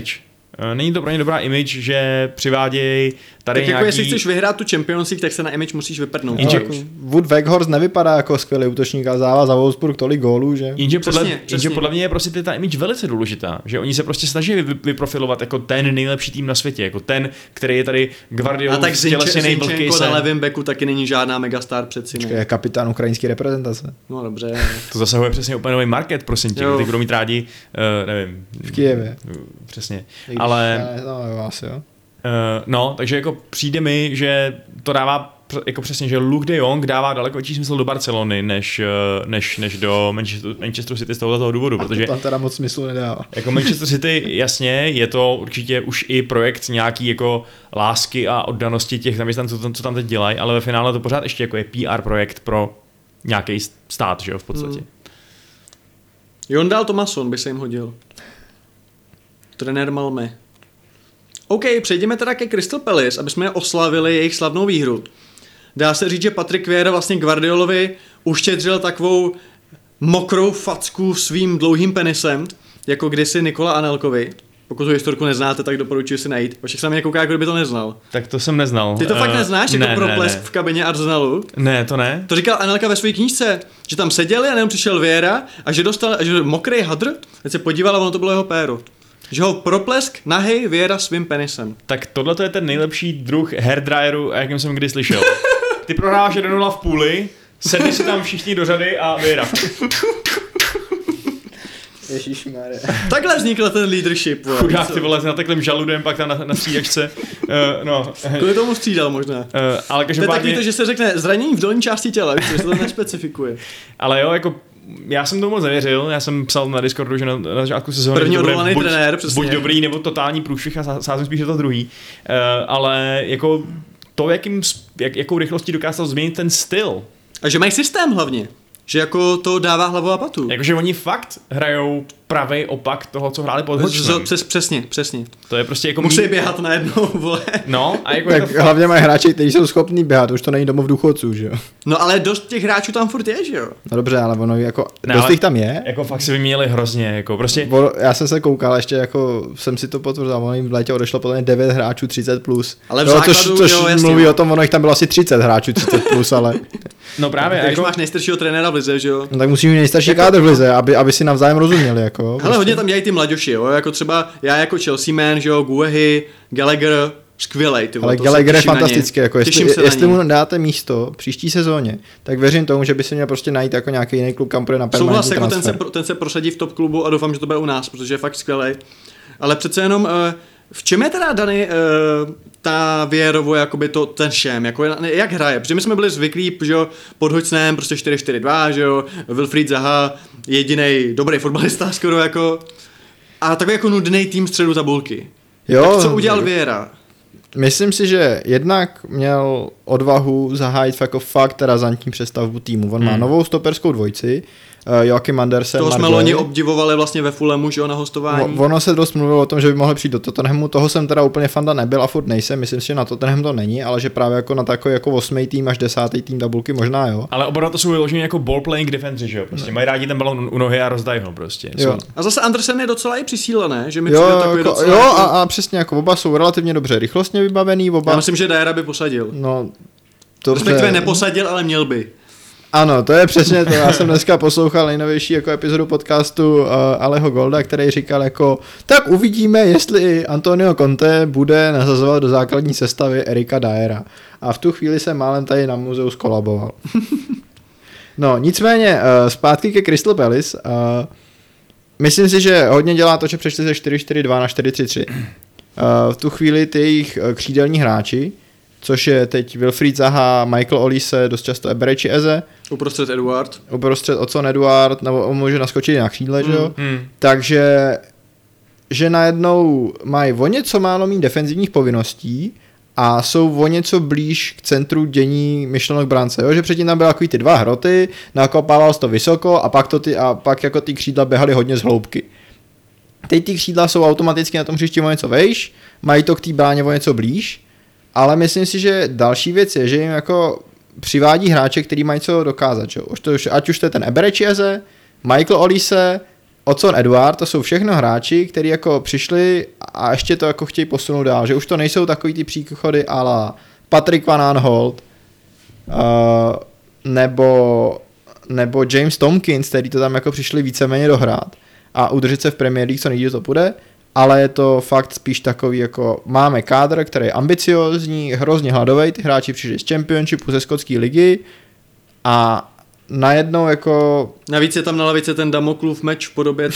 Není to pro ně dobrá image, že přivádějí tady tak nějaký... jako jestli chceš vyhrát tu Champions League, tak se na image musíš vyprdnout. Wood Weghorst nevypadá jako skvělý útočník a dává za Wolfsburg tolik gólů, že? Jenže podle mě je prostě ta image velice důležitá, že oni se prostě snaží vyprofilovat jako ten nejlepší tým na světě, jako ten, který je tady Guardiolou stělesněnej vlky se. Na levém beku taky není žádná megastar přeci. Je kapitán ukrajinské reprezentace. No dobře. To zasahuje přesně úplně nový market, prosím tě, ty budou mít rádi, nevím. V Kyjevě. Přesně. Ale... No, asi jo. No, takže jako přijde mi, že to dává jako přesně, že Luke de Jong dává daleko větší smysl do Barcelony, než do Manchesteru City z tohoto důvodu, protože to tam teda moc smyslu nedává. Jako Manchester City, jasně, je to určitě už i projekt nějaký jako lásky a oddanosti těch zaměstnanců, co tam teď dělají, ale ve finále to pořád ještě jako je PR projekt pro nějaký stát, že jo, v podstatě. Jondal Tomasson by se jim hodil. Trenér Malmö. OK, přejdeme teda ke Crystal Palace, aby jsme oslavili jejich slavnou výhru. Dá se říct, že Patrick Vieira vlastně Guardiolovi uštědřil takovou mokrou facku svým dlouhým penisem, jako kdysi Nikola Anelkovi. Pokud tu historku neznáte, tak doporučuji si najít. Však se mi kouká, jako kdyby to neznal. Tak to jsem neznal. Ty to fakt neznáš, jako proplesk v kabině Arsenalu? Ne, to ne. To říkal Anelka ve své knížce, že tam seděli a jenom přišel Vieira a že dostal že mokrý hadr, teď se podíval a ono to bylo jeho péro. Že ho proplesk nahej Vieira svým penisem. Tak tohle je ten nejlepší druh hairdryeru, jakým jsem kdy slyšel. Ty prohráváš 1-0 v půli, sedni si tam všichni do řady a Vieira. Ježišmarja. Takhle vznikl ten leadership. Chudák, ty vole, s nateklým žaludem, pak tam na střídačce. No. Kvůli tomu střídal možná. Ale to je takový to, že se řekne zranění v dolní části těla, víš, že se to nespecifikuje. Ale jo, jako já jsem tomu moc nevěřil, já jsem psal na Discordu, že na začátku sezóny první odvolaný trenér, buď dobrý, nebo totální průšvih a sázím spíš to druhý. Ale jako to, jakou rychlostí dokázal změnit ten styl. A že mají systém hlavně. Že jako to dává hlavu a patu. Jakože oni fakt hrajou pravý opak toho, co hráli pod Hodgsonem. Přesně. To je prostě jako musí běhat najednou, vole. No, a jako tak hlavně mají hráči, kteří jsou schopní běhat, už to není domov důchodců, že jo. No ale dost těch hráčů tam furt je, že jo. No dobře, ale ono jako dost jich tam je. Jako fakt si vyměnili hrozně, jako prostě. Já jsem se koukal, ještě jako jsem si to potvrdil, ono jim v létě odešlo podle mě 9 hráčů 30+. Ale v základu, což jo, jasně, mluví o tom, ono jich tam bylo asi 30 hráčů 30+, ale. No právě, když máš nejstaršího trenéra v lize, že jo. No tak musí mít nejstarší kádr v lize, aby si navzájem rozuměli, jako. Ale hodně tam dělají ty mladěši, jo, jako třeba já jako Chelsea man, že jo, Guehi, Gallagher, skvělej, ty vole. Ale Gallagher je fantastický, jako jestli mu dáte místo příští sezóně, tak věřím tomu, že by si měl prostě najít jako nějaký jiný klub, kam půjde na permanentní transfer. Jako ten se prosadí v top klubu a doufám, že to bude u nás, protože je fakt skvělej. Ale přece jenom v čem je teda daný ta Vierovo jakoby ten šém, jako jak hraje? Protože my jsme byli zvyklí, že jo, pod Hodgsonem prostě 4-4-2, že jo, Wilfried Zaha, jedinej dobrý fotbalista skoro jako a takový jako nudný tým středu tabulky. Jo, tak co udělal Vieira? Myslím si, že jednak měl odvahu zahájit jako fakt razantní přestavbu týmu. On má novou stoperskou dvojici, Joachim Andersen. Toho jsme loni obdivovali vlastně ve Fulhamu, že jo, na hostování. Ono se dost mluvilo o tom, že by mohli přijít do Tottenhamu, toho jsem teda úplně fanda nebyl a furt nejsem, myslím si, že na Tottenham to není, ale že právě jako na takový jako 8. tým až 10. tým tabulky možná jo. Ale oba to jsou vyloženě jako ball playing defense, že jo, prostě mají rádi ten balon u nohy a rozdají ho prostě. Jo. A zase Andersen je docela i přisílený, že mi jo, přijde takový jako, docela. Jo, a přesně jako oba jsou relativně dobře rychlostně vybavený, oba. Já myslím, že Diera by posadil. No, to respektive neposadil, ale měl by. Ano, to je přesně to. Já jsem dneska poslouchal nejnovější jako epizodu podcastu Aleho Golda, který říkal jako, tak uvidíme, jestli Antonio Conte bude nasazovat do základní sestavy Erika Diera. A v tu chvíli jsem málem tady na muzeu skolaboval. No, nicméně, zpátky ke Crystal Palace. Myslím si, že hodně dělá to, že přešli ze 4-4-2 na 4-3-3. V tu chvíli ty jejich křídelní hráči, což je teď Wilfried Zaha, Michael Olise, dost často Eberechi Eze. Uprostřed Eduard. Uprostřed Odson Eduard, nebo on může naskočit na křídle, že jo? Takže že najednou mají o něco málo méně defenzivních povinností a jsou o něco blíž k centru dění myšlenek brance, jo? Že předtím tam byly takový ty dva hroty, nakopával to vysoko a pak jako ty křídla běhaly hodně z hloubky. Teď ty křídla jsou automaticky na tom hřišti o něco vejš, mají to k té bráně o něco blíž. Ale myslím si, že další věc je, že jim jako přivádí hráče, který mají co dokázat. Že? Ať už to je ten Eberechi Eze, Michael Olise, Odson Eduard, to jsou všechno hráči, kteří jako přišli a ještě to jako chtějí posunout dál, že už to nejsou takový ty příchody a la Patrick Van Aanholt, nebo James Tompkins, který to tam jako přišli víceméně dohrát a udržet se v Premier League, co nejdřív to půjde, ale je to fakt spíš takový, jako máme kádr, který je ambiciózní, hrozně hladový, ty hráči přišli z Championshipu, ze skotské ligy a najednou jako... Navíc je tam na lavice ten Damoklův meč v podobě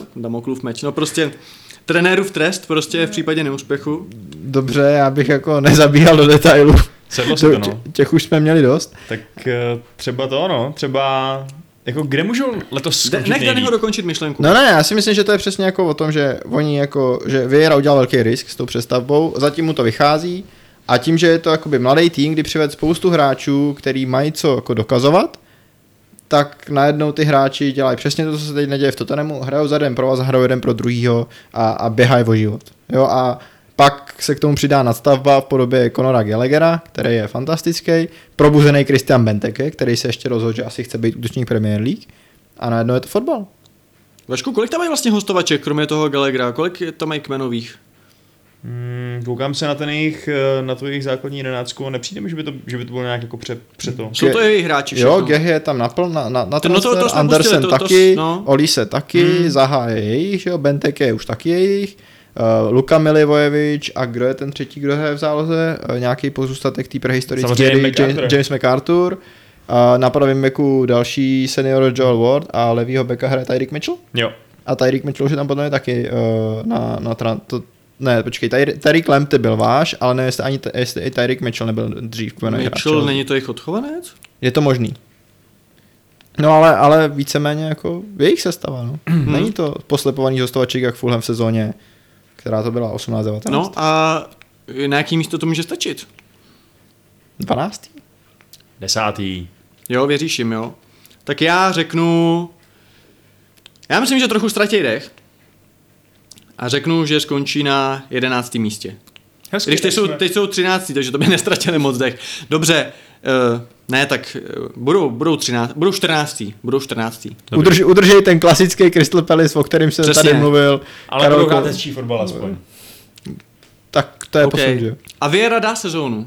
trenérův trest prostě v případě neúspěchu. Dobře, já bych jako nezabíhal do detailů. Sedlo se to, no. Těch už jsme měli dost. Tak třeba to, no, třeba jako kde můžou letos skončit Nech Daniho dokončit myšlenku. No ne, já si myslím, že to je přesně jako o tom, že oni jako, že Vieira udělal velký risk s tou přestavbou, zatím mu to vychází a tím, že je to jakoby mladý tým, kdy přived spoustu hráčů, který mají co jako dokazovat, tak najednou ty hráči dělají přesně to, co se teď neděje v Tottenhamu, hrajou za jeden pro vás, hrajou jeden pro druhýho a běhají o život. Jo, a pak se k tomu přidá nadstavba v podobě Conora Gallaghera, který je fantastický, probuzený Christian Benteke, který se ještě rozhodl, že asi chce být útočník Premier League a najednou je to fotbal. Vašku, kolik tam mají vlastně hostovaček, kromě toho Gallaghera, kolik tam mají kmenových? Koukám se na tu jejich základní jedenáctku a nepřijde mi, že by to bylo nějak jako před to. Jsou to jejich hráči všechno. Jo, Gehy je tam na transfer, to Andersen taky, Olise taky, Zaha je jejich, jo, Benteke je už taky jejich, Luka Milivojevič a kdo je ten třetí, kdo je v záloze, nějaký pozůstatek té prehistorické James McArthur, na pravém beku další senior Joel Ward a levýho beka hraje Tyreek Mitchell. Jo. A Tyreek Mitchell už je tam potom je taky Tyreek Lamptey byl váš, ale nevím, jestli i Tyreek Mitchell nebyl dřív. Mitchell není to jejich odchovanec? Je to možný. No ale víceméně jako jejich sestava, no. Není to poslepovaný hostovaček jak Fulham v sezóně, která to byla 18-19. No a na jaký místo to může stačit? 12. 10. Jo, věříš jim, jo. Tak já myslím, že trochu ztratí dech a řeknu, že skončí na 11. místě. Hezky, když teď jsou 13, takže to by nestratili moc dech. Dobře, ne, tak budou 14. Udržej ten klasický Crystal Palace, o kterém jsem tady mluvil. Ale budou hrát hezčí fotbal aspoň. Tak to je posun, že? A Vieira dá sezónu?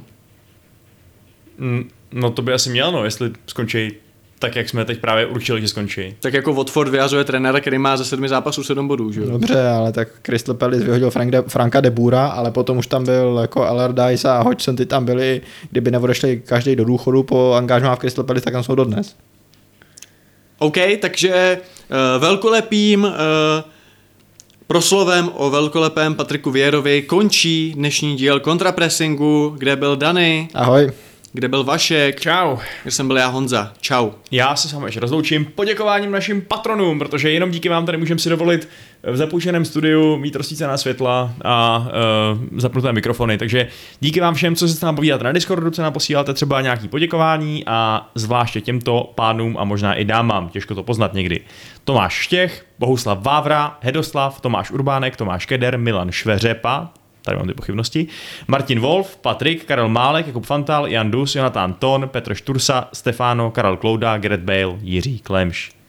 No to by asi měl, no, jestli skončí tak, jak jsme teď právě určili, že skončí. Tak jako Watford vyhazuje trenéra, který má ze 7 zápasů 7 bodů, že jo? Dobře, ale tak Crystal Palace vyhodil Franka de Boera, ale potom už tam byl jako Allardyce a Hodgson, ty tam byli, kdyby neodešli každý do důchodu po angažmá v Crystal Palace, tak tam jsou dodnes. OK, takže velkolepým proslovem o velkolepém Patricku Vieirovi končí dnešní díl Kontrapressingu, kde byl Dany. Ahoj. Kde byl Vašek. Čau. Kde jsem byl já, Honza. Čau. Já se s vámi ještě rozloučím poděkováním našim patronům, protože jenom díky vám tady můžeme si dovolit v zapůjčeném studiu mít rozsvícená světla a zapnuté mikrofony. Takže díky vám všem, co se nám povídáte na Discordu, co nám posíláte třeba nějaký poděkování a zvláště těmto pánům a možná i dámám, těžko to poznat někdy. Tomáš Štěch, Bohuslav Vávra, Hedoslav, Tomáš Urbánek, Tomáš Keder, Milan Šveřepa, tady mám ty pochybnosti, Martin Wolf, Patrik, Karel Málek, Jakub Fantal, Jan Dus, Jonathan Ton, Petr Štursa, Stefano, Karel Klouda, Gareth Bale, Jiří Klemš.